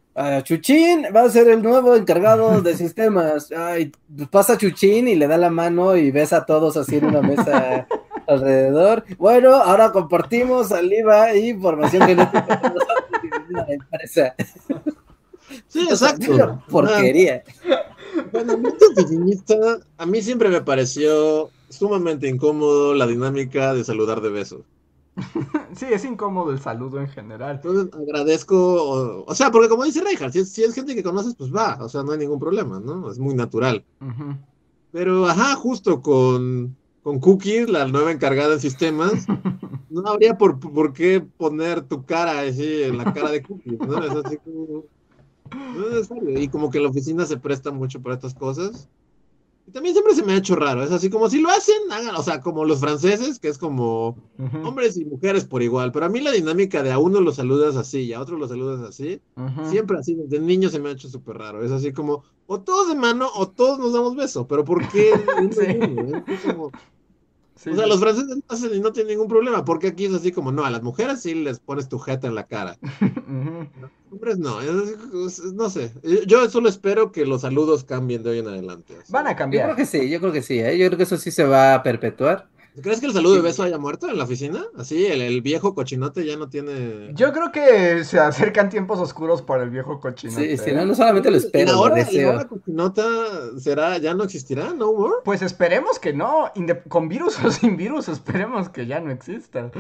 Speaker 4: Uh, Chuchín va a ser el nuevo encargado de sistemas. Ay, pasa Chuchín y le da la mano y ves a todos así en una mesa alrededor. Bueno, ahora compartimos saliva y información genética con nosotros y la empresa.
Speaker 3: Sí, exacto.
Speaker 4: O sea, porquería.
Speaker 3: Bueno, el mundo oficinista a mí siempre me pareció sumamente incómodo la dinámica de saludar de besos.
Speaker 2: Sí, es incómodo el saludo en general.
Speaker 3: Entonces agradezco, o, o sea, porque como dice Reinhardt, si es, si es gente que conoces, pues va, o sea, no hay ningún problema, ¿no? Es muy natural.
Speaker 2: Uh-huh.
Speaker 3: Pero, ajá, justo con, con Cookie, la nueva encargada en sistemas, no habría por, por qué poner tu cara así en la cara de Cookie, ¿no? Es así como... No es necesario. Y como que la oficina se presta mucho para estas cosas. Y también siempre se me ha hecho raro. Es así como si lo hacen, hagan, o sea, como los franceses, que es como
Speaker 2: Uh-huh.
Speaker 3: hombres y mujeres por igual. Pero a mí la dinámica de a uno lo saludas así y a otro lo saludas así,
Speaker 2: Uh-huh.
Speaker 3: siempre así, desde niño se me ha hecho súper raro. Es así como, o todos de mano o todos nos damos beso. Pero ¿por qué?
Speaker 2: Sí.
Speaker 3: Es como...
Speaker 2: Sí,
Speaker 3: O sea,
Speaker 2: sí.
Speaker 3: los franceses no hacen y no tienen ningún problema, porque aquí es así como, no, a las mujeres sí les pones tu jeta en la cara.
Speaker 2: Uh-huh.
Speaker 3: Los hombres no, es, es- no sé. Yo solo espero que los saludos cambien de hoy en adelante. Así.
Speaker 2: Van a
Speaker 4: Yo
Speaker 2: cambiar.
Speaker 4: creo que sí, yo creo que sí, ¿eh? Yo creo que eso sí se va a perpetuar.
Speaker 3: ¿Crees que el saludo de beso haya muerto en la oficina? Así, el, el viejo cochinote ya no tiene...
Speaker 2: Yo creo que se acercan tiempos oscuros para el viejo cochinote.
Speaker 4: Sí, sí,
Speaker 2: ¿eh?
Speaker 4: no, no solamente lo
Speaker 3: ¿Y
Speaker 4: espero,
Speaker 3: la
Speaker 4: lo
Speaker 3: hora, la
Speaker 4: deseo.
Speaker 3: hora cochinota será, ya no existirá? ¿No more?
Speaker 2: Pues esperemos que no. Inde- con virus o sin virus, esperemos que ya no exista.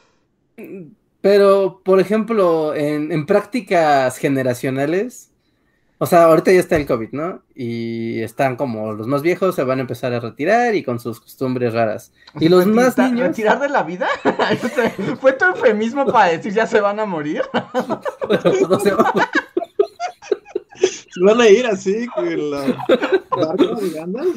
Speaker 4: Pero, por ejemplo, en, en prácticas generacionales, o sea, ahorita ya está el COVID, ¿no? Y están como los más viejos se van a empezar a retirar y con sus costumbres raras. Y los
Speaker 2: Retita-
Speaker 4: más niños...
Speaker 2: ¿Retirar de la vida? ¿Fue tu eufemismo para decir ya se van a morir?
Speaker 4: Bueno, no sé,
Speaker 3: ¿Se van a ir así con la barca de Gandalf?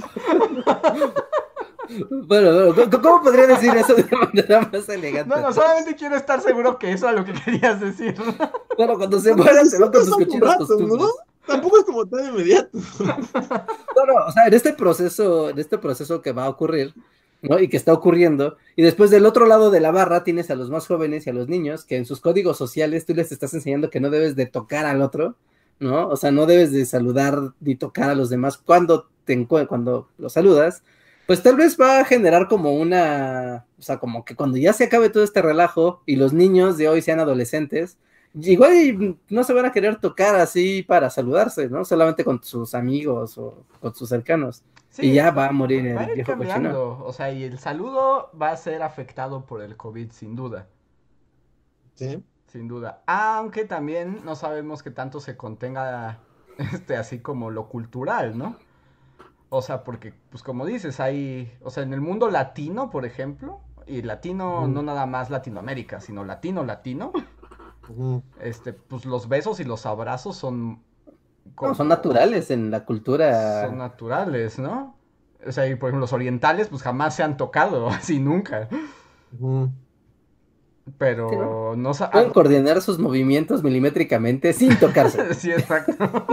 Speaker 4: bueno, bueno, ¿cómo- ¿cómo podría decir eso de una manera más elegante?
Speaker 2: No, no, solamente quiero estar seguro que eso es lo que querías decir.
Speaker 4: Bueno, cuando se mueran se van con sus
Speaker 3: Son
Speaker 4: cochinas
Speaker 3: ratos,
Speaker 4: costumbres.
Speaker 3: ¿no? Tampoco es como tan inmediato.
Speaker 4: No, no, o sea, en este proceso, en este proceso que va a ocurrir, ¿no? Y que está ocurriendo, y después del otro lado de la barra tienes a los más jóvenes y a los niños, que en sus códigos sociales tú les estás enseñando que no debes de tocar al otro, ¿no? O sea, no debes de saludar ni tocar a los demás cuando te encu- cuando los saludas, pues tal vez va a generar como una, o sea, como que cuando ya se acabe todo este relajo y los niños de hoy sean adolescentes, igual y no se van a querer tocar así para saludarse, ¿no? Solamente con sus amigos o con sus cercanos.
Speaker 2: Sí,
Speaker 4: y ya va a morir
Speaker 2: va a
Speaker 4: el
Speaker 2: ir
Speaker 4: viejo cochino.
Speaker 2: cambiando. O sea, y el saludo va a ser afectado por el COVID, sin duda.
Speaker 3: Sí.
Speaker 2: Sin duda. Aunque también no sabemos que tanto se contenga este así como lo cultural, ¿no? O sea, porque, pues como dices, hay, o sea, en el mundo latino, por ejemplo, y latino
Speaker 3: Ujú.
Speaker 2: no nada más Latinoamérica, sino latino, latino,
Speaker 3: Ujú.
Speaker 2: este, pues los besos y los abrazos son
Speaker 4: No, son naturales en la cultura.
Speaker 2: Son naturales, ¿no? O sea, y por ejemplo, los orientales, pues jamás se han tocado, así nunca.
Speaker 3: Ujú.
Speaker 2: Pero
Speaker 4: Sí, ¿no?
Speaker 2: no sa-
Speaker 4: Pueden coordinar sus movimientos milimétricamente sin tocarse.
Speaker 2: Sí, exacto.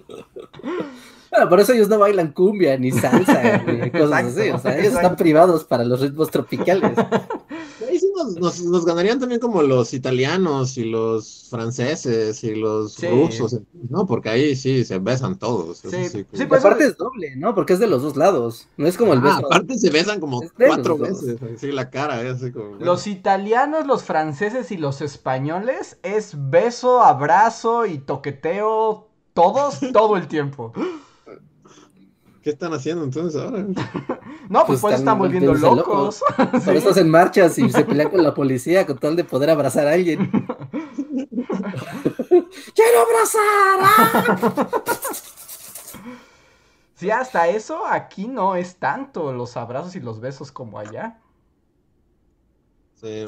Speaker 4: Bueno, por eso ellos no bailan cumbia, ni salsa, ni cosas
Speaker 2: Exacto,
Speaker 4: así. O sea, ellos
Speaker 2: exacto.
Speaker 4: están privados para los ritmos tropicales.
Speaker 3: Ahí sí nos, nos- nos ganarían también como los italianos y los franceses y los
Speaker 2: Sí.
Speaker 3: rusos, ¿no? Porque ahí sí se besan todos. es
Speaker 2: Sí,
Speaker 3: así
Speaker 2: sí,
Speaker 3: como-
Speaker 4: Y
Speaker 2: pues,
Speaker 4: aparte es doble, ¿no? Porque es de los dos lados. No es como el
Speaker 3: Ah,
Speaker 4: beso.
Speaker 3: aparte se besan como
Speaker 4: Es de los
Speaker 3: cuatro
Speaker 4: dos.
Speaker 3: veces, así la cara, es así como...
Speaker 2: Los italianos, los franceses y los españoles es beso, abrazo y toqueteo todos todo el tiempo.
Speaker 3: ¿Qué están haciendo entonces ahora?
Speaker 2: No, pues, pues están volviendo
Speaker 4: volviéndose
Speaker 2: locos.
Speaker 4: Por
Speaker 2: Sí.
Speaker 4: eso hacen marchas y se pelean con la policía con tal de poder abrazar a alguien. ¡Quiero abrazar! ¡Ah!
Speaker 2: Sí, hasta eso aquí no es tanto los abrazos y los besos como allá.
Speaker 3: Sí.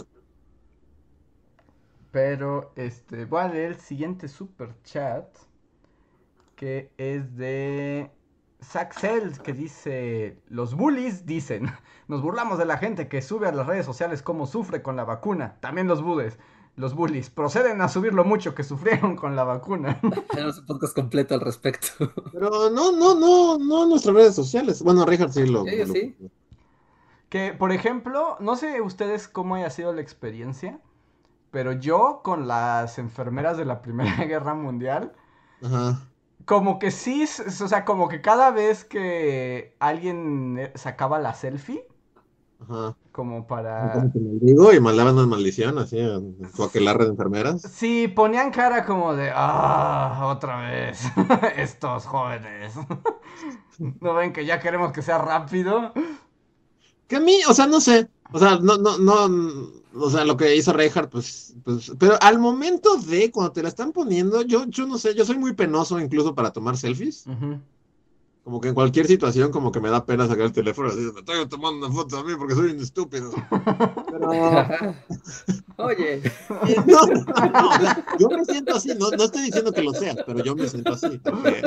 Speaker 2: Pero, este, voy a leer el siguiente super chat. Que es de Saxel, que dice: los bullies dicen, nos burlamos de la gente que sube a las redes sociales cómo sufre con la vacuna. También los bullies, los bullies proceden a subir lo mucho que sufrieron con la vacuna.
Speaker 4: Tenemos un podcast completo al respecto.
Speaker 3: Pero no, no, no, no en nuestras redes sociales. Bueno, Richard sí lo...
Speaker 4: Sí, yo
Speaker 3: lo-
Speaker 4: sí.
Speaker 2: Que, por ejemplo, no sé ustedes cómo haya sido la experiencia, pero yo con las enfermeras de la Primera Guerra Mundial,
Speaker 3: Ajá.
Speaker 2: Como que sí, o sea, como que cada vez que alguien sacaba la selfie,
Speaker 3: Ajá.
Speaker 2: como
Speaker 3: Como
Speaker 2: para...
Speaker 3: que maldigo y mandaban una maldición así en su aquelarre de enfermeras.
Speaker 2: Sí, ponían cara como de, ah, otra vez, estos jóvenes. ¿No ven que ya queremos que sea rápido?
Speaker 3: Que a mí, o sea, no sé. O sea, no, no, no. O sea, lo que hizo Reinhardt, pues, pues. Pero al momento de cuando te la están poniendo, yo, yo no sé, yo soy muy penoso incluso para tomar selfies.
Speaker 2: Ujú.
Speaker 3: Como que en cualquier situación, como que me da pena sacar el teléfono y decir, me estoy tomando una foto a mí porque soy un estúpido. Pero.
Speaker 4: Oye.
Speaker 3: eh, no, no, no, o sea, yo me siento así, no, no estoy diciendo que lo seas, pero yo me siento así. Porque...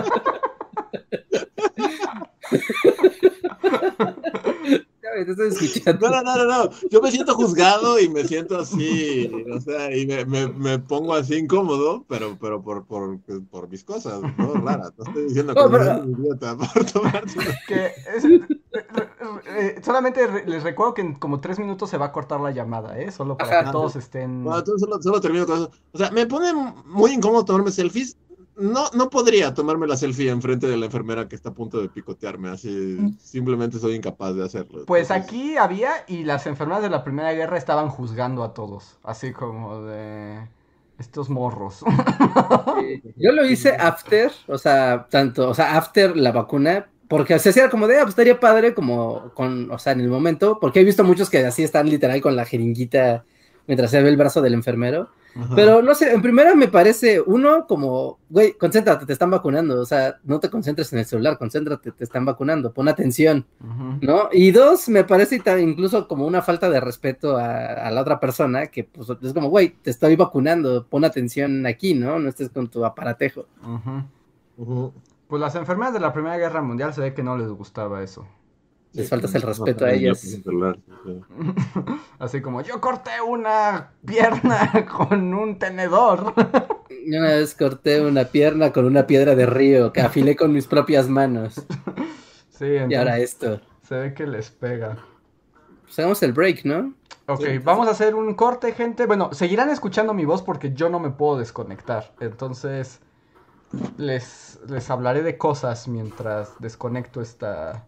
Speaker 4: Ya te estoy escuchando.
Speaker 3: No, no, no, no, no. Yo me siento juzgado y me siento así, o sea, y me, me, me pongo así incómodo, pero, pero por, por, por mis cosas, ¿no? Raras. No estoy diciendo que
Speaker 4: No,
Speaker 3: me siento
Speaker 4: pero,
Speaker 3: un idiota por tomarse una...
Speaker 2: Que es- eh, eh, solamente re- les recuerdo que en como tres minutos se va a cortar la llamada, ¿eh? Solo para que
Speaker 4: ajá.
Speaker 3: Ah, sí.
Speaker 2: todos
Speaker 3: Bueno,
Speaker 2: estén...
Speaker 3: entonces solo, solo termino con eso. O sea, me pone muy incómodo tomarme selfies. No, no podría tomarme la selfie enfrente de la enfermera que está a punto de picotearme, así simplemente soy incapaz de hacerlo.
Speaker 2: Pues
Speaker 3: Entonces,
Speaker 2: aquí había y las enfermeras de la Primera Guerra estaban juzgando a todos, así como de estos morros.
Speaker 4: Eh, yo lo hice after, o sea, tanto, o sea, after la vacuna, porque o sea, sí era como de, ah, pues estaría padre como con, o sea, en el momento, porque he visto muchos que así están literal con la jeringuita mientras se ve el brazo del enfermero,
Speaker 3: ajá.
Speaker 4: pero no sé, en primera me parece, uno como, güey, concéntrate, te están vacunando, o sea, no te concentres en el celular, concéntrate, te están vacunando, pon atención,
Speaker 2: Ujú.
Speaker 4: ¿no? Y dos, me parece ta- incluso como una falta de respeto a, a la otra persona, que pues es como, güey, te estoy vacunando, pon atención aquí, ¿no? No estés con tu aparatejo.
Speaker 2: Ujú.
Speaker 3: Ujú.
Speaker 2: Pues las enfermeras de la Primera Guerra Mundial se ve que no les gustaba eso.
Speaker 4: Les
Speaker 3: Sí,
Speaker 4: faltas el
Speaker 3: no
Speaker 4: respeto a
Speaker 3: saben yo con
Speaker 4: ellas.
Speaker 3: el celular. Sí.
Speaker 2: Así como yo corté una pierna con un tenedor.
Speaker 4: Yo una vez corté una pierna con una piedra de río que afilé con mis propias manos.
Speaker 2: Sí,
Speaker 4: Y ahora
Speaker 2: entonces
Speaker 4: esto.
Speaker 2: se ve que les pega.
Speaker 4: Pues hagamos el break, ¿no?
Speaker 2: Ok,
Speaker 3: Sí.
Speaker 2: vamos a hacer un corte, gente. Bueno, seguirán escuchando mi voz porque yo no me puedo desconectar. Entonces, les, les hablaré de cosas mientras desconecto esta,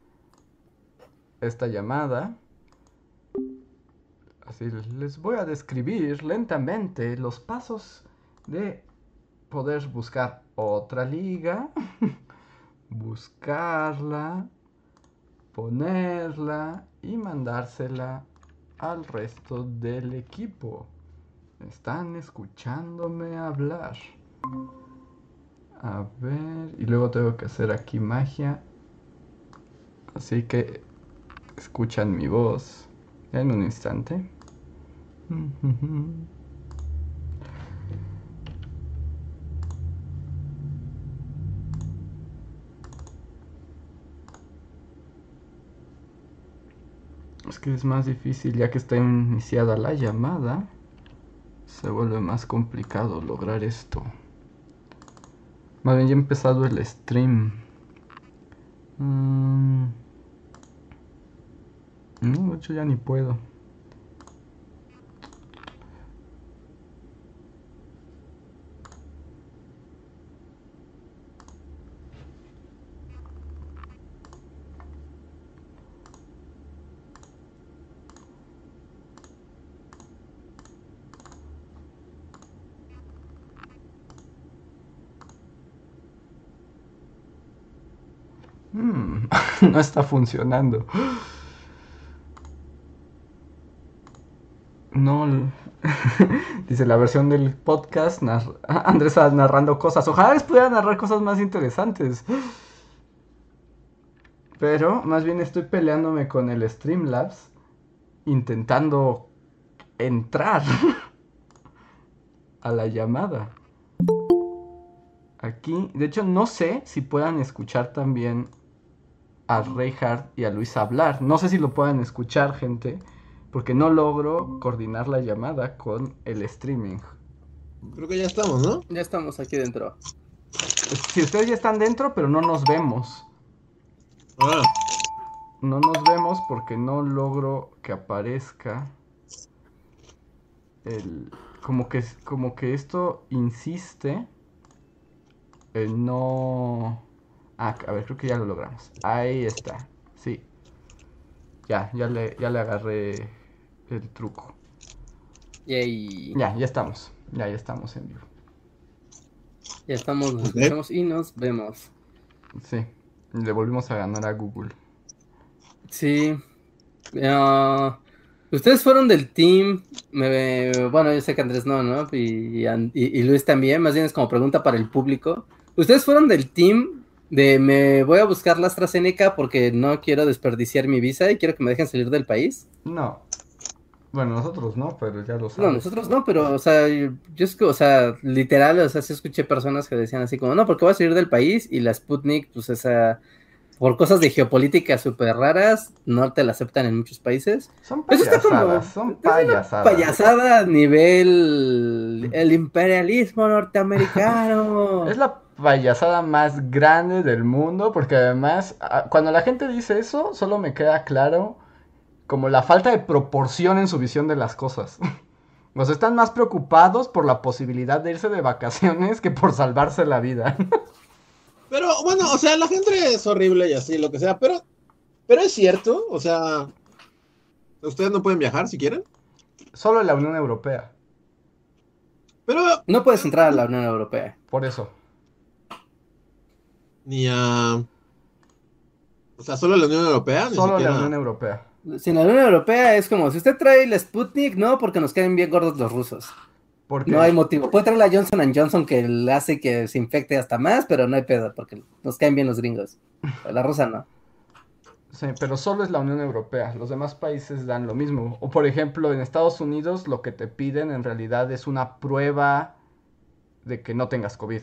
Speaker 2: esta llamada. Así les voy a describir lentamente los pasos de poder buscar otra liga, buscarla, ponerla y mandársela al resto del equipo. Están escuchándome hablar. A ver, y luego tengo que hacer aquí magia. Así que escuchan mi voz en un instante. Es que es más difícil ya que está iniciada la llamada. Se vuelve más complicado lograr esto. Más bien ya ha empezado el stream. Mm. No, de hecho ya ni puedo. Mm, no está funcionando. No. Dice la versión del podcast. Nar- Andrés narrando cosas. Ojalá les pudiera narrar cosas más interesantes. Pero más bien estoy peleándome con el Streamlabs. Intentando entrar a la llamada. Aquí, de hecho, no sé si puedan escuchar también a Reinhardt y a Luis hablar. No sé si lo puedan escuchar, gente, porque no logro coordinar la llamada con el streaming.
Speaker 3: Creo que ya estamos, ¿no?
Speaker 4: Ya estamos aquí dentro.
Speaker 2: Si ustedes ya están dentro, pero no nos vemos.
Speaker 3: Ah,
Speaker 2: No nos vemos porque no logro que aparezca el... Como que, como que esto insiste el no... Ah, a ver, creo que ya lo logramos. Ahí está, sí. Ya, ya le, ya le agarré el truco.
Speaker 4: Yay.
Speaker 2: Ya, ya estamos. Ya, ya estamos en vivo.
Speaker 4: Ya estamos, nos
Speaker 3: Ok.
Speaker 4: escuchamos y nos vemos.
Speaker 2: Sí, le volvimos a ganar a Google.
Speaker 4: Sí. Ah, ustedes fueron del team. Me- bueno, yo sé que Andrés no, ¿no? Y, y, y- y Luis también. Más bien es como pregunta para el público. Ustedes fueron del team de me voy a buscar la AstraZeneca porque no quiero desperdiciar mi visa y quiero que me dejen salir del país.
Speaker 2: No. Bueno, nosotros no, pero ya lo
Speaker 4: No,
Speaker 2: sabes.
Speaker 4: nosotros no, pero, o sea, yo, yo es que, o sea, literal, o sea, sí escuché personas que decían así como, no, porque voy a salir del país y la Sputnik, pues esa, por cosas de geopolítica súper raras, no te la aceptan en muchos países.
Speaker 2: Son
Speaker 4: Eso está como,
Speaker 2: payasadas, son
Speaker 4: es una
Speaker 2: payasadas.
Speaker 4: payasada a nivel, el imperialismo norteamericano.
Speaker 2: Es la payasada más grande del mundo, porque además, a- cuando la gente dice eso, solo me queda claro como la falta de proporción en su visión de las cosas. O sea, están más preocupados por la posibilidad de irse de vacaciones que por salvarse la vida.
Speaker 3: Pero bueno, o sea, la gente es horrible y así, lo que sea, pero, pero es cierto, o sea, ustedes no pueden viajar si quieren,
Speaker 2: Solo en la Unión Europea.
Speaker 3: pero
Speaker 4: No puedes entrar a la Unión Europea.
Speaker 2: Por eso.
Speaker 3: ni a... O sea, solo la Unión Europea, ni
Speaker 2: Solo en la
Speaker 3: siquiera...
Speaker 2: Unión Europea.
Speaker 4: Si la Unión Europea es como, si usted trae la Sputnik, no, porque nos caen bien gordos los rusos.
Speaker 2: Porque
Speaker 4: No hay motivo. Puede traer la Johnson and Johnson que le hace que se infecte hasta más, pero no hay pedo, porque nos caen bien los gringos. La rusa no.
Speaker 2: Sí, pero solo es la Unión Europea. Los demás países dan lo mismo. O por ejemplo, en Estados Unidos lo que te piden en realidad es una prueba de que no tengas COVID.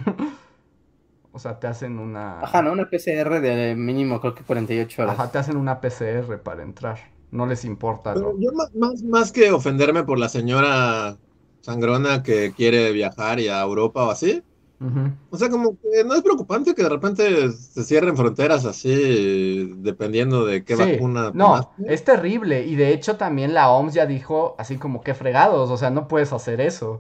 Speaker 2: O sea, te hacen una...
Speaker 4: Ajá, ¿no? Una P C R de mínimo creo que cuarenta y ocho horas.
Speaker 2: Ajá, te hacen una P C R para entrar. No les importa
Speaker 3: Pero
Speaker 2: lo...
Speaker 3: yo más, más, más que ofenderme por la señora sangrona que quiere viajar y a Europa o así,
Speaker 2: Ujú.
Speaker 3: o sea, como que no es preocupante que de repente se cierren fronteras así, dependiendo de qué
Speaker 2: Sí,
Speaker 3: vacuna
Speaker 2: no,
Speaker 3: tomaste.
Speaker 2: es terrible. Y de hecho también la O M S ya dijo así como que fregados. O sea, no puedes hacer eso.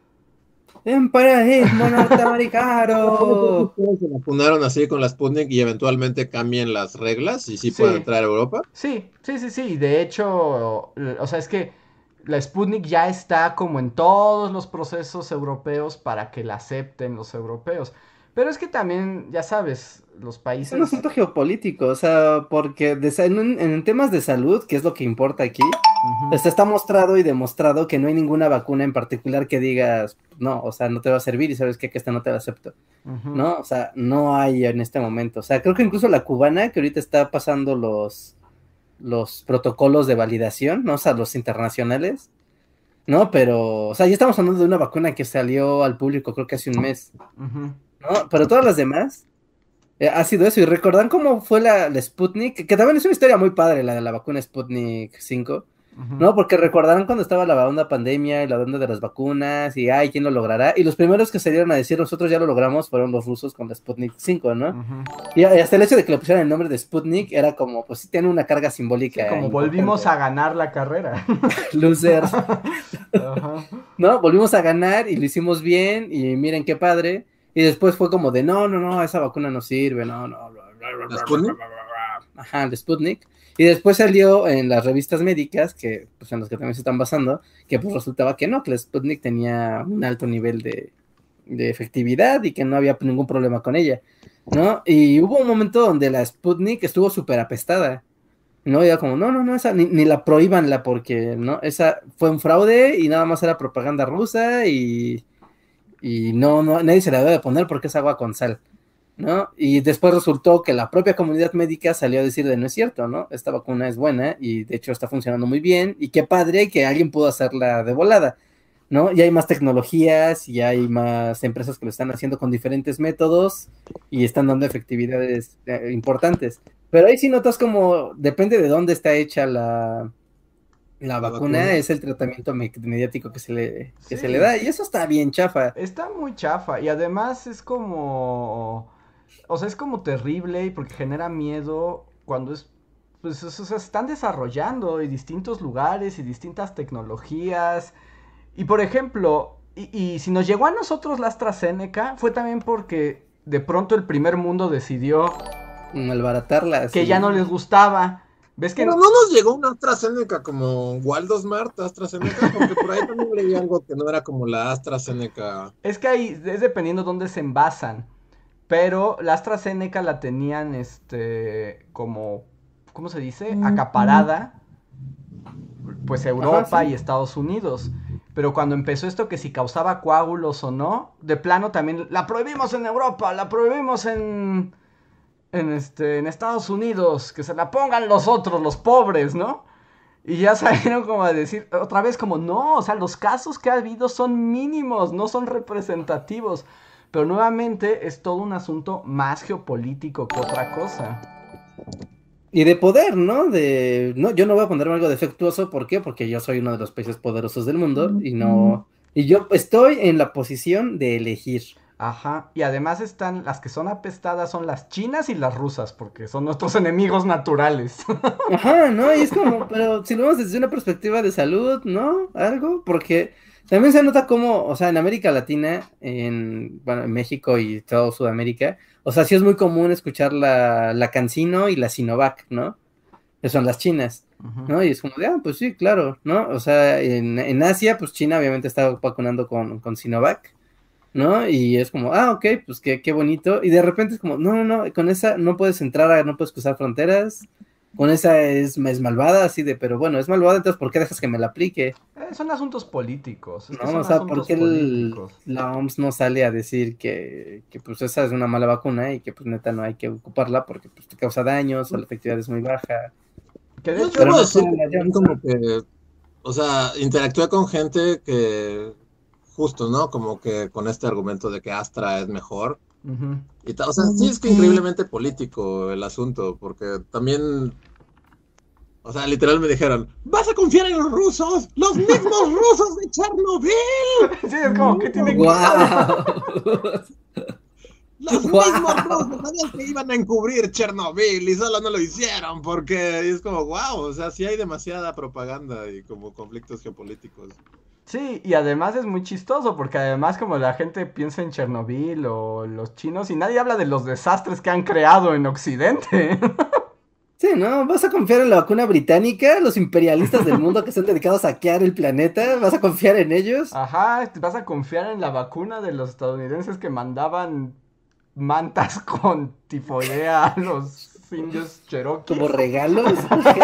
Speaker 4: ¡Imperialismo norteamericano!
Speaker 3: Ustedes se vacunaron así con la Sputnik y eventualmente cambien las reglas y sí,
Speaker 2: Sí.
Speaker 3: pueden entrar a Europa.
Speaker 2: Sí, sí, sí, sí. De hecho, l- o sea, es que la Sputnik ya está como en todos los procesos europeos para que la acepten los europeos. Pero es que también, ya sabes, los
Speaker 4: Es un
Speaker 2: países...
Speaker 4: asunto geopolítico, o sea, porque de sa- en, un- en temas de salud, que es lo que importa aquí,
Speaker 2: Ujú.
Speaker 4: pues está mostrado y demostrado que no hay ninguna vacuna en particular que digas, no, o sea, no te va a servir y sabes que, que esta no te la acepto,
Speaker 2: Ujú.
Speaker 4: ¿no? O sea, no hay en este momento. O sea, creo que incluso la cubana, que ahorita está pasando los, los protocolos de validación, ¿no? O sea, los internacionales, ¿no? Pero, o sea, ya estamos hablando de una vacuna que salió al público creo que hace un mes,
Speaker 2: Ujú.
Speaker 4: ¿no? Pero todas las demás eh, ha sido eso. Y recordan cómo fue la, la Sputnik, que también es una historia muy padre, la de la vacuna Sputnik cinco,
Speaker 2: Ujú.
Speaker 4: ¿no? Porque recordarán cuando estaba la onda pandemia y la onda de las vacunas y, ay, ¿quién lo logrará? Y los primeros que salieron a decir, nosotros ya lo logramos, fueron los rusos con la Sputnik cinco, ¿no?
Speaker 2: Ujú.
Speaker 4: Y hasta el hecho de que le pusieran el nombre de Sputnik era como, pues sí tiene una carga
Speaker 2: Sí,
Speaker 4: simbólica.
Speaker 2: como
Speaker 4: importante.
Speaker 2: volvimos a ganar la carrera.
Speaker 4: Losers,
Speaker 2: Ajá.
Speaker 4: ¿no? Volvimos a ganar y lo hicimos bien y miren qué padre. Y después fue como de, no, no, no, esa vacuna no sirve, no, no.
Speaker 3: ¿La Sputnik?
Speaker 4: Ajá, el Sputnik. Y después salió en las revistas médicas, que pues en las que también se están basando, que pues resultaba que no, que la Sputnik tenía un alto nivel de, de efectividad y que no había ningún problema con ella, ¿no? Y hubo un momento donde la Sputnik estuvo súper apestada, ¿no? Y era como, no, no, no, esa ni, ni la prohíbanla porque, ¿no? Esa fue un fraude y nada más era propaganda rusa y, y no, no, nadie se la debe poner porque es agua con sal, ¿no? Y después resultó que la propia comunidad médica salió a decir de no es cierto, ¿no? Esta vacuna es buena y de hecho está funcionando muy bien y qué padre que alguien pudo hacerla de volada, ¿no? Y hay más tecnologías y hay más empresas que lo están haciendo con diferentes métodos y están dando efectividades eh, importantes. Pero ahí sí notas como depende de dónde está hecha la, la,
Speaker 3: La
Speaker 4: vacuna,
Speaker 3: vacuna.
Speaker 4: es el tratamiento me- mediático que se le, que
Speaker 2: Sí.
Speaker 4: se le da y eso está bien chafa.
Speaker 2: Está muy chafa y además es como... O sea, es como terrible y porque genera miedo cuando es... Pues o sea, se están desarrollando y distintos lugares y distintas tecnologías. Y por ejemplo, y, y si nos llegó a nosotros la AstraZeneca, fue también porque de pronto el primer mundo decidió
Speaker 4: malbaratarla.
Speaker 2: Que
Speaker 4: sí.
Speaker 2: ya no les gustaba. ¿Ves que
Speaker 3: Pero no nos llegó una AstraZeneca como Waldo Smart, AstraZeneca, porque por ahí también leí algo que no era como la AstraZeneca.
Speaker 2: Es que ahí es dependiendo dónde se envasan. Pero la AstraZeneca la tenían este como ¿cómo se dice? Acaparada pues Europa Ajá, sí. y Estados Unidos. Pero cuando empezó esto que si causaba coágulos o no, de plano también la prohibimos en Europa, la prohibimos en en este en Estados Unidos, que se la pongan los otros, los pobres, ¿no? Y ya salieron como a decir otra vez como no, o sea, los casos que ha habido son mínimos, no son representativos. Pero nuevamente es todo un asunto más geopolítico que otra cosa.
Speaker 4: Y de poder, ¿no? De no, yo no voy a ponerme algo defectuoso, ¿por qué? Porque yo soy uno de los países poderosos del mundo y no y yo estoy en la posición de elegir.
Speaker 2: Ajá, y además están, las que son apestadas son las chinas y las rusas, porque son nuestros enemigos naturales.
Speaker 4: Ajá, ¿no? Y es como, pero si lo vemos desde una perspectiva de salud, ¿no? Algo, porque también se nota como, o sea, en América Latina, en, bueno, en México y todo Sudamérica, o sea, sí es muy común escuchar la, la CanSino y la Sinovac, ¿no? Que son las chinas, uh-huh. ¿no? Y es como de, ah, pues sí, claro, ¿no? O sea, en, en Asia, pues China obviamente está vacunando con, con Sinovac, ¿no? Y es como, ah, ok, pues qué, qué bonito. Y de repente es como, no, no, no, con esa no puedes entrar, a, no puedes cruzar fronteras. Con esa es, es malvada, así de, pero bueno, es malvada, entonces ¿por qué dejas que me la aplique?
Speaker 2: Eh, son asuntos políticos. Es
Speaker 4: no,
Speaker 2: que son
Speaker 4: o sea, ¿por qué el, la O M S no sale a decir que, que pues esa es una mala vacuna y que pues neta no hay que ocuparla porque pues te causa daños o la efectividad es muy baja?
Speaker 3: Que de hecho, pero no decir, no como que, o sea, interactúa con gente que justo, ¿no? Como que con este argumento de que Astra es mejor. Uh-huh. Y ta- o sea, sí es que increíblemente político el asunto, porque también, o sea, literal me dijeron, ¿vas a confiar en los rusos? ¡Los mismos rusos de Chernobyl!
Speaker 2: Sí, es como que tiene
Speaker 4: wow.
Speaker 3: Los wow. mismos rusos sabían que iban a encubrir Chernobyl y solo no lo hicieron, porque es como, wow, o sea, sí hay demasiada propaganda y como conflictos geopolíticos.
Speaker 2: Sí, y además es muy chistoso, porque además como la gente piensa en Chernobyl o los chinos y nadie habla de los desastres que han creado en Occidente.
Speaker 4: Sí, ¿no? ¿Vas a confiar en la vacuna británica? Los imperialistas del mundo que están dedicados a saquear el planeta, ¿vas a confiar en ellos?
Speaker 2: Ajá, vas a confiar en la vacuna de los estadounidenses que mandaban mantas con tifoidea a los indios Cherokee.
Speaker 4: ¿Como regalos?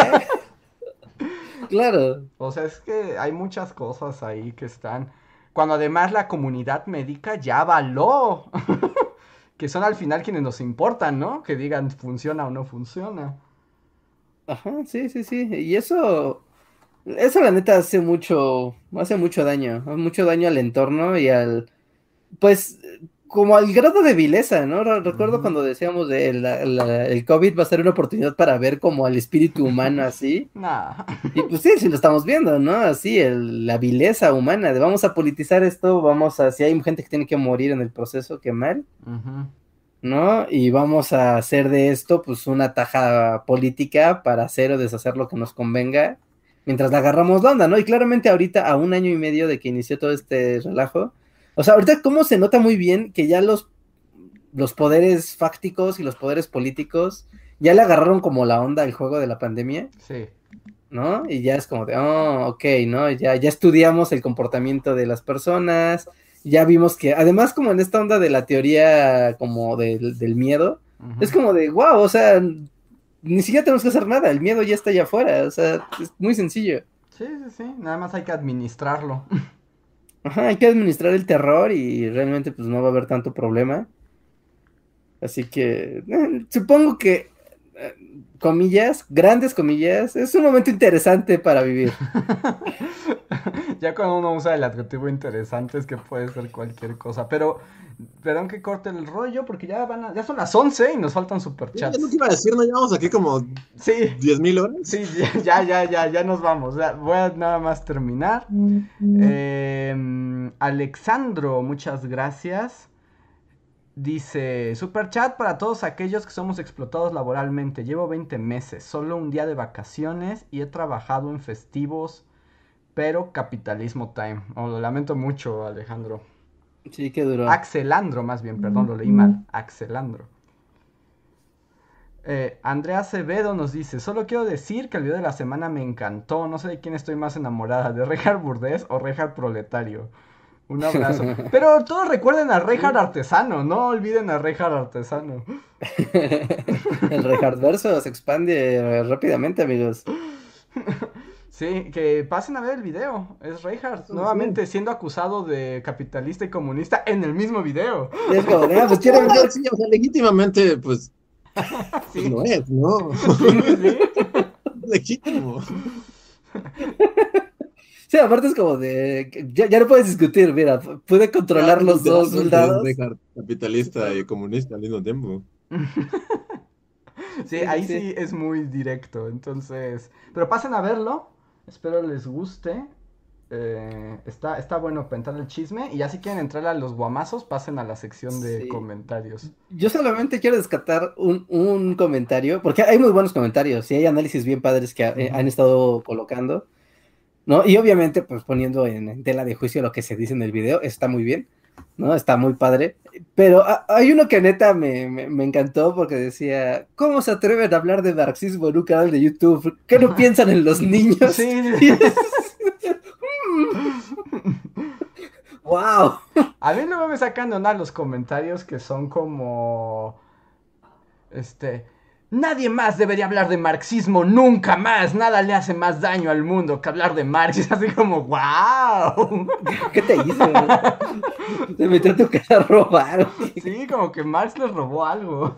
Speaker 4: Claro.
Speaker 2: O sea, es que hay muchas cosas ahí que están... Cuando además la comunidad médica ya avaló que son al final quienes nos importan, ¿no? Que digan funciona o no funciona.
Speaker 4: Ajá, sí, sí, sí. Y eso... Eso la neta hace mucho... Hace mucho daño. Mucho daño al entorno y al... Pues... Como al grado de vileza, ¿no? Recuerdo uh-huh. cuando decíamos de la, la, el COVID va a ser una oportunidad para ver como al espíritu humano así.
Speaker 2: Nah.
Speaker 4: Y pues sí, sí lo estamos viendo, ¿no? Así, el, la vileza humana, de vamos a politizar esto, vamos a, si hay gente que tiene que morir en el proceso, qué mal, uh-huh. ¿no? Y vamos a hacer de esto, pues, una taja política para hacer o deshacer lo que nos convenga, mientras la agarramos la onda, ¿no? Y claramente ahorita, a un año y medio de que inició todo este relajo, o sea, ahorita cómo se nota muy bien que ya los, los poderes fácticos y los poderes políticos ya le agarraron como la onda al juego de la pandemia.
Speaker 2: Sí.
Speaker 4: ¿No? Y ya es como de, oh, ok, ¿no? Ya, ya estudiamos el comportamiento de las personas, ya vimos que, además como en esta onda de la teoría como de, del miedo, uh-huh. es como de, wow, o sea, ni siquiera tenemos que hacer nada, el miedo ya está allá afuera, o sea, es muy sencillo.
Speaker 2: Sí, sí, sí, nada más hay que administrarlo.
Speaker 4: Ajá, hay que administrar el terror y realmente pues no va a haber tanto problema. Así que eh, supongo que, eh, comillas, grandes comillas, es un momento interesante para vivir.
Speaker 2: Ya cuando uno usa el adjetivo interesante es que puede ser cualquier cosa, pero perdón que corte el rollo porque ya van a, ya son las once y nos faltan superchats.
Speaker 3: Sí, ya no te iba a decir, no llevamos aquí como
Speaker 2: sí,
Speaker 3: diez mil horas.
Speaker 2: Sí, ya, ya, ya, ya nos vamos. Ya, voy a nada más terminar. Mm-hmm. Eh, Alexandro, muchas gracias. Dice, superchat para todos aquellos que somos explotados laboralmente. Llevo veinte meses, solo un día de vacaciones y he trabajado en festivos pero capitalismo time. Oh, lo lamento mucho, Alejandro.
Speaker 4: Sí, qué duro.
Speaker 2: Axelandro, más bien, perdón, lo leí mal. Axelandro. Eh, Andrea Acevedo nos dice: solo quiero decir que el video de la semana me encantó. No sé de quién estoy más enamorada, de Reinhard Burdés o Reinhard Proletario. Un abrazo. Pero todos recuerden a Reinhard Artesano, no olviden a Reinhard Artesano.
Speaker 4: El Reinhard verso se expande rápidamente, amigos.
Speaker 2: Sí, que pasen a ver el video. Es Reinhard, sí, nuevamente sí. siendo acusado de capitalista y comunista en el mismo video.
Speaker 3: Es como, ah, pues quiero ver, sí, o sea, legítimamente, pues, sí. pues no es, ¿no? Sí, sí. Legítimo.
Speaker 4: Sí, aparte es como de, ya, ya no puedes discutir, mira, puede controlar los dos soldados.
Speaker 3: Reinhard capitalista y comunista al mismo tiempo.
Speaker 2: Sí, ahí sí. sí es muy directo, entonces, pero pasen a verlo. Espero les guste. Eh, está, está bueno para entrar el chisme. Y ya si quieren entrar a los guamazos, pasen a la sección de sí. comentarios.
Speaker 4: Yo solamente quiero descartar un, un comentario, porque hay muy buenos comentarios y hay análisis bien padres que uh-huh. han estado colocando, ¿no? Y obviamente, pues poniendo en, en tela de juicio lo que se dice en el video, está muy bien, ¿no? Está muy padre. Pero a, hay uno que neta me, me, me encantó porque decía: ¿cómo se atreven a hablar de marxismo en un canal de YouTube? ¿Qué no piensan en los niños? Sí. ¡Wow!
Speaker 2: A mí luego me sacan de onda los comentarios que son como... Este... Nadie más debería hablar de marxismo, nunca más. Nada le hace más daño al mundo que hablar de Marx. Es así como, ¡wow!
Speaker 4: ¿Qué te hizo? Te metió a tu casa a robar.
Speaker 2: Sí, como que Marx les robó algo.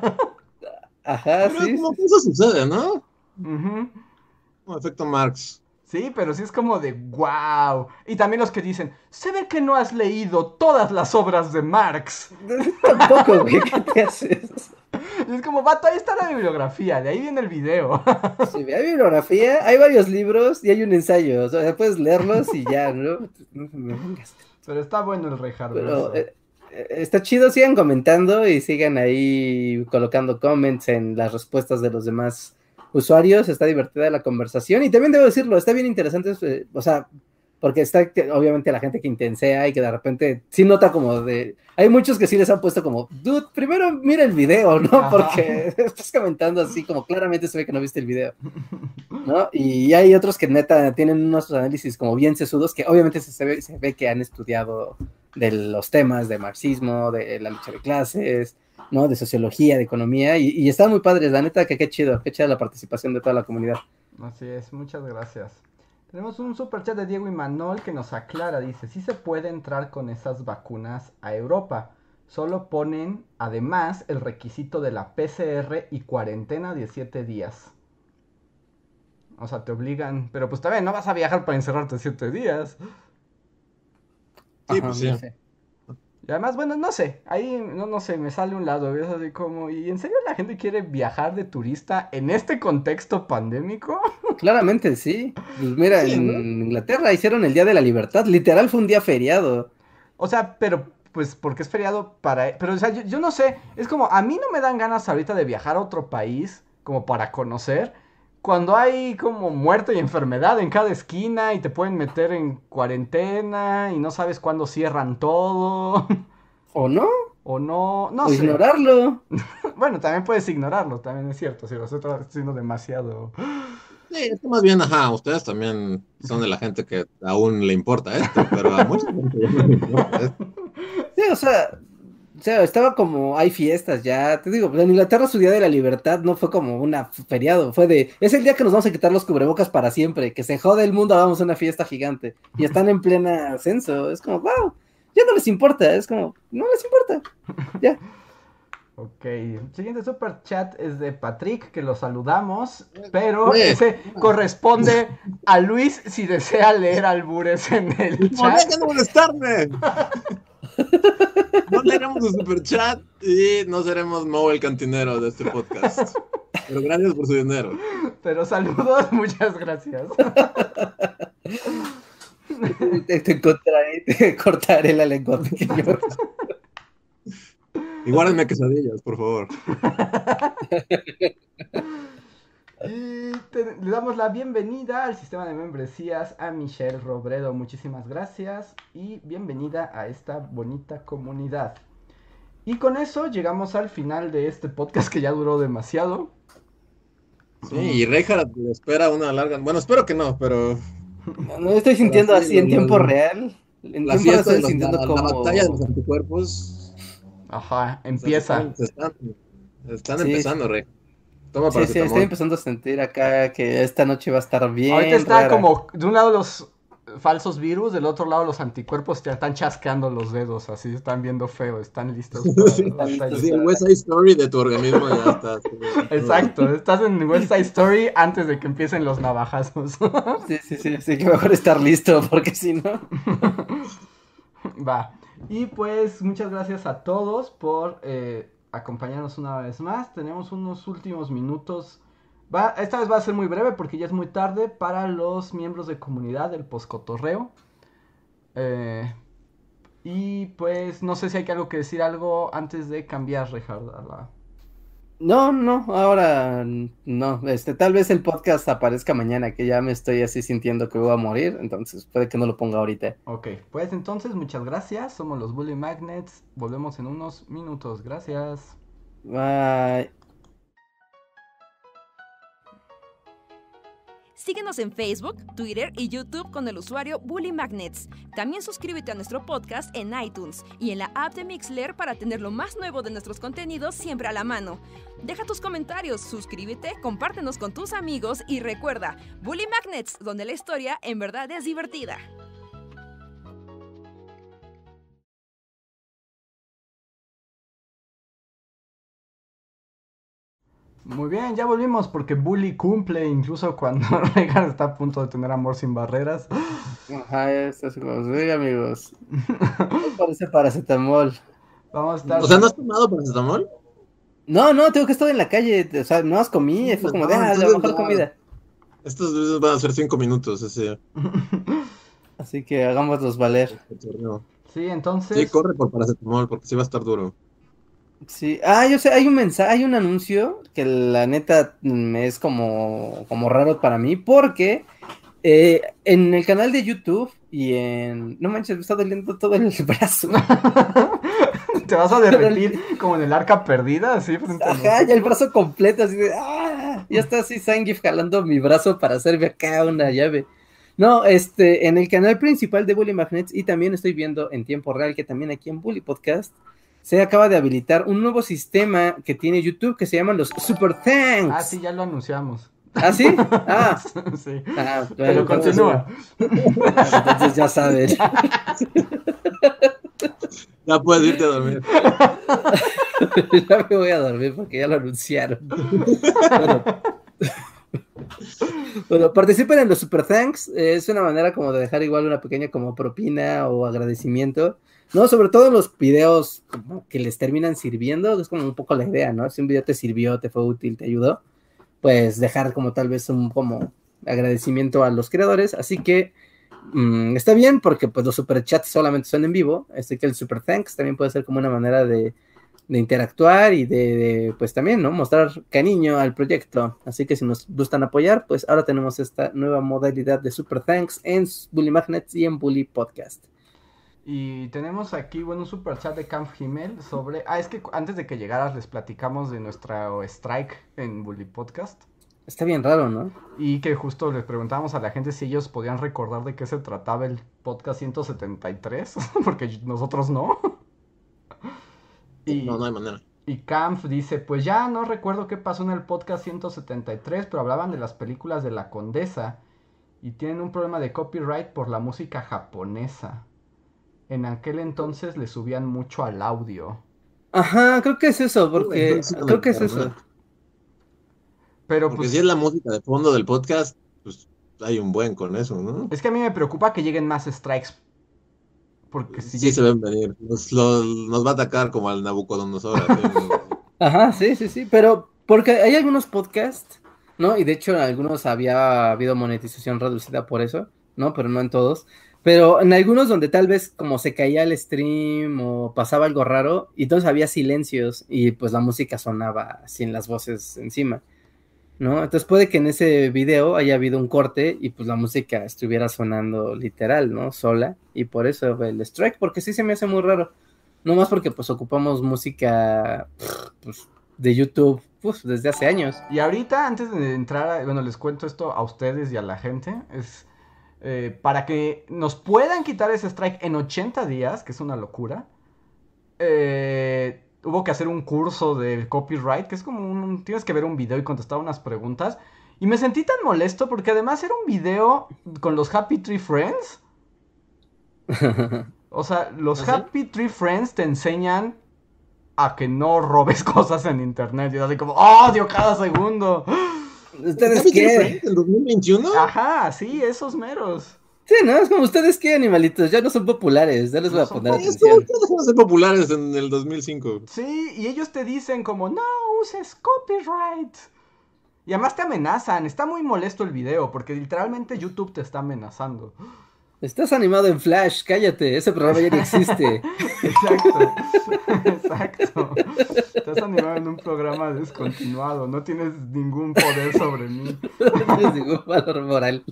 Speaker 4: Ajá,
Speaker 3: pero
Speaker 4: sí.
Speaker 3: Como que eso sucede, ¿no?
Speaker 2: Uh-huh.
Speaker 3: Como efecto Marx.
Speaker 2: Sí, pero sí es como de wow. Y también los que dicen, se ve que no has leído todas las obras de Marx.
Speaker 4: Tampoco, güey, ¿qué te haces?
Speaker 2: Y es como, vato, ahí está la bibliografía, de ahí viene el video.
Speaker 4: Sí, hay bibliografía, hay varios libros y hay un ensayo. O sea, puedes leerlos y ya, ¿no? No me vengas.
Speaker 2: Pero está bueno el Reinhard.
Speaker 4: Pero eh, está chido, sigan comentando y sigan ahí colocando comments en las respuestas de los demás usuarios. Está divertida la conversación y también debo decirlo, está bien interesante, eh, o sea, porque está obviamente la gente que intensea y que de repente sí nota como de, hay muchos que sí les han puesto como, dude, primero mira el video, ¿no? Ajá. Porque estás comentando así como claramente se ve que no viste el video, ¿no? Y hay otros que neta tienen unos análisis como bien sesudos que obviamente se ve, se ve que han estudiado de los temas de marxismo, de la lucha de clases, ¿no? De sociología, de economía, y, y están muy padres, la neta que qué chido, qué chida la participación de toda la comunidad.
Speaker 2: Así es, muchas gracias. Tenemos un superchat de Diego Imanol que nos aclara, dice, sí se puede entrar con esas vacunas a Europa, solo ponen además el requisito de la P C R y cuarentena diecisiete días. O sea, te obligan, pero pues también no vas a viajar para encerrarte siete días.
Speaker 3: Sí, Ajá, pues sí. No sé.
Speaker 2: Y además, bueno, no sé, ahí, no, no sé, me sale un lado, es así como, ¿y en serio la gente quiere viajar de turista en este contexto pandémico?
Speaker 4: Claramente, sí. Pues mira, sí, en ¿no? Inglaterra hicieron el Día de la Libertad, literal fue un día feriado.
Speaker 2: O sea, pero, pues, porque es feriado para... Pero, o sea, yo, yo no sé, es como, a mí no me dan ganas ahorita de viajar a otro país, como para conocer, cuando hay como muerte y enfermedad en cada esquina y te pueden meter en cuarentena y no sabes cuándo cierran todo.
Speaker 4: ¿O no?
Speaker 2: O no, no
Speaker 4: o
Speaker 2: sé.
Speaker 4: ignorarlo.
Speaker 2: Bueno, también puedes ignorarlo, también es cierto, si lo estoy haciendo demasiado.
Speaker 3: Sí, es que más bien, ajá, ustedes también son de la gente que aún le importa esto, pero a mucha gente no le importa esto.
Speaker 4: Sí, o sea... O sea, estaba como, hay fiestas ya, te digo, en Inglaterra su Día de la Libertad no fue como un feriado, fue de, es el día que nos vamos a quitar los cubrebocas para siempre, que se jode el mundo, hagamos una fiesta gigante, y están en plena ascenso, es como, wow, ya no les importa, es como, no les importa, ya.
Speaker 2: Ok, el siguiente super chat es de Patrick, que lo saludamos, pero ese corresponde a Luis si desea leer albures en el chat.
Speaker 3: ¡No dejen de molestarme! No leeremos el superchat y no seremos Mo el cantinero de este podcast. Pero gracias por su dinero.
Speaker 2: Pero saludos, muchas gracias.
Speaker 4: Te, te encontraré, te cortaré la lengua pequeño.
Speaker 3: Y guárdenme quesadillas, por favor.
Speaker 2: Y te, le damos la bienvenida al sistema de membresías a Michelle Robredo. Muchísimas gracias y bienvenida a esta bonita comunidad. Y con eso llegamos al final de este podcast que ya duró demasiado.
Speaker 3: Sí, y Reinhardt espera una larga... Bueno, espero que no, pero...
Speaker 4: No, no estoy sintiendo así en tiempo real. En
Speaker 3: la
Speaker 4: tiempo real
Speaker 3: fiesta de
Speaker 4: estoy
Speaker 3: los,
Speaker 4: sintiendo
Speaker 3: la,
Speaker 4: como...
Speaker 3: la batalla de los anticuerpos...
Speaker 2: Ajá, empieza.
Speaker 3: Se están, se están
Speaker 4: Sí,
Speaker 3: empezando,
Speaker 4: sí.
Speaker 3: Rey. Toma
Speaker 4: Sí, sí,
Speaker 3: paracetamol.
Speaker 4: estoy empezando a sentir acá que esta noche va a estar bien
Speaker 2: Ahorita está
Speaker 4: rara.
Speaker 2: como de un lado los falsos virus, del otro lado los anticuerpos ya están chasqueando los dedos, así están viendo feo, están listos para
Speaker 3: Sí,
Speaker 2: la batalla.
Speaker 3: sí, el West Side Story de tu organismo ya está.
Speaker 2: Exacto, estás en West Side Story antes de que empiecen los navajazos.
Speaker 4: Sí, sí, sí, sí, que mejor estar listo, porque si no...
Speaker 2: Va, y pues muchas gracias a todos por eh, acompañarnos una vez más. Tenemos unos últimos minutos. Va, esta vez va a ser muy breve porque ya es muy tarde para los miembros de comunidad del Poscotorreo. Eh, y pues no sé si hay algo que decir algo antes de cambiar, Reinhardt, a la...
Speaker 4: No, no, ahora no. Este, tal vez el podcast aparezca mañana, que ya me estoy así sintiendo que voy a morir, entonces puede que no lo ponga ahorita.
Speaker 2: Ok, pues entonces muchas gracias. Somos los Bully Magnets. Volvemos en unos minutos. Gracias.
Speaker 4: Bye.
Speaker 1: Síguenos en Facebook, Twitter y YouTube con el usuario Bully Magnets. También suscríbete a nuestro podcast en iTunes y en la app de Mixler para tener lo más nuevo de nuestros contenidos siempre a la mano. Deja tus comentarios, suscríbete, compártenos con tus amigos y recuerda, Bully Magnets, donde la historia en verdad es divertida.
Speaker 2: Muy bien, ya volvimos porque Bully cumple incluso cuando Regan está a punto de tener amor sin barreras.
Speaker 4: Ajá, esto es como, sí, amigos. Me parece paracetamol.
Speaker 2: Vamos a estar...
Speaker 3: O sea, ¿no has tomado paracetamol?
Speaker 4: No, no, tengo que estar en la calle, o sea, no has comido, fue como,
Speaker 3: No,
Speaker 4: de, ah, la
Speaker 3: entonces
Speaker 4: mejor
Speaker 3: ya.
Speaker 4: comida.
Speaker 3: Estos videos van a ser cinco minutos, ese.
Speaker 4: Así que hagámoslos valer.
Speaker 2: Sí, entonces...
Speaker 3: Sí, corre por paracetamol, porque sí va a estar duro.
Speaker 4: Sí, ah, yo sé, hay un mensaje, hay un anuncio que la neta me es como, como raro para mí, porque eh, en el canal de YouTube y en... No manches, me está doliendo todo el brazo.
Speaker 2: Te vas a derretir como en el arca perdida, así frente a
Speaker 4: Ajá, ya el brazo completo, así de... ¡Ah! Ya está así Zangief jalando mi brazo para hacerme acá una llave. No, este, en el canal principal de Bully Magnets, y también estoy viendo en tiempo real que también aquí en Bully Podcast se acaba de habilitar un nuevo sistema que tiene YouTube que se llaman los Super Thanks.
Speaker 2: Ah, sí, ya lo anunciamos.
Speaker 4: ¿Ah, sí? Ah,
Speaker 2: sí.
Speaker 4: Ah,
Speaker 2: Pero
Speaker 4: entonces,
Speaker 2: continúa.
Speaker 4: Entonces ya sabes.
Speaker 3: Ya puedes irte a dormir.
Speaker 4: Ya me voy a dormir porque ya lo anunciaron. Bueno, bueno, participen en los Super Thanks. Eh, es una manera como de dejar igual una pequeña como propina o agradecimiento. No, sobre todo en los videos como que les terminan sirviendo. Es como un poco la idea, ¿no? Si un video te sirvió, te fue útil, te ayudó, pues dejar como tal vez un como agradecimiento a los creadores. Así que mmm, está bien porque pues los superchats solamente son en vivo. Así que el Super Thanks también puede ser como una manera de, de interactuar y de, de pues también, ¿no? Mostrar cariño al proyecto. Así que si nos gustan apoyar, pues ahora tenemos esta nueva modalidad de Super Thanks en Bully Magnets y en Bully Podcast.
Speaker 2: Y tenemos aquí, bueno, un super chat de Camp Himmel sobre... Ah, es que antes de que llegaras les platicamos de nuestra strike en Bully Podcast.
Speaker 4: Está bien raro, ¿no?
Speaker 2: Y que justo les preguntábamos a la gente si ellos podían recordar de qué se trataba el podcast ciento setenta y tres, porque nosotros no. Y,
Speaker 3: no, no hay manera.
Speaker 2: Y Camp dice, pues ya no recuerdo qué pasó en el podcast ciento setenta y tres, pero hablaban de las películas de la Condesa y tienen un problema de copyright por la música japonesa. En aquel entonces le subían mucho al audio.
Speaker 4: Ajá, creo que es eso, porque
Speaker 3: Uy,
Speaker 4: creo que es eso.
Speaker 2: Pero
Speaker 3: porque
Speaker 2: pues
Speaker 3: si es la música de fondo del podcast, pues hay un buen con eso, ¿no?
Speaker 2: Es que a mí me preocupa que lleguen más strikes. Porque si
Speaker 3: sí
Speaker 2: lleg...
Speaker 3: se ven venir. Nos, lo, nos va a atacar como al Nabucodonosor.
Speaker 4: Ajá, sí, sí, sí. Pero porque hay algunos podcasts, ¿no? Y de hecho en algunos había habido monetización reducida por eso, ¿no? Pero no en todos. Pero en algunos donde tal vez como se caía el stream o pasaba algo raro, y entonces había silencios y pues la música sonaba sin las voces encima. ¿no? Entonces puede que en ese video haya habido un corte y pues la música estuviera sonando literal, ¿no? Sola, y por eso el strike, porque sí se me hace muy raro. No más porque pues ocupamos música pues, de YouTube pues, desde hace años.
Speaker 2: Y ahorita, antes de entrar, a, bueno, les cuento esto a ustedes y a la gente, es eh, para que nos puedan quitar ese strike en ochenta días, que es una locura, eh, hubo que hacer un curso de copyright, que es como un, tienes que ver un video y contestar unas preguntas, y me sentí tan molesto porque además era un video con los Happy Tree Friends. O sea, los
Speaker 3: ¿Ah,
Speaker 2: Happy Tree Friends te enseñan a que no robes cosas en internet. Y así como, ¡odio cada segundo!
Speaker 4: ¿Ustedes qué?
Speaker 3: ¿En dos mil veintiuno?
Speaker 2: Ajá, sí, esos meros.
Speaker 4: Sí, ¿no? Es como, ¿ustedes qué, animalitos? Ya no son populares, ya les voy a poner
Speaker 3: Es
Speaker 4: atención.
Speaker 3: como todos van a ser populares en el dos mil cinco.
Speaker 2: Sí, y ellos te dicen como, no uses copyright. Y además te amenazan. Está muy molesto el video, porque literalmente YouTube te está amenazando.
Speaker 4: Estás animado en Flash, cállate, ese programa ya no existe.
Speaker 2: Exacto, exacto. Estás animado en un programa descontinuado, no tienes ningún poder sobre mí.
Speaker 4: No tienes ningún valor moral.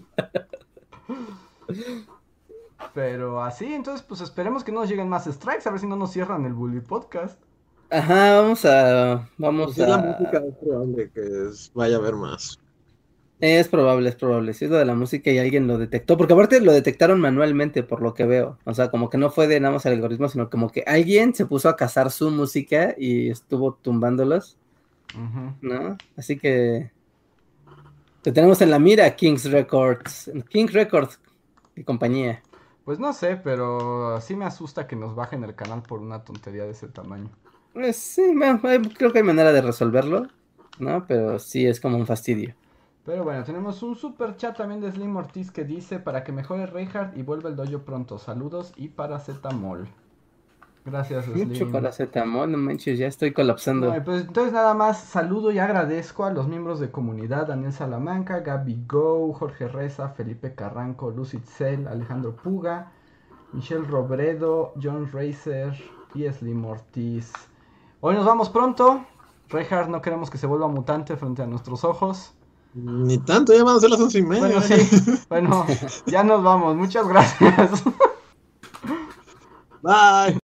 Speaker 2: Pero así, entonces pues esperemos que no nos lleguen más strikes, a ver si no nos cierran el Bully Podcast.
Speaker 4: Ajá, vamos a... Vamos
Speaker 3: Si es
Speaker 4: a...
Speaker 3: la música, es probable que es- vaya a haber más.
Speaker 4: Es probable, es probable. Si es lo de la música y alguien lo detectó, porque aparte lo detectaron manualmente por lo que veo. O sea, como que no fue de nada más el algoritmo, sino como que alguien se puso a cazar su música y estuvo tumbándolos,
Speaker 2: Uh-huh.
Speaker 4: ¿no? Así que te tenemos en la mira, Kings Records, King Records y compañía.
Speaker 2: Pues no sé, pero sí me asusta que nos bajen el canal por una tontería de ese tamaño.
Speaker 4: Pues sí, bueno, hay- creo que hay manera de resolverlo, ¿no? Pero sí es como un fastidio.
Speaker 2: Pero bueno, tenemos un super chat también de Slim Ortiz que dice, para que mejore Reinhardt y vuelva el dojo pronto, saludos y paracetamol. Gracias, Slim.
Speaker 4: Mucho paracetamol, no manches, ya estoy colapsando.
Speaker 2: No, pues entonces nada más saludo y agradezco a los miembros de comunidad, Daniel Salamanca, Gaby Go, Jorge Reza, Felipe Carranco, Lucid Cell, Alejandro Puga, Michelle Robredo, John Racer y Slim Ortiz. Hoy nos vamos pronto. Reinhardt, no queremos que se vuelva mutante frente a nuestros ojos.
Speaker 3: Ni tanto, ya van a ser las once y media.
Speaker 2: Bueno, sí, bueno, ya nos vamos. Muchas gracias.
Speaker 3: Bye.